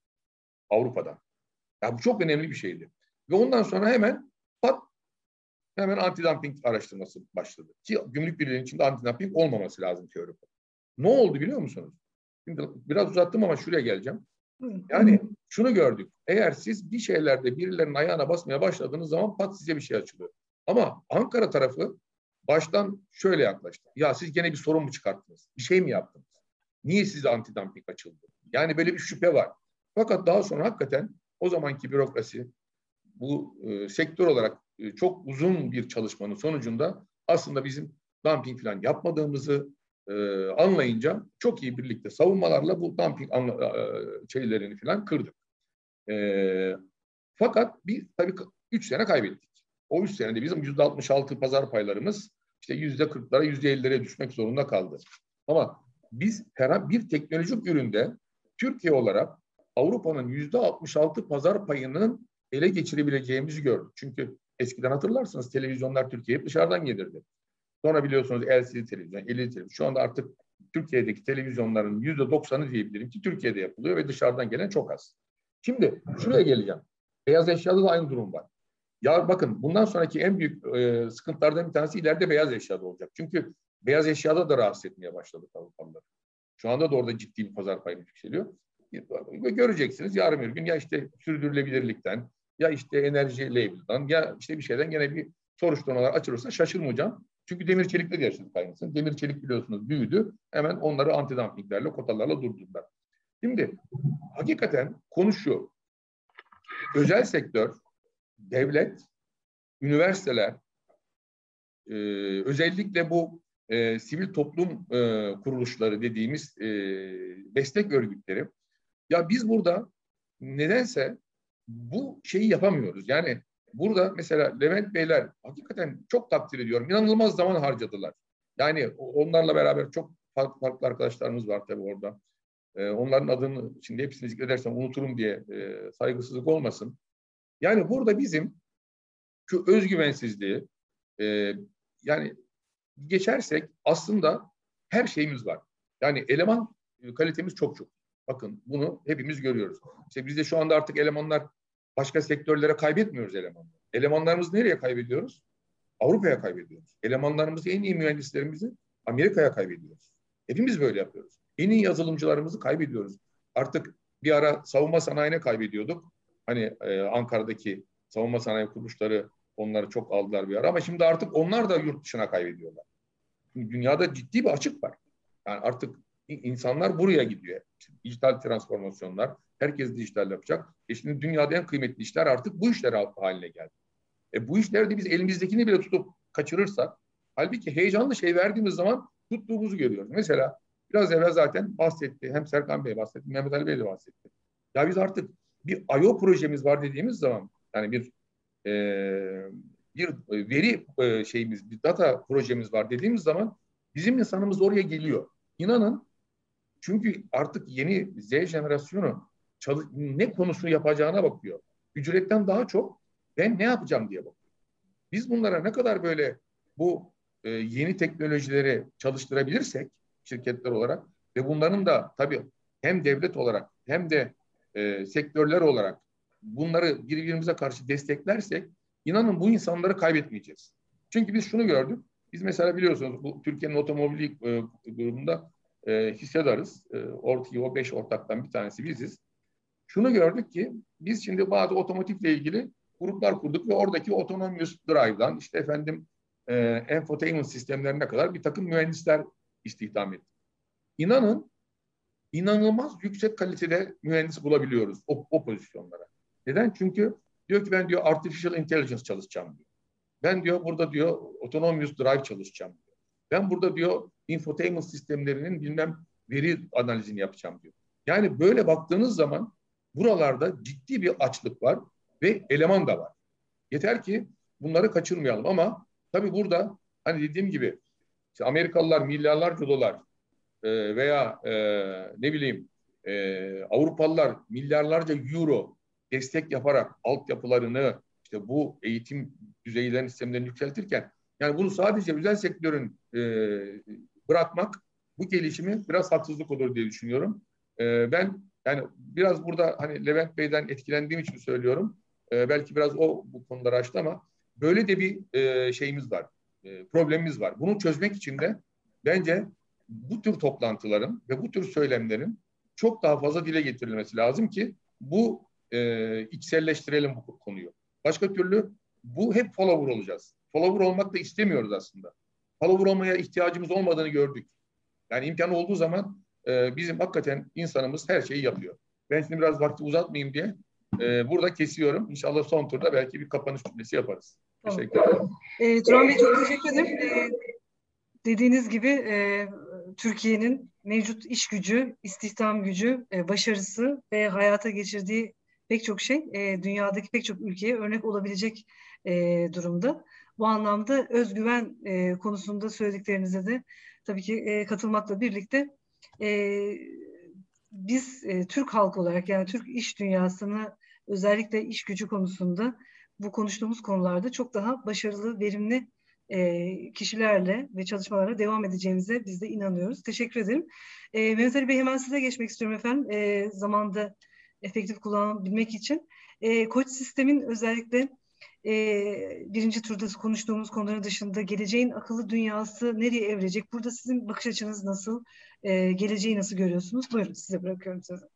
Speaker 4: Avrupa'da. Yani bu çok önemli bir şeydi. Ve ondan sonra hemen pat hemen antidumping araştırması başladı. Ki gümrük birliğinin içinde antidumping olmaması lazım teorik. Ne oldu biliyor musunuz? Şimdi biraz uzattım ama şuraya geleceğim. Yani şunu gördük. Eğer siz bir şeylerde birilerinin ayağına basmaya başladığınız zaman pat size bir şey açılıyor. Ama Ankara tarafı baştan şöyle yaklaştı. Ya siz gene bir sorun mu çıkarttınız? Bir şey mi yaptınız? Niye size antidumping açıldı? Yani böyle bir şüphe var. Fakat daha sonra hakikaten o zamanki bürokrasi bu e, sektör olarak e, çok uzun bir çalışmanın sonucunda aslında bizim dumping falan yapmadığımızı e, anlayınca çok iyi birlikte savunmalarla bu dumping anla, e, şeylerini falan kırdık. E, fakat bir tabii üç sene kaybettik. O üç senede bizim yüzde altmış altı pazar paylarımız işte yüzde kırklara, yüzde ellilere düşmek zorunda kaldı. Ama biz her bir teknolojik üründe Türkiye olarak Avrupa'nın yüzde altmış altı pazar payının ele geçirebileceğimizi gördük. Çünkü eskiden hatırlarsınız televizyonlar Türkiye'ye dışarıdan gelirdi. Sonra biliyorsunuz L C D televizyon, L E D televizyon. Şu anda artık Türkiye'deki televizyonların yüzde doksanı diyebilirim ki Türkiye'de yapılıyor ve dışarıdan gelen çok az. Şimdi şuraya geleceğim. Beyaz eşyada da aynı durum var. Ya bakın bundan sonraki en büyük e, sıkıntılardan bir tanesi ileride beyaz eşyada olacak. Çünkü beyaz eşyada da rahatsız etmeye başladı Avrupalılar. Şu anda da orada ciddi bir pazar payı yükseliyor. Ve göreceksiniz yarın bir gün ya işte sürdürülebilirlikten, ya işte enerji label'dan, ya işte bir şeyden gene bir soruşturmalar açılırsa şaşırmayacağım. Çünkü demir çelikle de yaşadık aynısını. Demir çelik biliyorsunuz büyüdü. Hemen onları antidumpinglerle, kotalarla durdurdular. Şimdi hakikaten konu şu. Özel sektör, devlet, üniversiteler, e, özellikle bu e, sivil toplum e, kuruluşları dediğimiz e, destek örgütleri, ya biz burada nedense bu şeyi yapamıyoruz. Yani burada mesela Levent Beyler hakikaten çok takdir ediyorum. İnanılmaz zaman harcadılar. Yani onlarla beraber çok farklı, farklı arkadaşlarımız var tabii orada. Ee, onların adını şimdi hepsini zikredersem unuturum diye e, saygısızlık olmasın. Yani burada bizim şu özgüvensizliği e, yani geçersek aslında her şeyimiz var. Yani eleman kalitemiz çok çok. Bakın bunu hepimiz görüyoruz. İşte biz de şu anda artık elemanlar başka sektörlere kaybetmiyoruz elemanları. Elemanlarımızı nereye kaybediyoruz? Avrupa'ya kaybediyoruz. Elemanlarımızı, en iyi mühendislerimizi Amerika'ya kaybediyoruz. Hepimiz böyle yapıyoruz. En iyi yazılımcılarımızı kaybediyoruz. Artık bir ara savunma sanayine kaybediyorduk. Hani e, Ankara'daki savunma sanayi kuruluşları onları çok aldılar bir ara ama şimdi artık onlar da yurt dışına kaybediyorlar. Şimdi dünyada ciddi bir açık var. Yani artık insanlar buraya gidiyor. İşte dijital transformasyonlar, herkes dijital yapacak. E şimdi dünyada en kıymetli işler artık bu işler haline geldi. E bu işlerde biz elimizdekini bile tutup kaçırırsak, halbuki heyecanlı şey verdiğimiz zaman tuttuğumuzu görüyoruz. Mesela biraz evvel zaten bahsetti, hem Serkan Bey bahsetti, Mehmet Ali Bey de bahsetti. Ya biz artık bir I O projemiz var dediğimiz zaman, yani bir e, bir veri e, şeyimiz, bir data projemiz var dediğimiz zaman bizim insanımız oraya geliyor. İnanın, çünkü artık yeni Z jenerasyonu çalış, ne konusunu yapacağına bakıyor. Ücretten daha çok ben ne yapacağım diye bakıyor. Biz bunlara ne kadar böyle bu e, yeni teknolojileri çalıştırabilirsek şirketler olarak ve bunların da tabii hem devlet olarak hem de e, sektörler olarak bunları birbirimize karşı desteklersek inanın bu insanları kaybetmeyeceğiz. Çünkü biz şunu gördük. Biz mesela biliyorsunuz bu Türkiye'nin otomobil e, grubunda e, hissedarız. E, ortaya o beş ortaktan bir tanesi biziz. Şunu gördük ki biz şimdi bazı otomotivle ilgili gruplar kurduk ve oradaki autonomous drive'dan işte efendim e, entertainment sistemlerine kadar bir takım mühendisler istihdam ettik. İnanın inanılmaz yüksek kalitede mühendis bulabiliyoruz o, o pozisyonlara. Neden? Çünkü diyor ki ben diyor artificial intelligence çalışacağım diyor. Ben diyor burada diyor autonomous drive çalışacağım diyor. Ben burada diyor infotainment sistemlerinin bilmem veri analizini yapacağım diyor. Yani böyle baktığınız zaman buralarda ciddi bir açlık var ve eleman da var. Yeter ki bunları kaçırmayalım ama tabii burada hani dediğim gibi işte Amerikalılar milyarlarca dolar e, veya e, ne bileyim e, Avrupalılar milyarlarca euro destek yaparak altyapılarını işte bu eğitim düzeylerini sistemlerini yükseltirken yani bunu sadece özel sektörün e, bırakmak bu gelişimi biraz haksızlık olur diye düşünüyorum. E, ben yani biraz burada hani Levent Bey'den etkilendiğim için söylüyorum. E, belki biraz o bu konuları açtı ama böyle de bir e, şeyimiz var. E, problemimiz var. Bunu çözmek için de bence bu tür toplantıların ve bu tür söylemlerin çok daha fazla dile getirilmesi lazım ki bu e, içselleştirelim bu konuyu. Başka türlü bu hep follower olacağız. Follower olmak da istemiyoruz aslında. Follower olmaya ihtiyacımız olmadığını gördük. Yani imkanı olduğu zaman e, bizim hakikaten insanımız her şeyi yapıyor. Ben şimdi biraz vakti uzatmayayım diye e, burada kesiyorum. İnşallah son turda belki bir kapanış cümlesi yaparız.
Speaker 1: Tamam.
Speaker 4: Teşekkür ederim.
Speaker 1: E, Turan Bey çok teşekkür ederim. E, dediğiniz gibi e, Türkiye'nin mevcut iş gücü, istihdam gücü, e, başarısı ve hayata geçirdiği pek çok şey e, dünyadaki pek çok ülkeye örnek olabilecek e, durumda. Bu anlamda özgüven e, konusunda söylediklerinize de tabii ki e, katılmakla birlikte e, biz e, Türk halkı olarak, yani Türk iş dünyasını özellikle iş gücü konusunda bu konuştuğumuz konularda çok daha başarılı, verimli e, kişilerle ve çalışmalarla devam edeceğimize biz de inanıyoruz. Teşekkür ederim. E, Mehmet Ali Bey, hemen size geçmek istiyorum efendim. E, zamanda efektif kullanabilmek için. E, Koç sistemin özellikle e, birinci turda konuştuğumuz konuların dışında geleceğin akıllı dünyası nereye evrilecek? Burada sizin bakış açınız nasıl? E, geleceği nasıl görüyorsunuz? Buyurun, size bırakıyorum sözü.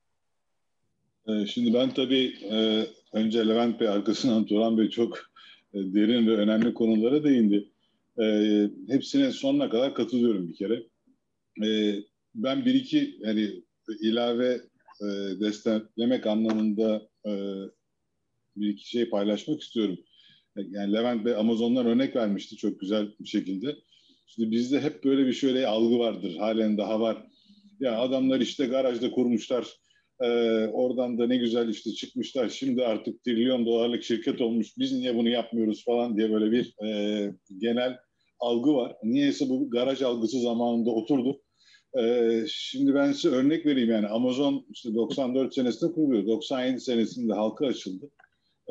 Speaker 5: Şimdi ben tabii e, önce Levent Bey, arkasından Turan Bey çok e, derin ve önemli konulara değindi. E, hepsine sonuna kadar katılıyorum bir kere. E, ben bir iki yani ilave e, desteklemek anlamında e, bir iki şey paylaşmak istiyorum. Yani Levent Bey Amazon'dan örnek vermişti çok güzel bir şekilde. Şimdi bizde hep böyle bir şöyle algı vardır, halen daha var. Ya adamlar işte garajda kurmuşlar. Ee, oradan da ne güzel işte çıkmışlar. Şimdi artık trilyon dolarlık şirket olmuş. Biz niye bunu yapmıyoruz falan diye böyle bir e, genel algı var. Niyeyse bu garaj algısı zamanında oturdu. Ee, şimdi ben size örnek vereyim. Yani Amazon işte doksan dört senesinde kuruluyor. doksan yedi senesinde halka açıldı. Ee,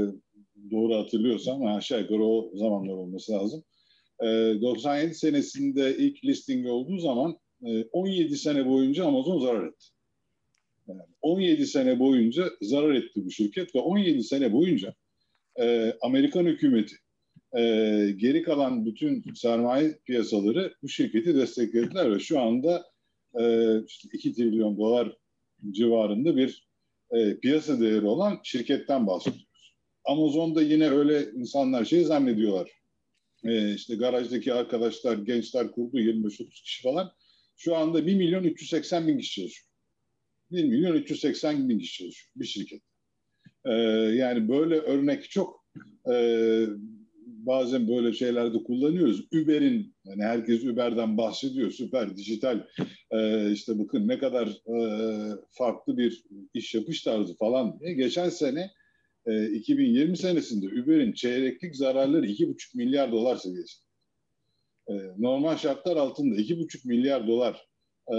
Speaker 5: doğru hatırlıyorsam aşağı yukarı o zamanlar olması lazım. Ee, doksan yedi senesinde ilk listing olduğu zaman e, on yedi sene boyunca Amazon zarar etti. Yani on yedi sene boyunca zarar etti bu şirket ve on yedi sene boyunca e, Amerikan hükümeti e, geri kalan bütün sermaye piyasaları bu şirketi desteklediler ve şu anda e, işte iki trilyon dolar civarında bir e, piyasa değeri olan şirketten bahsediyoruz. Amazon'da yine öyle insanlar şey zannediyorlar. E, işte garajdaki arkadaşlar, gençler kurdu yirmi beş otuz kişi falan. Şu anda bir milyon üç yüz seksen bin kişi çalışıyor. bir milyon üç yüz seksen bin kişi çalışıyor bir şirket. Ee, yani böyle örnek çok. Ee, bazen böyle şeylerde kullanıyoruz. Uber'in, yani herkes Uber'den bahsediyor. Süper, dijital. Ee, işte bakın ne kadar e, farklı bir iş yapış tarzı falan diye. Geçen sene e, iki bin yirmi senesinde Uber'in çeyreklik zararları iki buçuk milyar dolar seviyesinde. Ee, normal şartlar altında iki buçuk milyar dolar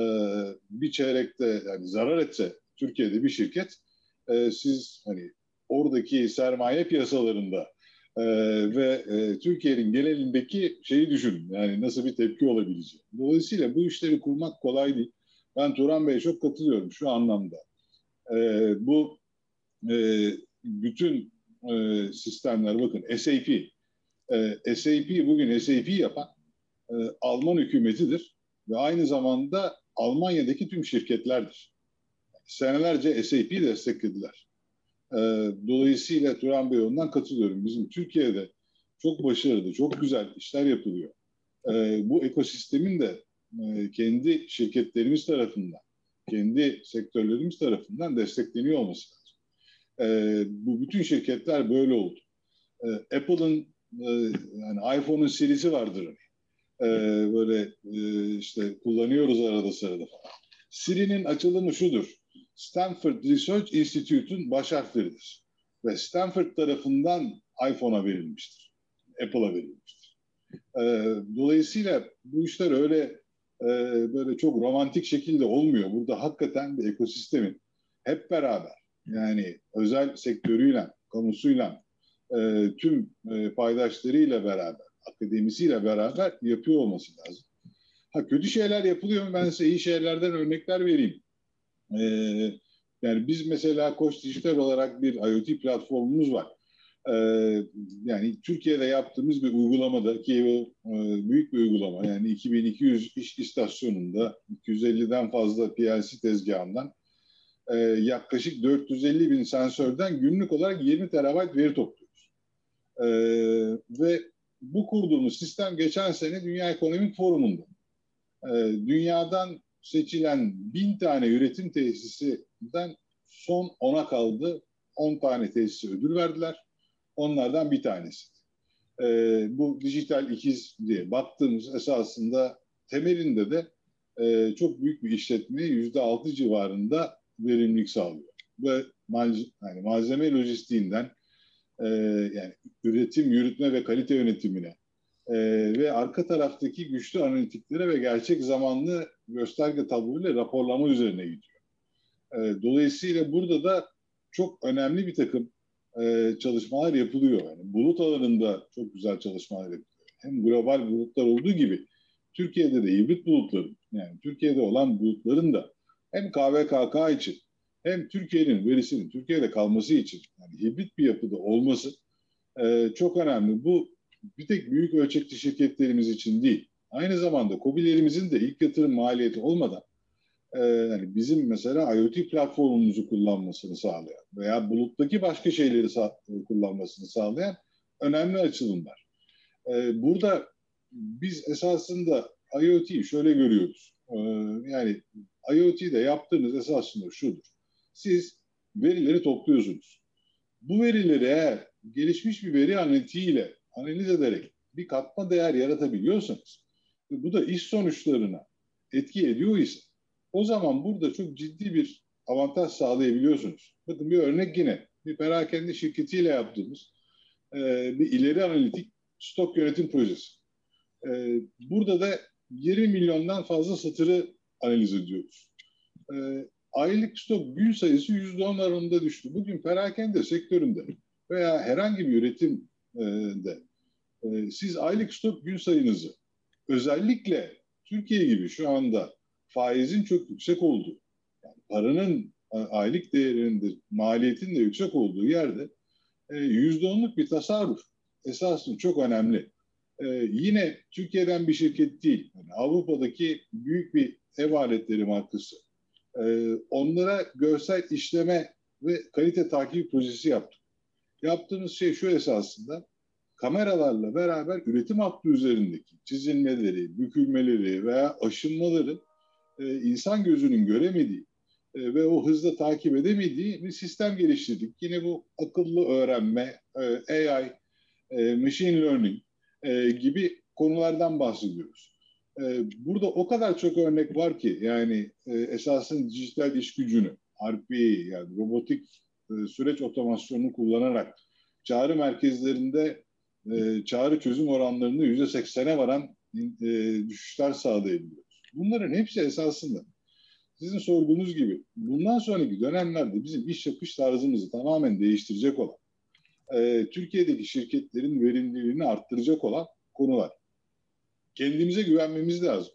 Speaker 5: bir çeyrekte yani zarar etse Türkiye'de bir şirket, e, siz hani oradaki sermaye piyasalarında e, ve e, Türkiye'nin genelindeki şeyi düşünün. Yani nasıl bir tepki olabileceği. Dolayısıyla bu işleri kurmak kolay değil. Ben Turan Bey'e çok katılıyorum şu anlamda. E, bu e, bütün e, sistemler bakın S A P. E, S A P bugün S A P yapan e, Alman hükümetidir ve aynı zamanda Almanya'daki tüm şirketlerdir. Senelerce S A P'yi desteklediler. E, dolayısıyla Turan Bey ondan katılıyorum. Bizim Türkiye'de çok başarılı, çok güzel işler yapılıyor. E, bu ekosistemin de e, kendi şirketlerimiz tarafından, kendi sektörlerimiz tarafından destekleniyor olması lazım. E, bu bütün şirketler böyle oldu. E, Apple'ın e, yani iPhone'un serisi vardır. Ee, böyle e, işte kullanıyoruz arada sırada falan. Siri'nin açılımı şudur. Stanford Research Institute'un baş harfleridir. Ve Stanford tarafından iPhone'a verilmiştir. Apple'a verilmiştir. Ee, dolayısıyla bu işler öyle e, böyle çok romantik şekilde olmuyor. Burada hakikaten bir ekosistemin hep beraber yani özel sektörüyle, kamusuyla, e, tüm e, paydaşlarıyla beraber akademisiyle beraber yapıyor olması lazım. Ha, kötü şeyler yapılıyor mu? Ben size iyi şeylerden örnekler vereyim. Ee, yani biz mesela Koç Dijital olarak bir IoT platformumuz var. Ee, yani Türkiye'de yaptığımız bir uygulamada ki e, büyük bir uygulama yani iki bin iki yüz iş istasyonunda iki yüz elliden fazla P L C tezgahından e, yaklaşık dört yüz elli bin sensörden günlük olarak yirmi terabayt veri topluyoruz. Ee, ve bu kurduğumuz sistem geçen sene Dünya Ekonomik Forumu'nda e, dünyadan seçilen bin tane üretim tesisinden son ona kaldı. on tane tesise ödül verdiler. Onlardan bir tanesi. Ee, bu dijital ikiz diye baktığımız esasında temelinde de e, çok büyük bir işletmeye yüzde altı civarında verimlilik sağlıyor. Ve malzeme, yani malzeme lojistiğinden e, yani üretim, yürütme ve kalite yönetimine e, ve arka taraftaki güçlü analitiklere ve gerçek zamanlı gösterge tabloyla raporlama üzerine gidiyor. E, dolayısıyla burada da çok önemli bir takım e, çalışmalar yapılıyor. Yani bulut alanında çok güzel çalışmalar yapılıyor. Hem global bulutlar olduğu gibi Türkiye'de de hibrit bulutların, yani Türkiye'de olan bulutların da hem K V K K için hem Türkiye'nin verisinin Türkiye'de kalması için, yani hibrit bir yapıda olması e, çok önemli. Bu bir tek büyük ölçekli şirketlerimiz için değil. Aynı zamanda KOBİ'lerimizin de ilk yatırım maliyeti olmadan e, yani bizim mesela IoT platformumuzu kullanmasını sağlayan veya buluttaki başka şeyleri sa- kullanmasını sağlayan önemli açılımlar. E, burada biz esasında IoT'yi şöyle görüyoruz. E, yani IoT'de yaptığınız esasında şudur. Siz verileri topluyorsunuz. Bu verileri eğer gelişmiş bir veri analitiğiyle analiz ederek bir katma değer yaratabiliyorsanız ve bu da iş sonuçlarına etki ediyor ise o zaman burada çok ciddi bir avantaj sağlayabiliyorsunuz. Bakın bir örnek yine bir perakende şirketiyle yaptığımız e, bir ileri analitik stok yönetim projesi. E, burada da yirmi milyondan fazla satırı analiz ediyoruz. E, aylık stok gün sayısı yüzde on oranında düştü. Bugün perakende sektöründe veya herhangi bir üretimde e, siz aylık stok gün sayınızı özellikle Türkiye gibi şu anda faizin çok yüksek olduğu, yani paranın aylık değerinde maliyetin de yüksek olduğu yerde yüzde onluk bir tasarruf esasında çok önemli. E, yine Türkiye'den bir şirket değil, yani Avrupa'daki büyük bir ev aletleri markası. E, onlara görsel işleme ve kalite takip projesi yaptık. Yaptığımız şey şu esasında, kameralarla beraber üretim hattı üzerindeki çizilmeleri, bükülmeleri veya aşınmaları e, insan gözünün göremediği e, ve o hızla takip edemediği bir sistem geliştirdik. Yine bu akıllı öğrenme, e, A I, e, machine learning e, gibi konulardan bahsediyoruz. E, burada o kadar çok örnek var ki yani e, esasın dijital iş gücünü, R P A yani robotik e, süreç otomasyonunu kullanarak çağrı merkezlerinde e, çağrı çözüm oranlarını yüzde seksene varan e, düşüşler sağlayabiliyoruz. Bunların hepsi esasında sizin sorduğunuz gibi bundan sonraki dönemlerde bizim iş yapış tarzımızı tamamen değiştirecek olan, e, Türkiye'deki şirketlerin verimliliğini arttıracak olan konular. Kendimize güvenmemiz lazım.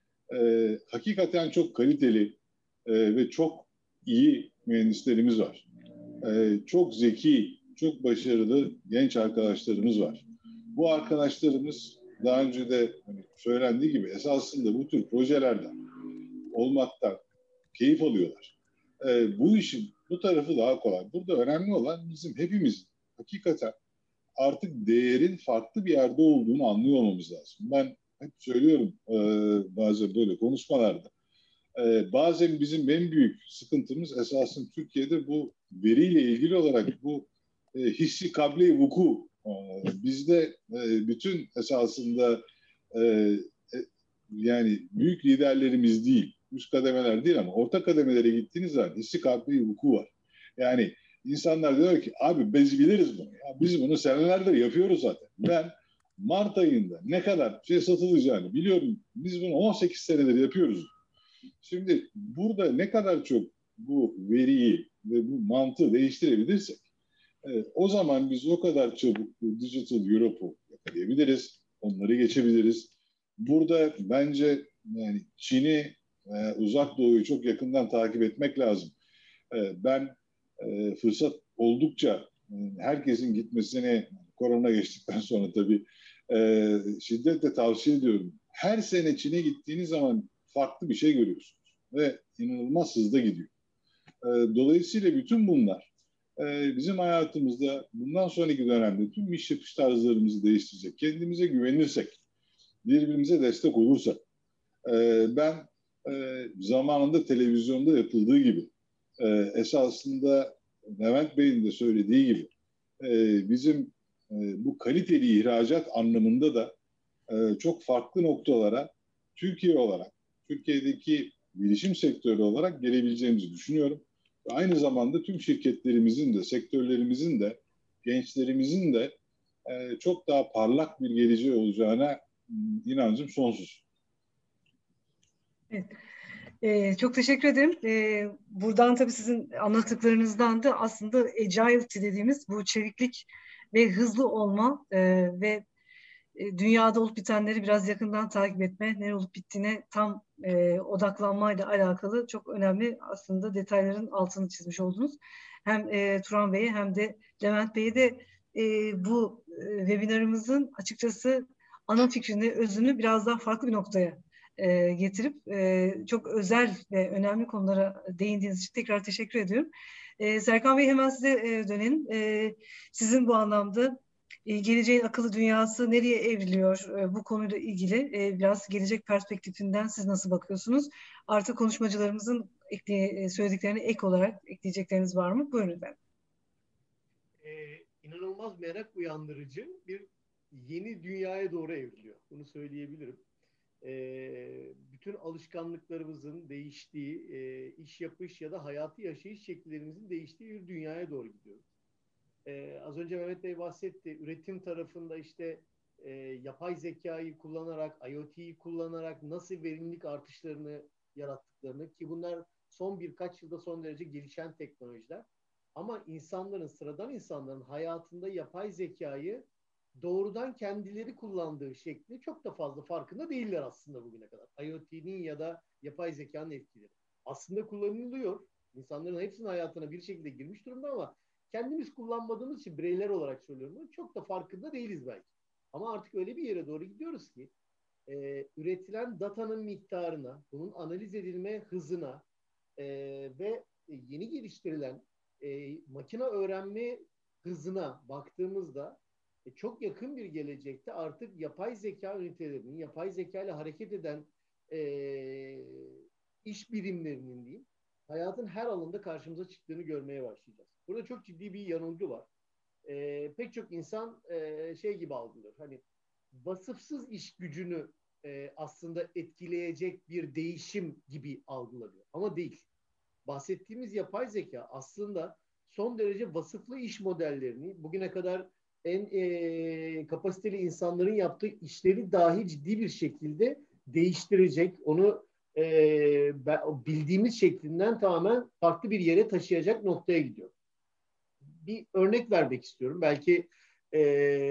Speaker 5: E, hakikaten çok kaliteli e, ve çok iyi mühendislerimiz var. E, çok zeki, çok başarılı genç arkadaşlarımız var. Bu arkadaşlarımız daha önce de hani söylendiği gibi esasında bu tür projelerden olmaktan keyif alıyorlar. E, bu işin bu tarafı daha kolay. Burada önemli olan bizim hepimizin hakikaten artık değerin farklı bir yerde olduğunu anlıyor olmamız lazım. Ben hep söylüyorum e, bazen böyle konuşmalarda. E, bazen bizim en büyük sıkıntımız esasında Türkiye'de bu veriyle ilgili olarak bu e, hissi kable vuku. E, bizde e, bütün esasında e, e, yani büyük liderlerimiz değil, üst kademeler değil ama orta kademelere gittiğiniz zaman hissi kable vuku var. Yani İnsanlar diyor ki abi biz biliriz bunu. Ya biz bunu senelerdir yapıyoruz zaten. Ben Mart ayında ne kadar şey satılacağını biliyorum. Biz bunu on sekiz senedir yapıyoruz. Şimdi burada ne kadar çok bu veriyi ve bu mantığı değiştirebilirsek e, o zaman biz o kadar çabuk bu Digital Europe'u yakalayabiliriz. Onları geçebiliriz. Burada bence yani Çin'i, e, Uzak Doğu'yu çok yakından takip etmek lazım. E, ben E, fırsat oldukça e, herkesin gitmesini korona geçtikten sonra tabii e, şiddetle tavsiye ediyorum. Her sene Çin'e gittiğiniz zaman farklı bir şey görüyorsunuz ve inanılmaz hızda gidiyor. E, dolayısıyla bütün bunlar e, bizim hayatımızda bundan sonraki dönemde tüm iş yapış tarzlarımızı değiştirecek. Kendimize güvenirsek, birbirimize destek olursak e, ben e, zamanında televizyonda yapıldığı gibi e, esasında Levent Bey'in de söylediği gibi e, bizim e, bu kaliteli ihracat anlamında da e, çok farklı noktalara Türkiye olarak, Türkiye'deki bilişim sektörü olarak gelebileceğimizi düşünüyorum. Ve aynı zamanda tüm şirketlerimizin de, sektörlerimizin de, gençlerimizin de e, çok daha parlak bir geleceği olacağına inancım sonsuz.
Speaker 1: Evet. Ee, çok teşekkür ederim. Ee, buradan tabii sizin anlattıklarınızdan da aslında agility dediğimiz bu çeviklik ve hızlı olma e, ve e, dünyada olup bitenleri biraz yakından takip etme, ne olup bittiğine tam e, odaklanmayla alakalı çok önemli aslında detayların altını çizmiş oldunuz. Hem e, Turan Bey'e hem de Levent Bey'e de e, bu e, webinarımızın açıkçası ana fikrini, özünü biraz daha farklı bir noktaya e, getirip e, çok özel ve önemli konulara değindiğiniz için tekrar teşekkür ediyorum. E, Serkan Bey, hemen size e, dönelim. E, sizin bu anlamda e, geleceğin akıllı dünyası nereye evriliyor e, bu konuyla ilgili e, biraz gelecek perspektifinden siz nasıl bakıyorsunuz? Artık konuşmacılarımızın ekle, söylediklerine ek olarak ekleyecekleriniz var mı? Buyurun efendim.
Speaker 6: Ee, inanılmaz merak uyandırıcı bir yeni dünyaya doğru evriliyor. Bunu söyleyebilirim. Ee, bütün alışkanlıklarımızın değiştiği, e, iş yapış ya da hayatı yaşayış şekillerimizin değiştiği bir dünyaya doğru gidiyoruz. Ee, az önce Mehmet Bey bahsetti. Üretim tarafında işte e, yapay zekayı kullanarak, IoT'yi kullanarak nasıl verimlilik artışlarını yarattıklarını, ki bunlar son birkaç yılda son derece gelişen teknolojiler. Ama insanların, sıradan insanların hayatında yapay zekayı doğrudan kendileri kullandığı şekli çok da fazla farkında değiller aslında bugüne kadar. IoT'nin ya da yapay zekanın etkileri. Aslında kullanılıyor. İnsanların hepsinin hayatına bir şekilde girmiş durumda ama kendimiz kullanmadığımız için, bireyler olarak söylüyorum, çok da farkında değiliz belki. Ama artık öyle bir yere doğru gidiyoruz ki e, üretilen datanın miktarına, bunun analiz edilme hızına e, ve yeni geliştirilen e, makine öğrenme hızına baktığımızda e, çok yakın bir gelecekte artık yapay zeka ünitelerinin, yapay zeka ile hareket eden e, iş birimlerinin diyeyim, hayatın her alanında karşımıza çıktığını görmeye başlayacağız. Burada çok ciddi bir yanılgı var. E, pek çok insan e, şey gibi algılıyor. Hani vasıfsız iş gücünü e, aslında etkileyecek bir değişim gibi algılanıyor. Ama değil. Bahsettiğimiz yapay zeka aslında son derece vasıflı iş modellerini, bugüne kadar en e, kapasiteli insanların yaptığı işleri dahi ciddi bir şekilde değiştirecek, onu e, bildiğimiz şeklinden tamamen farklı bir yere taşıyacak noktaya gidiyor. Bir örnek vermek istiyorum. Belki e,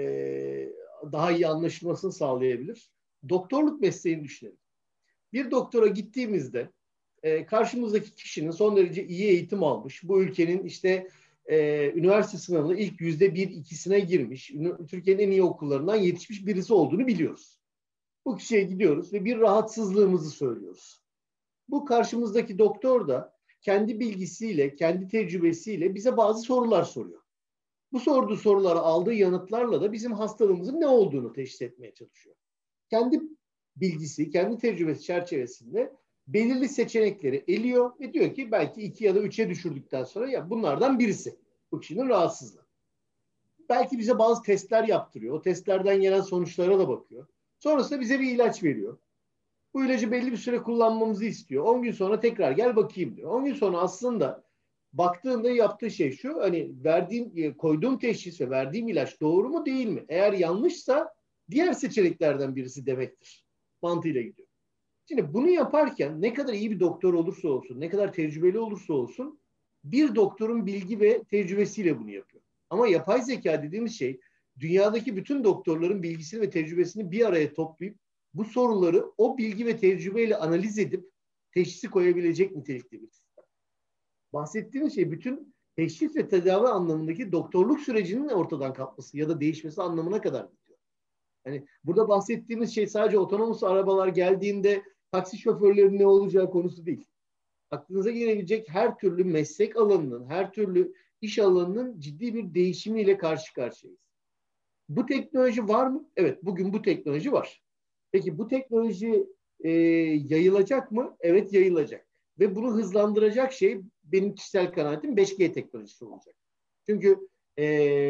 Speaker 6: daha iyi anlaşılmasını sağlayabilir. Doktorluk mesleğini düşünelim. Bir doktora gittiğimizde e, karşımızdaki kişinin son derece iyi eğitim almış, bu ülkenin işte e, üniversite sınavında ilk yüzde bir ikisine girmiş, Türkiye'nin en iyi okullarından yetişmiş birisi olduğunu biliyoruz. Bu kişiye gidiyoruz ve bir rahatsızlığımızı söylüyoruz. Bu karşımızdaki doktor da kendi bilgisiyle, kendi tecrübesiyle bize bazı sorular soruyor. Bu sorduğu sorulara aldığı yanıtlarla da bizim hastalığımızın ne olduğunu teşhis etmeye çalışıyor. Kendi bilgisi, kendi tecrübesi çerçevesinde belirli seçenekleri eliyor ve diyor ki belki iki ya da üçe düşürdükten sonra ya bunlardan birisi bu kişinin rahatsızlığı. Belki bize bazı testler yaptırıyor. O testlerden gelen sonuçlara da bakıyor. Sonrasında bize bir ilaç veriyor. Bu ilacı belli bir süre kullanmamızı istiyor. on gün sonra tekrar gel bakayım diyor. on gün sonra aslında baktığında yaptığı şey şu, hani verdiğim, koyduğum teşhis ve verdiğim ilaç doğru mu değil mi? Eğer yanlışsa diğer seçeneklerden birisi demektir. Mantığıyla gidiyor. Şimdi bunu yaparken ne kadar iyi bir doktor olursa olsun, ne kadar tecrübeli olursa olsun bir doktorun bilgi ve tecrübesiyle bunu yapıyor. Ama yapay zeka dediğimiz şey dünyadaki bütün doktorların bilgisini ve tecrübesini bir araya toplayıp bu soruları o bilgi ve tecrübeyle analiz edip teşhisi koyabilecek nitelikte bir sistem. Bahsettiğimiz şey bütün teşhis ve tedavi anlamındaki doktorluk sürecinin ortadan kalkması ya da değişmesi anlamına kadar gidiyor. Yani burada bahsettiğimiz şey sadece otonomos arabalar geldiğinde taksi şoförlerinin ne olacağı konusu değil. Aklınıza gelebilecek her türlü meslek alanının, her türlü iş alanının ciddi bir değişimiyle karşı karşıyayız. Bu teknoloji var mı? Evet, bugün bu teknoloji var. Peki bu teknoloji
Speaker 7: e, yayılacak mı? Evet, yayılacak. Ve bunu hızlandıracak şey benim kişisel kanaatim beş G teknolojisi olacak. Çünkü e,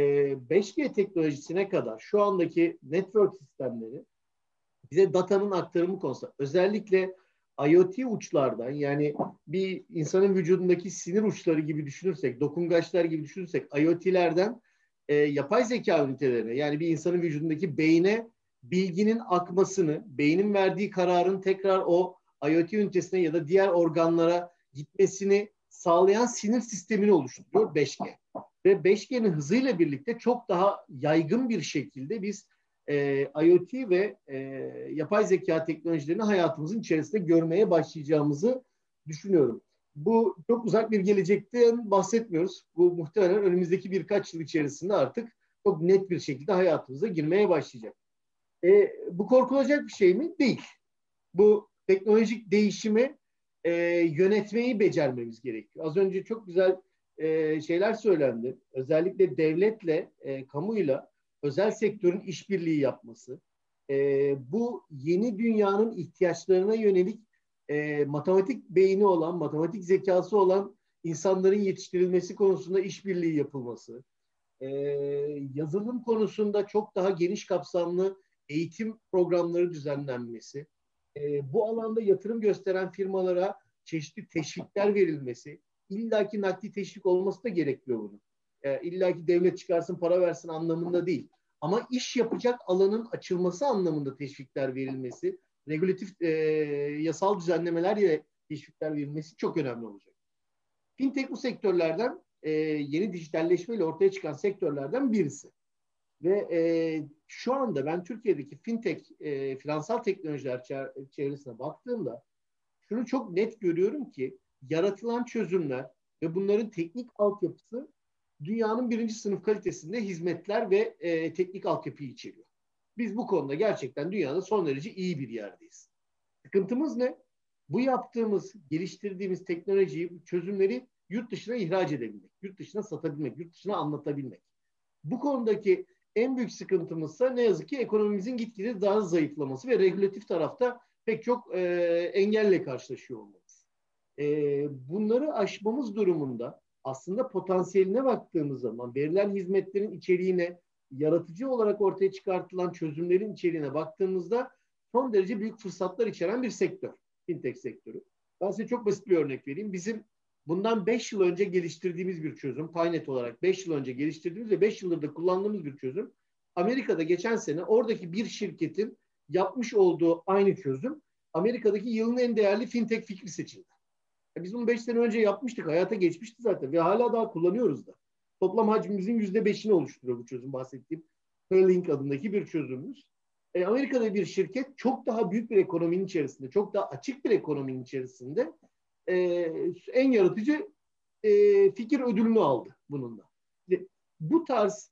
Speaker 7: beş G teknolojisine kadar şu andaki network sistemleri bize datanın aktarımı konusunda, özellikle IoT uçlardan, yani bir insanın vücudundaki sinir uçları gibi düşünürsek, dokungaçlar gibi düşünürsek, IoT'lerden e, yapay zeka ünitelerine, yani bir insanın vücudundaki beyne bilginin akmasını, beynin verdiği kararın tekrar o IoT ünitesine ya da diğer organlara gitmesini sağlayan sinir sistemini oluşturuyor beş G. Ve beş G'nin hızıyla birlikte çok daha yaygın bir şekilde biz e, IoT ve e, yapay zeka teknolojilerini hayatımızın içerisinde görmeye başlayacağımızı düşünüyorum. Bu çok uzak bir gelecekten bahsetmiyoruz. Bu muhtemelen önümüzdeki birkaç yıl içerisinde artık çok net bir şekilde hayatımıza girmeye başlayacak. E, bu korkulacak bir şey mi? Değil. Bu teknolojik değişimi e, yönetmeyi becermemiz gerekiyor. Az önce çok güzel e, şeyler söylendi. Özellikle devletle, e, kamuyla özel sektörün işbirliği yapması, e, bu yeni dünyanın ihtiyaçlarına yönelik e, matematik beyni olan, matematik zekası olan insanların yetiştirilmesi konusunda işbirliği yapılması, e, yazılım konusunda çok daha geniş kapsamlı eğitim programları düzenlenmesi, e, bu alanda yatırım gösteren firmalara çeşitli teşvikler verilmesi, illaki nakdi teşvik olması da gerekiyor bunun. E, illaki devlet çıkarsın, para versin anlamında değil. Ama iş yapacak alanın açılması anlamında teşvikler verilmesi, regülatif e, yasal düzenlemelerle teşvikler verilmesi çok önemli olacak. Fintech bu sektörlerden, e, yeni dijitalleşmeyle ortaya çıkan sektörlerden birisi. Ve e, şu anda ben Türkiye'deki fintech, e, finansal teknolojiler çevresine baktığımda şunu çok net görüyorum ki yaratılan çözümler ve bunların teknik altyapısı dünyanın birinci sınıf kalitesinde hizmetler ve e, teknik altyapıyı içeriyor. Biz bu konuda gerçekten dünyada son derece iyi bir yerdeyiz. Sıkıntımız ne? Bu yaptığımız, geliştirdiğimiz teknolojiyi, çözümleri yurt dışına ihraç edebilmek, yurt dışına satabilmek, yurt dışına anlatabilmek. Bu konudaki en büyük sıkıntımızsa ne yazık ki ekonomimizin gitgide daha zayıflaması ve regülatif tarafta pek çok e, engelle karşılaşıyor olmamız. E, bunları aşmamız durumunda aslında potansiyeline baktığımız zaman, verilen hizmetlerin içeriğine, yaratıcı olarak ortaya çıkartılan çözümlerin içeriğine baktığımızda son derece büyük fırsatlar içeren bir sektör, fintech sektörü. Ben size çok basit bir örnek vereyim. Bizim bundan beş yıl önce geliştirdiğimiz bir çözüm, Paynet olarak beş yıl önce geliştirdiğimiz ve beş yıldır da kullandığımız bir çözüm. Amerika'da geçen sene oradaki bir şirketin yapmış olduğu aynı çözüm, Amerika'daki yılın en değerli fintech fikri seçildi. Biz bunu beş sene önce yapmıştık, hayata geçmişti zaten ve hala daha kullanıyoruz da. Toplam hacmimizin yüzde beşini oluşturuyor bu çözüm, bahsettiğim Paylink adındaki bir çözümümüz. E, Amerika'da bir şirket çok daha büyük bir ekonominin içerisinde, çok daha açık bir ekonominin içerisinde e, en yaratıcı e, fikir ödülünü aldı bununla. İşte bu tarz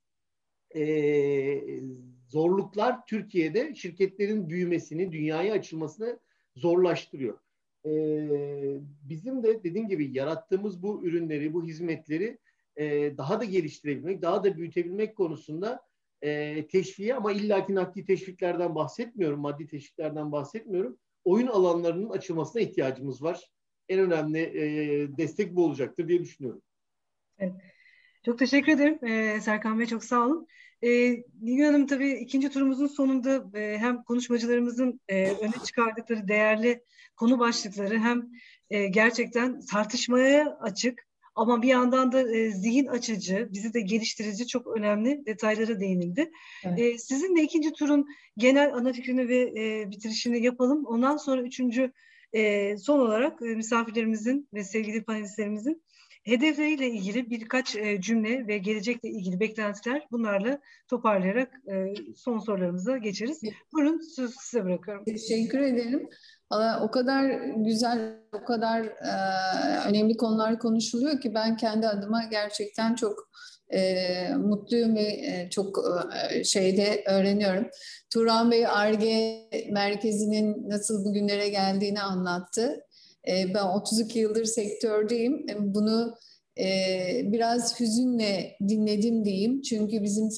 Speaker 7: e, zorluklar Türkiye'de şirketlerin büyümesini, dünyaya açılmasını zorlaştırıyor. E, bizim de dediğim gibi yarattığımız bu ürünleri, bu hizmetleri e, daha da geliştirebilmek, daha da büyütebilmek konusunda e, teşviğe, ama illaki nakdi teşviklerden bahsetmiyorum, maddi teşviklerden bahsetmiyorum. Oyun alanlarının açılmasına ihtiyacımız var. En önemli e, destek bu olacaktır diye düşünüyorum.
Speaker 1: Evet. Çok teşekkür ederim ee, Serkan Bey, çok sağ olun. Ee, Nilgün Hanım, tabii ikinci turumuzun sonunda e, hem konuşmacılarımızın e, öne çıkardıkları değerli konu başlıkları hem e, gerçekten tartışmaya açık ama bir yandan da e, zihin açıcı, bizi de geliştirici çok önemli detaylara değinildi. Evet. E, sizin de ikinci turun genel ana fikrini ve e, bitirişini yapalım. Ondan sonra üçüncü e, son olarak e, misafirlerimizin ve sevgili panelistlerimizin hedefleriyle ilgili birkaç e, cümle ve gelecekle ilgili beklentiler, bunlarla toparlayarak e, son sorularımıza geçeriz. Buyurun, söz size bırakıyorum.
Speaker 2: Teşekkür ederim. O kadar güzel, o kadar e, önemli konular konuşuluyor ki ben kendi adıma gerçekten çok e, mutluyum ve e, çok e, şeyde öğreniyorum. Turan Bey Ar-Ge merkezinin nasıl bugünlere geldiğini anlattı. Ben otuz iki yıldır sektördeyim. Bunu biraz hüzünle dinledim diyeyim. Çünkü bizim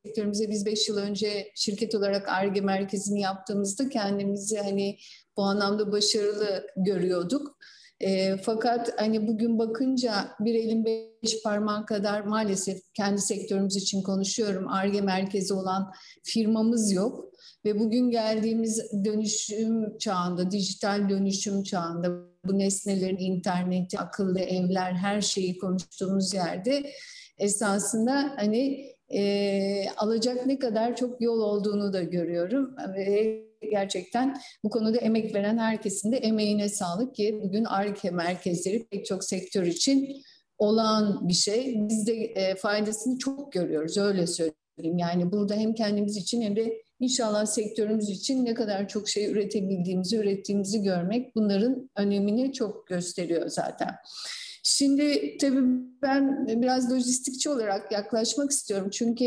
Speaker 2: sektörümüze biz beş yıl önce şirket olarak Ar-Ge merkezini yaptığımızda kendimizi hani bu anlamda başarılı görüyorduk. E, fakat hani bugün bakınca bir elin beş parmağı kadar maalesef kendi sektörümüz için konuşuyorum. Ar-Ge merkezi olan firmamız yok. Ve bugün geldiğimiz dönüşüm çağında, dijital dönüşüm çağında bu nesnelerin interneti, akıllı evler, her şeyi konuştuğumuz yerde esasında hani e, alacak ne kadar çok yol olduğunu da görüyorum. Ve gerçekten bu konuda emek veren herkesin de emeğine sağlık ki bugün Ar-Ge merkezleri pek çok sektör için olağan bir şey. Biz de e, faydasını çok görüyoruz, öyle söyleyeyim. Yani burada hem kendimiz için hem de İnşallah sektörümüz için ne kadar çok şey üretebildiğimizi, ürettiğimizi görmek bunların önemini çok gösteriyor zaten. Şimdi tabii ben biraz lojistikçi olarak yaklaşmak istiyorum. Çünkü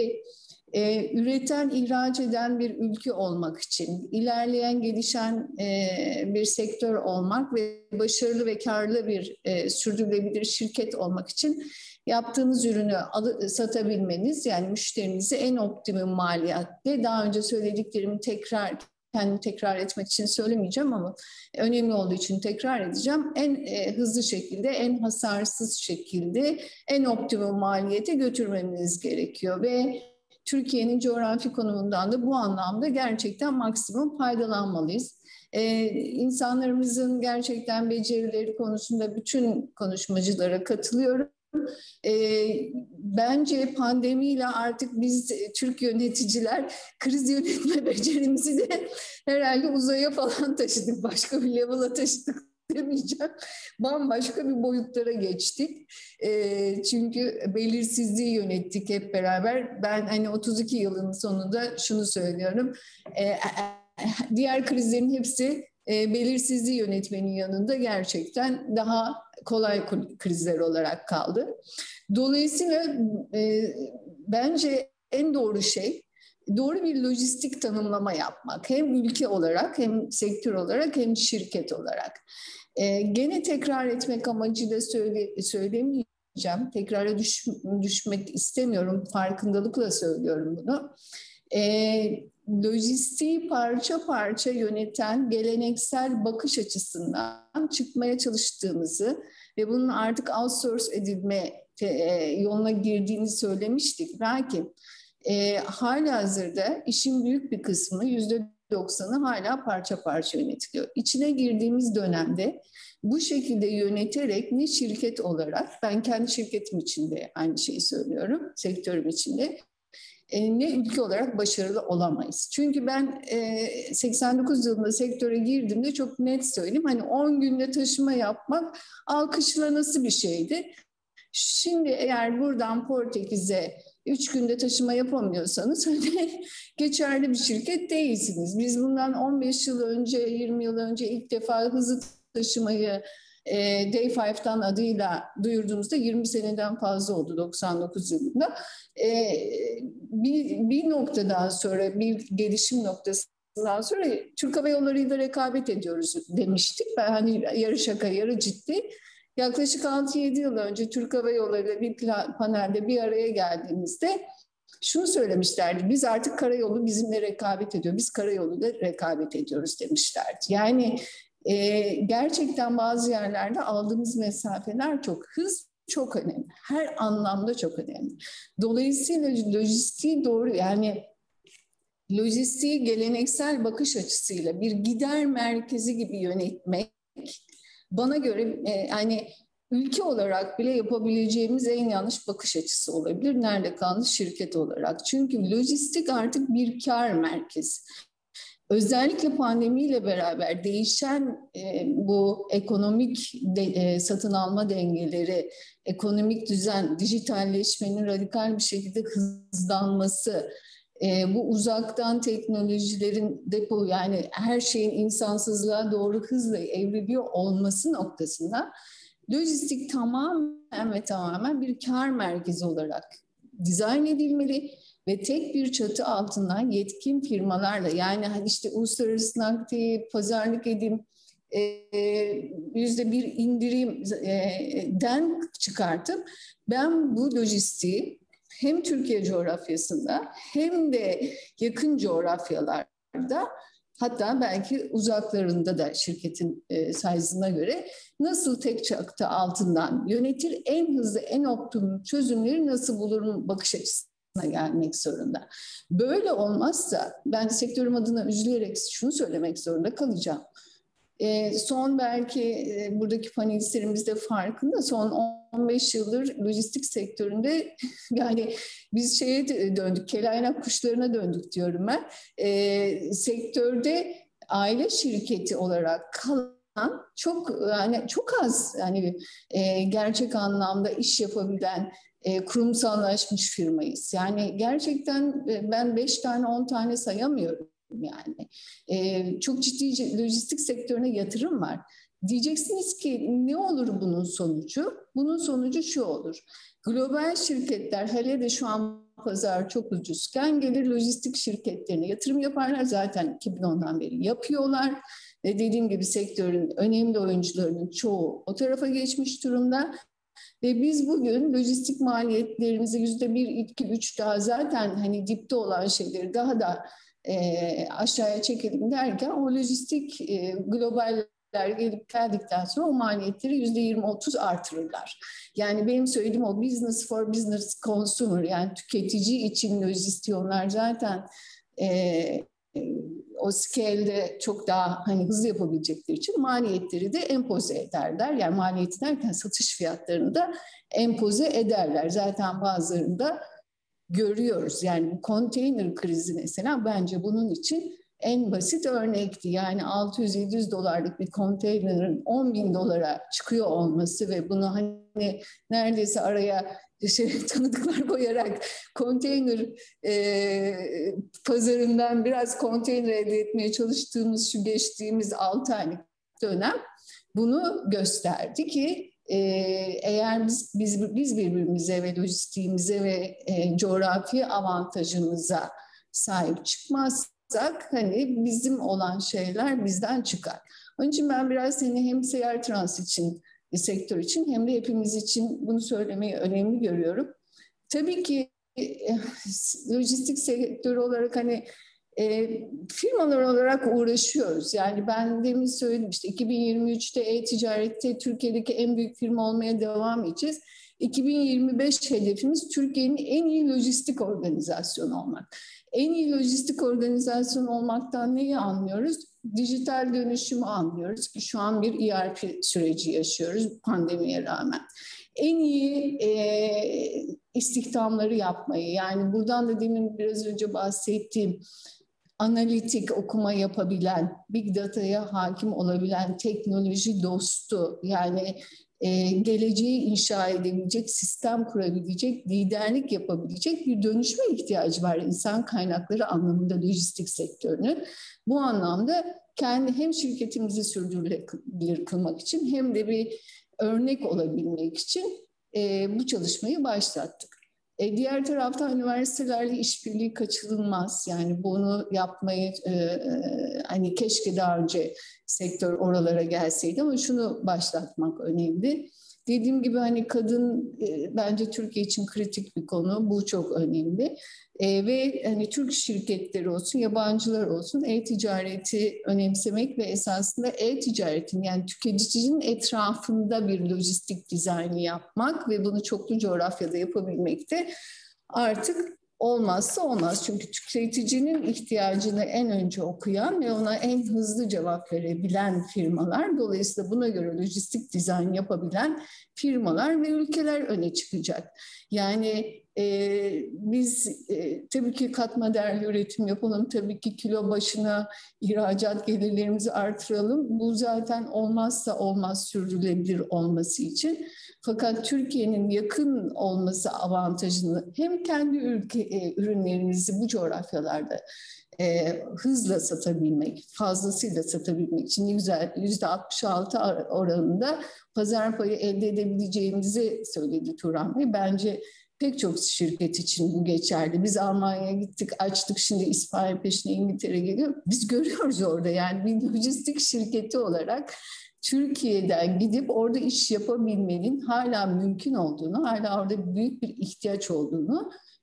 Speaker 2: e, üreten, ihraç eden bir ülke olmak için, ilerleyen, gelişen e, bir sektör olmak ve başarılı ve karlı bir e, sürdürülebilir şirket olmak için yaptığınız ürünü alı, satabilmeniz, yani müşterinize en optimum maliyetle, daha önce söylediklerimi tekrar kendimi tekrar etmek için söylemeyeceğim ama önemli olduğu için tekrar edeceğim. En e, hızlı şekilde, en hasarsız şekilde, en optimum maliyete götürmemiz gerekiyor ve Türkiye'nin coğrafi konumundan da bu anlamda gerçekten maksimum faydalanmalıyız. Ee, insanlarımızın gerçekten becerileri konusunda bütün konuşmacılara katılıyorum. E, bence pandemiyle artık biz Türk yöneticiler kriz yönetme becerimizi de herhalde uzaya falan taşıdık. Başka bir level'a taşıdık demeyeceğim. Bambaşka bir boyutlara geçtik. E, çünkü belirsizliği yönettik hep beraber. Ben hani otuz iki yılın sonunda şunu söylüyorum. E, diğer krizlerin hepsi e, belirsizliği yönetmenin yanında gerçekten daha kolay krizler olarak kaldı. Dolayısıyla e, bence en doğru şey doğru bir lojistik tanımlama yapmak. Hem ülke olarak, hem sektör olarak, hem şirket olarak. E, gene tekrar etmek amacıyla söyle, söylemeyeceğim. Tekrara düş, düşmek istemiyorum. Farkındalıkla söylüyorum bunu. E, lojistiği parça parça yöneten geleneksel bakış açısından çıkmaya çalıştığımızı ve bunun artık outsource edilme e, yoluna girdiğini söylemiştik. Belki e, halihazırda işin büyük bir kısmı, yüzde doksanı hala parça parça yönetiliyor. İçine girdiğimiz dönemde bu şekilde yöneterek ne şirket olarak, ben kendi şirketim içinde aynı şeyi söylüyorum, sektörüm içinde, ne ülke olarak başarılı olamayız. Çünkü ben seksen dokuz yılında sektöre girdiğimde çok net söyleyeyim, hani on günde taşıma yapmak alkışlanası bir şeydi. Şimdi eğer buradan Portekiz'e üç günde taşıma yapamıyorsanız hani geçerli bir şirket değilsiniz. Biz bundan on beş yıl önce, yirmi yıl önce ilk defa hızlı taşımayı E, Day Five'dan adıyla duyurduğumuzda yirmi seneden fazla oldu, doksan dokuz yılında. E, bir, bir noktadan sonra, bir gelişim noktasından sonra Türk Hava Yolları'yla rekabet ediyoruz demiştik. Ben hani yarı şaka yarı ciddi. Yaklaşık altı yedi yıl önce Türk Hava Yolları'yla bir panelde bir araya geldiğimizde şunu söylemişlerdi: biz artık karayolu bizimle rekabet ediyor, biz karayoluyla rekabet ediyoruz demişlerdi. Yani Ee, gerçekten bazı yerlerde aldığımız mesafeler çok, hız çok önemli. Her anlamda çok önemli. Dolayısıyla lojistiği doğru, yani lojistiği geleneksel bakış açısıyla bir gider merkezi gibi yönetmek bana göre e, yani ülke olarak bile yapabileceğimiz en yanlış bakış açısı olabilir. Nerede kaldı şirket olarak? Çünkü lojistik artık bir kar merkezi. Özellikle pandemiyle beraber değişen e, bu ekonomik de, e, satın alma dengeleri, ekonomik düzen, dijitalleşmenin radikal bir şekilde hızlanması, e, bu uzaktan teknolojilerin depo, yani her şeyin insansızlığa doğru hızla evriliyor olması noktasında lojistik tamamen ve tamamen bir kar merkezi olarak dizayn edilmeli. Ve tek bir çatı altından yetkin firmalarla, yani işte uluslararası nakdi, pazarlık edeyim, yüzde bir indirimden çıkartıp ben bu lojistiği hem Türkiye coğrafyasında hem de yakın coğrafyalarda, hatta belki uzaklarında da şirketin e, size'ına göre nasıl tek çatı altından yönetir, en hızlı, en optimum çözümleri nasıl bulurum bakış açısına gelmek zorunda. Böyle olmazsa ben sektörüm adına üzülerek şunu söylemek zorunda kalacağım. E, son belki e, buradaki panelistlerimiz de farkında, son on beş yıldır lojistik sektöründe yani biz şeye döndük, kelaynak kuşlarına döndük diyorum ben. E, sektörde aile şirketi olarak kalan çok yani çok az yani e, gerçek anlamda iş yapabilen e, kurumsallaşmış firmayız. Yani gerçekten e, ben beş tane on tane sayamıyorum. Yani e, çok ciddi lojistik sektörüne yatırım var. Diyeceksiniz ki ne olur bunun sonucu? Bunun sonucu şu olur. Global şirketler, hele de şu an pazar çok ucuzken, gelir lojistik şirketlerine yatırım yaparlar. Zaten iki bin ondan beri yapıyorlar. Ve dediğim gibi sektörün önemli oyuncularının çoğu o tarafa geçmiş durumda. Ve biz bugün lojistik maliyetlerimizi yüzde bir, iki, üç daha zaten hani dipte olan şeyleri daha da E, aşağıya çekelim derken o lojistik e, globaller gelip geldikten sonra o maliyetleri yüzde yirmi otuz artırırlar. Yani benim söylediğim o business for business consumer, yani tüketici için lojistiği onlar zaten e, e, o scale'de çok daha hani hızlı yapabilecekleri için maliyetleri de empoze ederler. Yani maliyeti derken satış fiyatlarını da empoze ederler. Zaten bazılarında görüyoruz. Yani bu konteyner krizi mesela bence bunun için en basit örnekti. Yani altı yüz yedi yüz dolarlık bir konteynerin on bin dolara çıkıyor olması ve bunu hani neredeyse araya şey, tanıdıklar koyarak konteyner e, pazarından biraz konteyner elde etmeye çalıştığımız şu geçtiğimiz altı aylık dönem bunu gösterdi ki Ee, eğer biz, biz biz birbirimize ve lojistiğimize ve e, coğrafi avantajımıza sahip çıkmazsak hani bizim olan şeyler bizden çıkar. Onun için ben biraz seni hem seyahat trans için, e, sektör için hem de hepimiz için bunu söylemeyi önemli görüyorum. Tabii ki e, lojistik sektörü olarak hani E, firmalar olarak uğraşıyoruz. Yani ben demin söyledim işte iki bin yirmi üçte e-ticarette Türkiye'deki en büyük firma olmaya devam edeceğiz. iki bin yirmi beş hedefimiz Türkiye'nin en iyi lojistik organizasyonu olmak. En iyi lojistik organizasyon olmaktan neyi anlıyoruz? Dijital dönüşümü anlıyoruz ki şu an bir E R P süreci yaşıyoruz pandemiye rağmen. En iyi e, istihdamları yapmayı, yani buradan da demin biraz önce bahsettiğim analitik okuma yapabilen, big data'ya hakim olabilen, teknoloji dostu, yani e, geleceği inşa edebilecek, sistem kurabilecek, liderlik yapabilecek bir dönüşme ihtiyacı var insan kaynakları anlamında lojistik sektörünün. Bu anlamda kendi hem şirketimizi sürdürülebilir kılmak için hem de bir örnek olabilmek için e, bu çalışmayı başlattık. E, diğer taraftan üniversitelerle işbirliği kaçınılmaz. Yani bunu yapmayı e, hani keşke daha önce sektör oralara gelseydi ama şunu başlatmak önemli. Dediğim gibi hani kadın e, bence Türkiye için kritik bir konu. Bu çok önemli. E, ve hani Türk şirketleri olsun, yabancılar olsun e-ticareti önemsemek ve esasında e-ticaretin yani tüketicinin etrafında bir lojistik dizaynı yapmak ve bunu çoklu coğrafyada yapabilmek de artık olmazsa olmaz. Çünkü tüketicinin ihtiyacını en önce okuyan ve ona en hızlı cevap verebilen firmalar, dolayısıyla buna göre lojistik dizayn yapabilen firmalar ve ülkeler öne çıkacak. Yani e, biz e, tabii ki katma değerli üretim yapalım, tabii ki kilo başına ihracat gelirlerimizi artıralım. Bu zaten olmazsa olmaz sürdürülebilir olması için. Fakat Türkiye'nin yakın olması avantajını hem kendi ülke e, ürünlerimizi bu coğrafyalarda e, hızla satabilmek, fazlasıyla satabilmek için güzel yüzde altmış altı oranında pazar payı elde edebileceğimizi söyledi Turan Bey. Bence pek çok şirket için bu geçerli. Biz Almanya'ya gittik, açtık, şimdi İspanya peşine İngiltere geliyor. Biz görüyoruz orada yani bir lojistik şirketi olarak Türkiye'den gidip orada iş yapabilmenin hala mümkün olduğunu, hala orada büyük bir ihtiyaç olduğunu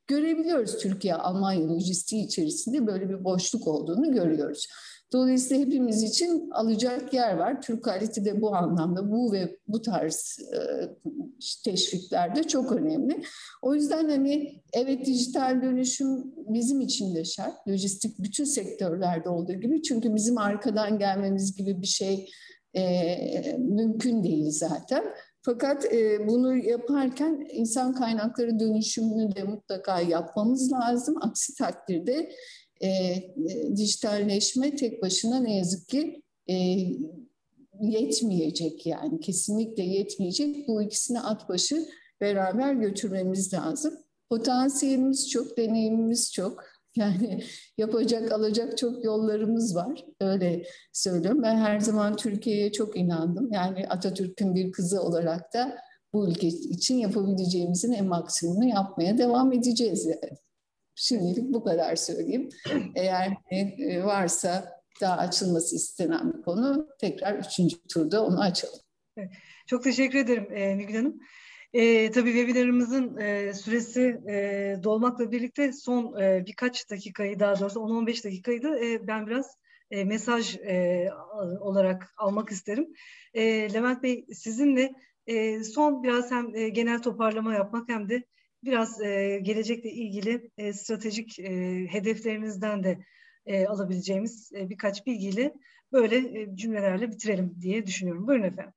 Speaker 2: görebiliyoruz. Türkiye-Almanya lojistiği içerisinde böyle bir boşluk olduğunu görüyoruz. Dolayısıyla hepimiz için alacak yer var. Türk Haleti de bu anlamda bu ve bu tarz e, teşvikler de çok önemli. O yüzden hani evet, dijital dönüşüm bizim için de şart. Lojistik bütün sektörlerde olduğu gibi. Çünkü bizim arkadan gelmemiz gibi bir şey e, mümkün değil zaten. Fakat e, bunu yaparken insan kaynakları dönüşümünü de mutlaka yapmamız lazım. Aksi takdirde e, e, dijitalleşme tek başına ne yazık ki e, yetmeyecek, yani kesinlikle yetmeyecek. Bu ikisini at başı beraber götürmemiz lazım. Potansiyelimiz çok, deneyimimiz çok. Yani yapacak, alacak çok yollarımız var. Öyle söylüyorum. Ben her zaman Türkiye'ye çok inandım. Yani Atatürk'ün bir kızı olarak da bu ülke için yapabileceğimizin en maksimumunu yapmaya devam edeceğiz yani. Şimdilik bu kadar söyleyeyim. Eğer varsa daha açılması istenen bir konu, tekrar üçüncü turda onu açalım.
Speaker 1: Evet. Çok teşekkür ederim e, Nilgün Hanım. E, tabii webinarımızın e, süresi e, dolmakla birlikte son e, birkaç dakikayı, daha doğrusu on on beş dakikayı da e, ben biraz e, mesaj e, olarak almak isterim. E, Levent Bey, sizinle e, son biraz hem e, genel toparlama yapmak hem de biraz e, gelecekle ilgili e, stratejik e, hedeflerinizden de e, alabileceğimiz e, birkaç bilgiyle böyle e, cümlelerle bitirelim diye düşünüyorum. Buyurun efendim.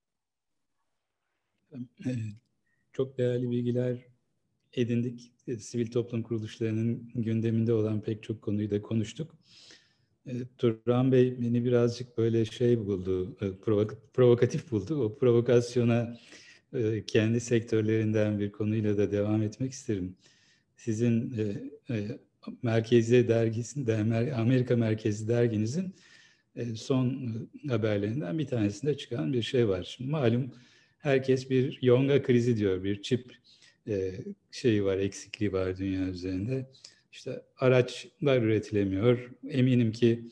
Speaker 3: Çok değerli bilgiler edindik. Sivil toplum kuruluşlarının gündeminde olan pek çok konuyu da konuştuk. Turan Bey beni birazcık böyle şey buldu, provok- provokatif buldu. O provokasyona kendi sektörlerinden bir konuyla da devam etmek isterim. Sizin Merkezi dergisinde, Amerika Merkezi derginizin son haberlerinden bir tanesinde çıkan bir şey var. Şimdi malum herkes bir yonga krizi diyor, bir çip şeyi var, eksikliği var dünya üzerinde. İşte araçlar üretilemiyor. Eminim ki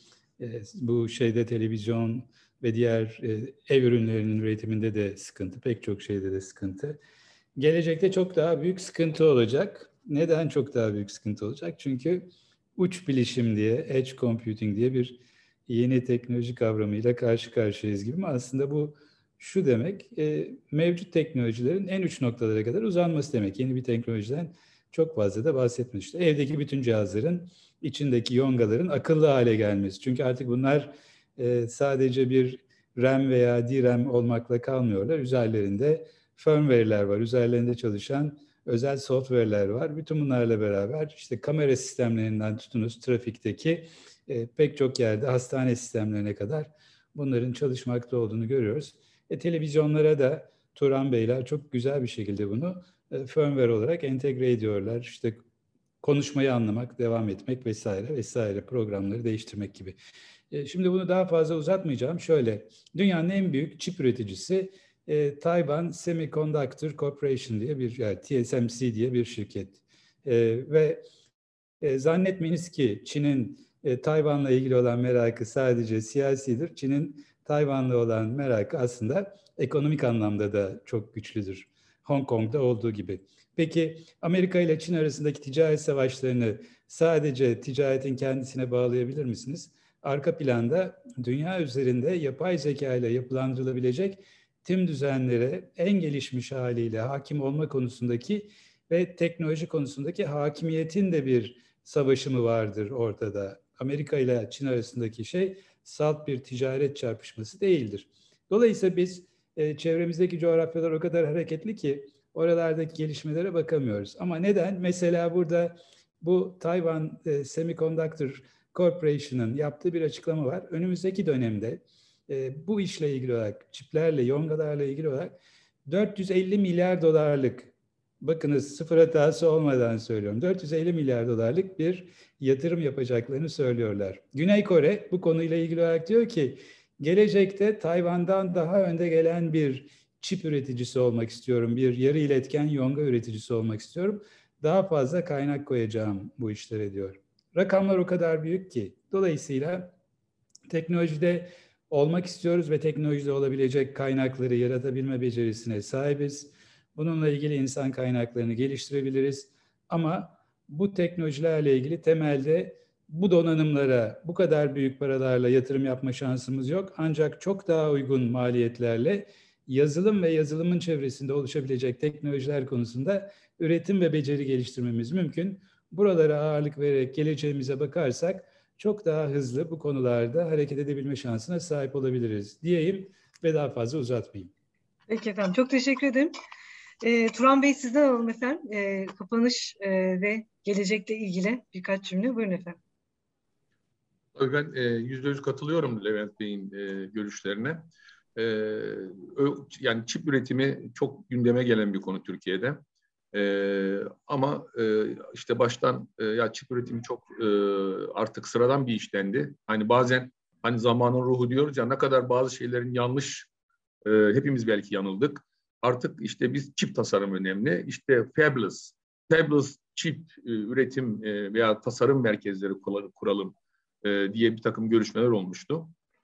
Speaker 3: bu şeyde televizyon ve diğer ev ürünlerinin üretiminde de sıkıntı, pek çok şeyde de sıkıntı. Gelecekte çok daha büyük sıkıntı olacak. Neden çok daha büyük sıkıntı olacak? Çünkü uç bilişim diye, edge computing diye bir yeni teknoloji kavramıyla karşı karşıyayız gibi. Ama aslında bu şu demek, e, mevcut teknolojilerin en uç noktalara kadar uzanması demek. Yeni bir teknolojiden çok fazla da bahsetmiş. İşte evdeki bütün cihazların, içindeki yongaların akıllı hale gelmesi. Çünkü artık bunlar e, sadece bir RAM veya D RAM olmakla kalmıyorlar. Üzerlerinde firmware'ler var, üzerlerinde çalışan özel software'ler var. Bütün bunlarla beraber işte kamera sistemlerinden tutunuz trafikteki e, pek çok yerde hastane sistemlerine kadar bunların çalışmakta olduğunu görüyoruz. E, televizyonlara da Turan Beyler çok güzel bir şekilde bunu e, firmware olarak entegre ediyorlar. İşte konuşmayı anlamak, devam etmek vesaire vesaire, programları değiştirmek gibi. E, şimdi bunu daha fazla uzatmayacağım. Şöyle, dünyanın en büyük çip üreticisi e, Taiwan Semiconductor Corporation diye bir, yani T S M C diye bir şirket. E, ve e, zannetmeyiniz ki Çin'in e, Tayvan'la ilgili olan merakı sadece siyasidir. Çin'in Tayvan'la olan merakı aslında ekonomik anlamda da çok güçlüdür. Hong Kong'da olduğu gibi. Peki Amerika ile Çin arasındaki ticaret savaşlarını sadece ticaretin kendisine bağlayabilir misiniz? Arka planda dünya üzerinde yapay zeka ile yapılandırılabilecek tüm düzenlere en gelişmiş haliyle hakim olma konusundaki ve teknoloji konusundaki hakimiyetin de bir savaşı mı vardır ortada? Amerika ile Çin arasındaki şey salt bir ticaret çarpışması değildir. Dolayısıyla biz e, çevremizdeki coğrafyalar o kadar hareketli ki oralardaki gelişmelere bakamıyoruz. Ama neden? Mesela burada bu Taiwan e, Semiconductor Corporation'ın yaptığı bir açıklama var. Önümüzdeki dönemde e, bu işle ilgili olarak, çiplerle, yongalarla ilgili olarak dört yüz elli milyar dolarlık, bakınız sıfır hatası olmadan söylüyorum, dört yüz elli milyar dolarlık bir yatırım yapacaklarını söylüyorlar. Güney Kore bu konuyla ilgili olarak diyor ki, gelecekte Tayvan'dan daha önde gelen bir çip üreticisi olmak istiyorum, bir yarı iletken yonga üreticisi olmak istiyorum. Daha fazla kaynak koyacağım bu işlere diyor. Rakamlar o kadar büyük ki, dolayısıyla teknolojide olmak istiyoruz ve teknolojide olabilecek kaynakları yaratabilme becerisine sahibiz. Bununla ilgili insan kaynaklarını geliştirebiliriz. Ama bu teknolojilerle ilgili temelde bu donanımlara bu kadar büyük paralarla yatırım yapma şansımız yok. Ancak çok daha uygun maliyetlerle yazılım ve yazılımın çevresinde oluşabilecek teknolojiler konusunda üretim ve beceri geliştirmemiz mümkün. Buralara ağırlık vererek geleceğimize bakarsak çok daha hızlı bu konularda hareket edebilme şansına sahip olabiliriz diyeyim ve daha fazla uzatmayayım.
Speaker 1: Peki efendim, çok teşekkür ederim. E, Turan Bey, sizden alalım efendim. E, kapanış e, ve gelecekle ilgili birkaç cümle. Buyurun efendim.
Speaker 4: Ben e, yüzde yüz katılıyorum Levent Bey'in e, görüşlerine. E, ö, yani çip üretimi çok gündeme gelen bir konu Türkiye'de. E, ama e, işte baştan e, ya çip üretimi çok e, artık sıradan bir işlendi. Hani bazen hani zamanın ruhu diyoruz ya, ne kadar bazı şeylerin yanlış, e, hepimiz belki yanıldık. Artık işte biz çip tasarım önemli. İşte fabless, fabless çip e, üretim e, veya tasarım merkezleri kuralım e, diye bir takım görüşmeler olmuştu.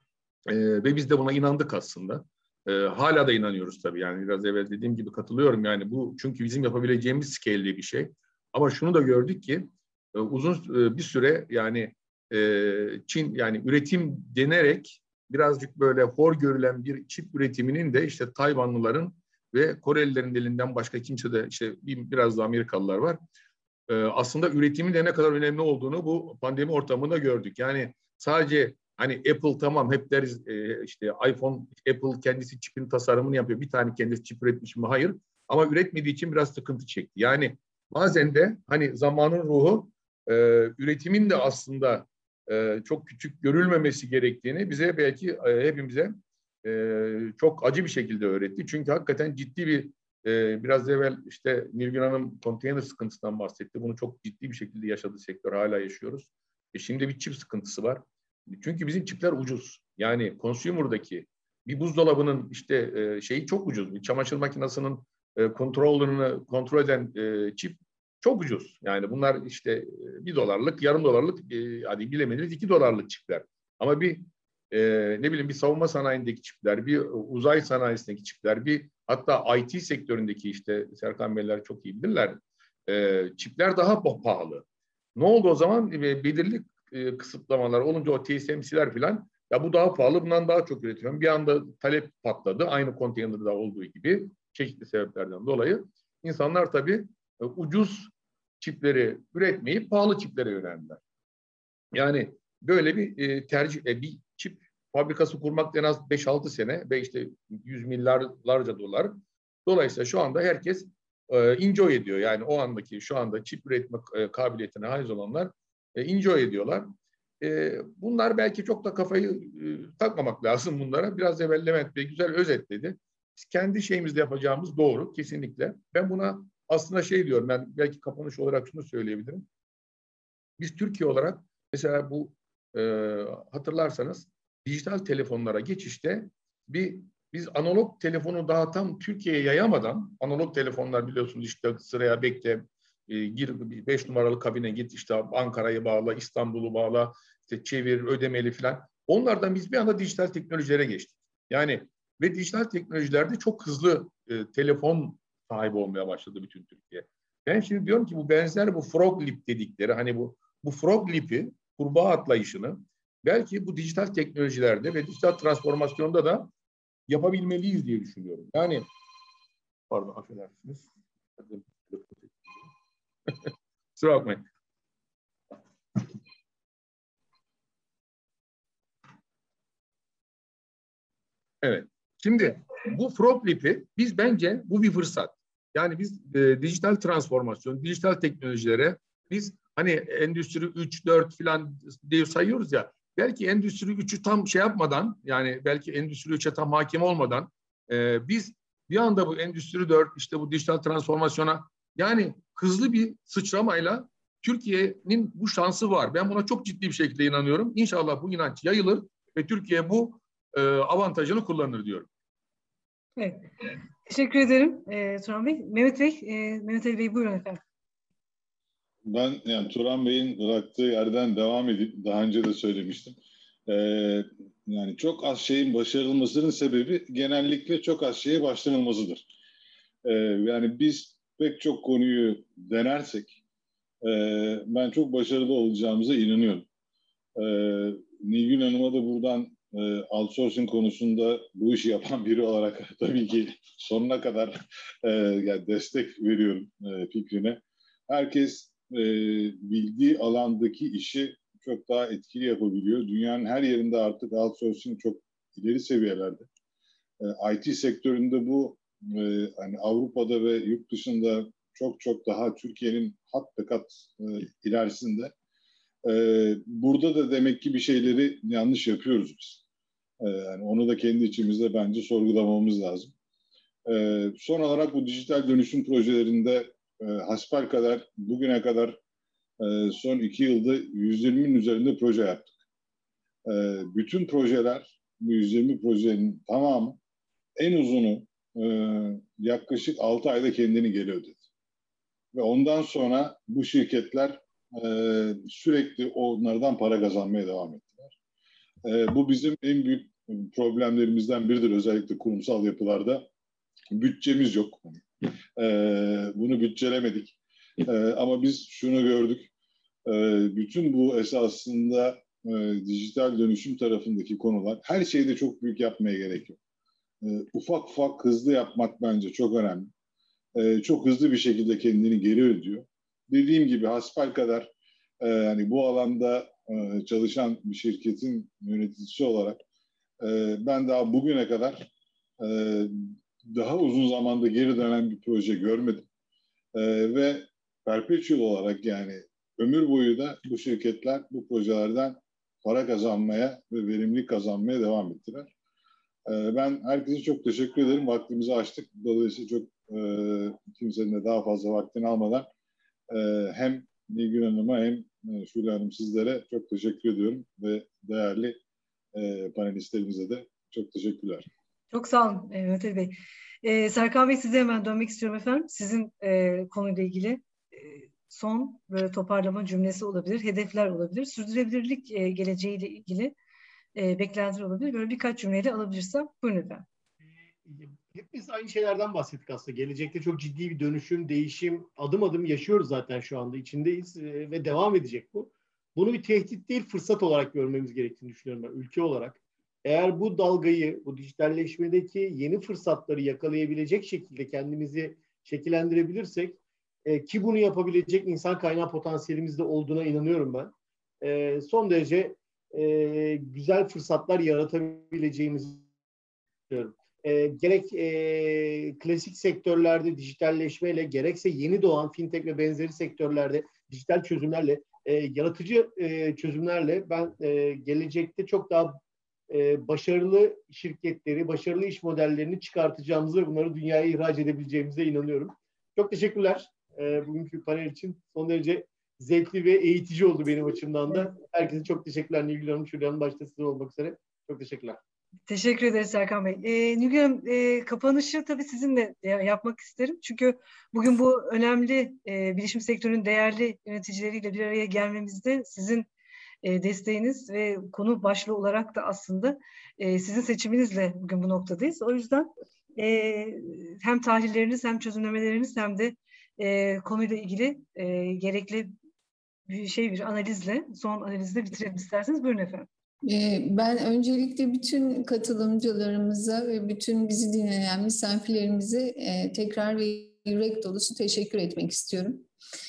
Speaker 4: E, ve biz de buna inandık aslında. E, hala da inanıyoruz tabii. Yani biraz evvel dediğim gibi katılıyorum. Yani bu çünkü bizim yapabileceğimiz scale'li bir şey. Ama şunu da gördük ki e, uzun e, bir süre yani e, Çin yani üretim denerek birazcık böyle hor görülen bir çip üretiminin de işte Tayvanlıların ve Korelilerin elinden başka kimse de işte bir, biraz da Amerikalılar var. Ee, aslında üretimin de ne kadar önemli olduğunu bu pandemi ortamında gördük. Yani sadece hani Apple tamam hep deriz e, işte iPhone, Apple kendisi çipin tasarımını yapıyor. Bir tane kendisi çip üretmiş mi? Hayır. Ama üretmediği için biraz sıkıntı çekti. Yani bazen de hani zamanın ruhu e, üretimin de aslında e, çok küçük görülmemesi gerektiğini bize belki e, hepimize e, çok acı bir şekilde öğretti. Çünkü hakikaten ciddi bir Ee, biraz evvel işte Nilgün Hanım konteyner sıkıntısından bahsetti. Bunu çok ciddi bir şekilde yaşadığı sektör hala yaşıyoruz. E şimdi bir çip sıkıntısı var. Çünkü bizim çipler ucuz. Yani consumer'daki bir buzdolabının işte e, şeyi çok ucuz. Bir çamaşır makinesinin e, kontrolünü kontrol eden e, çip çok ucuz. Yani bunlar işte e, bir dolarlık, yarım dolarlık, e, hadi bilemediniz iki dolarlık çipler. Ama bir e, ne bileyim bir savunma sanayindeki çipler, bir uzay sanayisindeki çipler, bir hatta I T sektöründeki işte Serkan Beyler çok iyi bilirler. E, çipler daha pahalı. Ne oldu o zaman? E, belirli e, kısıtlamalar olunca o T S M C'ler falan ya bu daha pahalı, bundan daha çok üretiyorum. Bir anda talep patladı. Aynı konteynerda olduğu gibi çeşitli sebeplerden dolayı. İnsanlar tabii e, ucuz çipleri üretmeyip pahalı çiplere yöneldiler. Yani böyle bir e, tercih, e, bir çip fabrikası kurmak en az beş altı sene ve işte yüz milyarlarca dolar. Dolayısıyla şu anda herkes e, enjoy ediyor. Yani o andaki şu anda çip üretme e, kabiliyetine haiz olanlar e, enjoy ediyorlar. E, bunlar belki çok da kafayı e, takmamak lazım bunlara. Biraz evvel Levent Bey güzel özetledi. Biz kendi şeyimizde yapacağımız doğru kesinlikle. Ben buna aslında şey diyorum, ben belki kapanış olarak şunu söyleyebilirim. Biz Türkiye olarak mesela bu e, hatırlarsanız dijital telefonlara geçişte bir biz analog telefonu daha tam Türkiye'ye yayamadan, analog telefonlar biliyorsunuz işte sıraya bekle, e, gir beş numaralı kabine git, işte Ankara'yı bağla, İstanbul'u bağla, işte çevir, ödemeli falan. Onlardan biz bir anda dijital teknolojilere geçtik. Yani ve dijital teknolojilerde çok hızlı e, telefon sahibi olmaya başladı bütün Türkiye. Ben şimdi diyorum ki bu benzer bu frog leap dedikleri hani bu bu frog leap'i, kurbağa atlayışını belki bu dijital teknolojilerde ve dijital transformasyonda da yapabilmeliyiz diye düşünüyorum. Yani pardon affedersiniz. Kusura bakmayın. Evet. Şimdi bu frog leap'i biz bence bu bir fırsat. Yani biz e, dijital transformasyon, dijital teknolojilere biz hani endüstri üç, dört falan diye sayıyoruz ya. Belki endüstri üçü tam şey yapmadan, yani belki endüstri üçe tam hakim olmadan e, biz bir anda bu endüstri dört işte bu dijital transformasyona yani hızlı bir sıçramayla Türkiye'nin bu şansı var. Ben buna çok ciddi bir şekilde inanıyorum. İnşallah bu inanç yayılır ve Türkiye bu e, avantajını kullanır diyorum.
Speaker 1: Evet. Teşekkür ederim e, Turan Bey. Mehmet Bey, e, Mehmet Ali Bey buyurun efendim.
Speaker 5: Ben yani Turan Bey'in bıraktığı yerden devam edip daha önce de söylemiştim. Ee, yani çok az şeyin başarılmasının sebebi genellikle çok az şeye başlanılmasıdır. Ee, yani biz pek çok konuyu denersek e, ben çok başarılı olacağımıza inanıyorum. E, Nilgün Hanım'a da buradan e, outsourcing konusunda bu işi yapan biri olarak tabii ki sonuna kadar e, yani destek veriyorum e, fikrine. Herkes e, bildiği alandaki işi çok daha etkili yapabiliyor. Dünyanın her yerinde artık outsourcing çok ileri seviyelerde. E, I T sektöründe bu e, hani Avrupa'da ve yurt dışında çok çok daha Türkiye'nin hat be kat e, ilerisinde. E, burada da demek ki bir şeyleri yanlış yapıyoruz biz. E, yani onu da kendi içimizde bence sorgulamamız lazım. E, son olarak bu dijital dönüşüm projelerinde e, hasbelkader bugüne kadar e, son iki yılda yüz yirminin üzerinde proje yaptık. E, bütün projeler, bu yüz yirmi projenin tamamı en uzunu e, yaklaşık altı ayda kendini geri ödedi. Ve ondan sonra bu şirketler e, sürekli onlardan para kazanmaya devam ettiler. E, bu bizim en büyük problemlerimizden biridir, özellikle kurumsal yapılarda. Bütçemiz yok. E, bunu bütçelemedik. E, ama biz şunu gördük. E, bütün bu esasında e, dijital dönüşüm tarafındaki konular, her şeyde çok büyük yapmaya gerek yok. E, ufak ufak hızlı yapmak bence çok önemli. E, çok hızlı bir şekilde kendini geri ödüyor. Dediğim gibi hasbelkader e, yani bu alanda e, çalışan bir şirketin yöneticisi olarak e, ben daha bugüne kadar e, daha uzun zamanda geri dönen bir proje görmedim. E, ve perpetual olarak, yani ömür boyu da bu şirketler bu projelerden para kazanmaya ve verimlilik kazanmaya devam ettiler. E, ben herkese çok teşekkür ederim. Vaktimizi açtık. Dolayısıyla çok e, kimsenin de daha fazla vaktini almadan e, hem Nilgün Hanım'a hem e, Şule Hanım, sizlere çok teşekkür ediyorum ve değerli e, panelistlerimize de çok teşekkürler.
Speaker 1: Çok sağ olun Mehmet Ali Bey. Ee, Serkan Bey, size hemen dönmek istiyorum efendim. Sizin e, konuyla ilgili e, son böyle toparlama cümlesi olabilir, hedefler olabilir, sürdürülebilirlik e, geleceğiyle ilgili e, beklentiler olabilir. Böyle birkaç cümleyle alabilirsem buyurun efendim.
Speaker 7: Hepimiz aynı şeylerden bahsettik aslında. Gelecekte çok ciddi bir dönüşüm, değişim, adım adım yaşıyoruz zaten, şu anda içindeyiz e, ve devam edecek bu. Bunu bir tehdit değil, fırsat olarak görmemiz gerektiğini düşünüyorum ben ülke olarak. Eğer bu dalgayı, bu dijitalleşmedeki yeni fırsatları yakalayabilecek şekilde kendimizi şekillendirebilirsek, e, ki bunu yapabilecek insan kaynağı potansiyelimizde olduğuna inanıyorum ben. E, son derece e, güzel fırsatlar yaratabileceğimizi düşünüyorum. E, gerek e, klasik sektörlerde dijitalleşmeyle, gerekse yeni doğan fintech ve benzeri sektörlerde dijital çözümlerle, e, yaratıcı e, çözümlerle ben e, gelecekte çok daha e, başarılı şirketleri, başarılı iş modellerini çıkartacağımızı ve bunları dünyaya ihraç edebileceğimize inanıyorum. Çok teşekkürler e, bugünkü panel için. Son derece zevkli ve eğitici oldu benim açımdan da. Herkese çok teşekkürler. Nilgün Hanım, Şule Hanım başta size olmak üzere. Çok teşekkürler.
Speaker 1: Teşekkür ederiz Serkan Bey. E, Nilgün Hanım, e, kapanışı tabii sizinle yapmak isterim. Çünkü bugün bu önemli e, bilişim sektörünün değerli yöneticileriyle bir araya gelmemizde sizin e, desteğiniz ve konu başlığı olarak da aslında e, sizin seçiminizle bugün bu noktadayız. O yüzden e, hem tahlilleriniz hem çözümlemeleriniz hem de e, konuyla ilgili e, gerekli bir şey bir analizle, son analizle bitirelim isterseniz. Buyurun efendim.
Speaker 2: Ben öncelikle bütün katılımcılarımıza ve bütün bizi dinleyen misafirlerimize tekrar ve yürek dolusu teşekkür etmek istiyorum.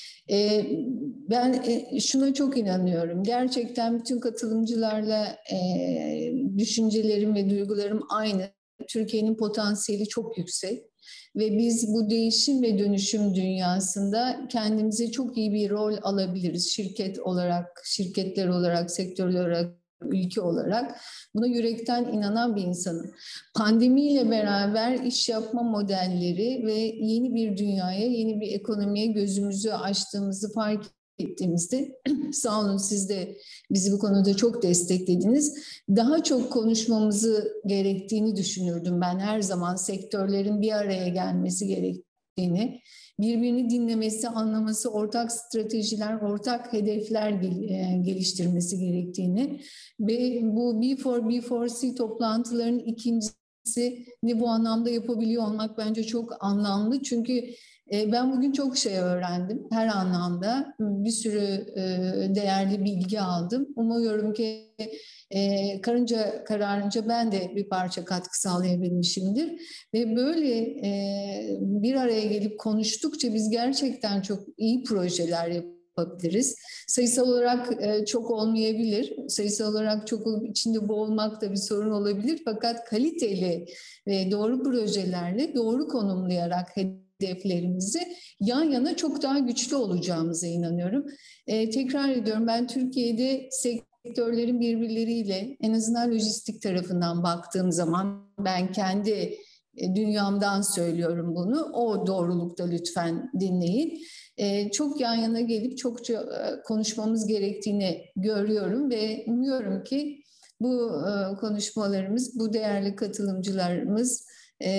Speaker 2: Ben şuna çok inanıyorum. Gerçekten bütün katılımcılarla düşüncelerim ve duygularım aynı. Türkiye'nin potansiyeli çok yüksek ve biz bu değişim ve dönüşüm dünyasında kendimize çok iyi bir rol alabiliriz. Şirket olarak, şirketler olarak, sektörler olarak, ülke olarak buna yürekten inanan bir insanım. Pandemiyle beraber iş yapma modelleri ve yeni bir dünyaya, yeni bir ekonomiye gözümüzü açtığımızı fark ettiğimizde, sağ olun siz de bizi bu konuda çok desteklediniz. Daha çok konuşmamızı gerektiğini düşünürdüm ben her zaman, sektörlerin bir araya gelmesi gerektiğini. Birbirini dinlemesi, anlaması, ortak stratejiler, ortak hedefler geliştirmesi gerektiğini ve bu B for B for C toplantılarının ikincisini bu anlamda yapabiliyor olmak bence çok anlamlı. Çünkü E, ben bugün çok şey öğrendim. Her anlamda bir sürü e, değerli bilgi aldım. Umuyorum ki e, karınca kararınca ben de bir parça katkı sağlayabilmişimdir. Ve böyle e, bir araya gelip konuştukça biz gerçekten çok iyi projeler yapabiliriz. Sayısal olarak e, çok olmayabilir. Sayısal olarak çok olup içinde boğulmak da bir sorun olabilir. Fakat kaliteli ve doğru projelerle doğru konumlayarak hedeflerimizi yan yana çok daha güçlü olacağımıza inanıyorum. Ee, tekrar ediyorum, ben Türkiye'de sektörlerin birbirleriyle, en azından lojistik tarafından baktığım zaman, ben kendi dünyamdan söylüyorum bunu, o doğrulukta lütfen dinleyin. Ee, çok yan yana gelip çokça konuşmamız gerektiğini görüyorum ve umuyorum ki bu e, konuşmalarımız, bu değerli katılımcılarımız E,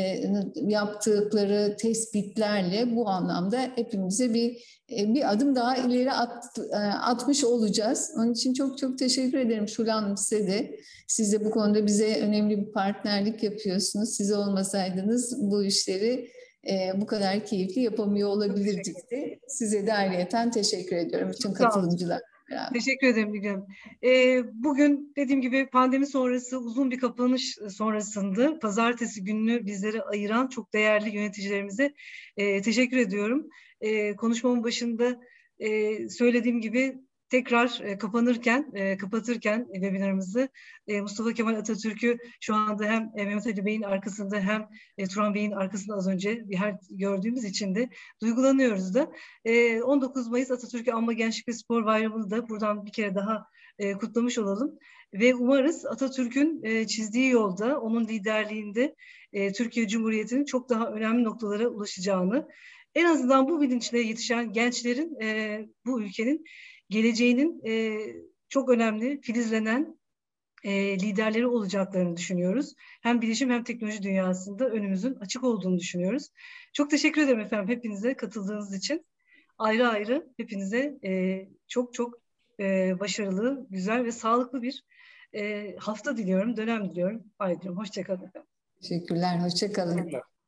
Speaker 2: yaptıkları tespitlerle bu anlamda hepimize bir e, bir adım daha ileri at, e, atmış olacağız. Onun için çok çok teşekkür ederim Şule Hanım, size de. Siz de bu konuda bize önemli bir partnerlik yapıyorsunuz. Siz olmasaydınız bu işleri e, bu kadar keyifli yapamıyor olabilirdik de. Size de ayrıyeten teşekkür ediyorum bütün katılımcılar.
Speaker 1: Beraber. Teşekkür ederim Bilge Hanım. Ee, bugün dediğim gibi pandemi sonrası uzun bir kapanış sonrasında pazartesi gününü bizlere ayıran çok değerli yöneticilerimize e, teşekkür ediyorum. E, konuşmamın başında e, söylediğim gibi tekrar e, kapanırken, e, kapatırken e, webinarımızı e, Mustafa Kemal Atatürk'ü şu anda hem e, Mehmet Ali Bey'in arkasında hem e, Turan Bey'in arkasında az önce bir her gördüğümüz için de duygulanıyoruz da. E, on dokuz Mayıs Atatürk'ü Anma Gençlik ve Spor Bayramı'nı da buradan bir kere daha e, kutlamış olalım. Ve umarız Atatürk'ün e, çizdiği yolda, onun liderliğinde e, Türkiye Cumhuriyeti'nin çok daha önemli noktalara ulaşacağını, en azından bu bilinçle yetişen gençlerin e, bu ülkenin geleceğinin e, çok önemli, filizlenen e, liderleri olacaklarını düşünüyoruz. Hem bilişim hem teknoloji dünyasında önümüzün açık olduğunu düşünüyoruz. Çok teşekkür ederim efendim hepinize katıldığınız için. Ayrı ayrı hepinize e, çok çok e, başarılı, güzel ve sağlıklı bir e, hafta diliyorum, dönem diliyorum. Ay diyorum, hoşça kalın efendim.
Speaker 2: Teşekkürler, hoşça kalın.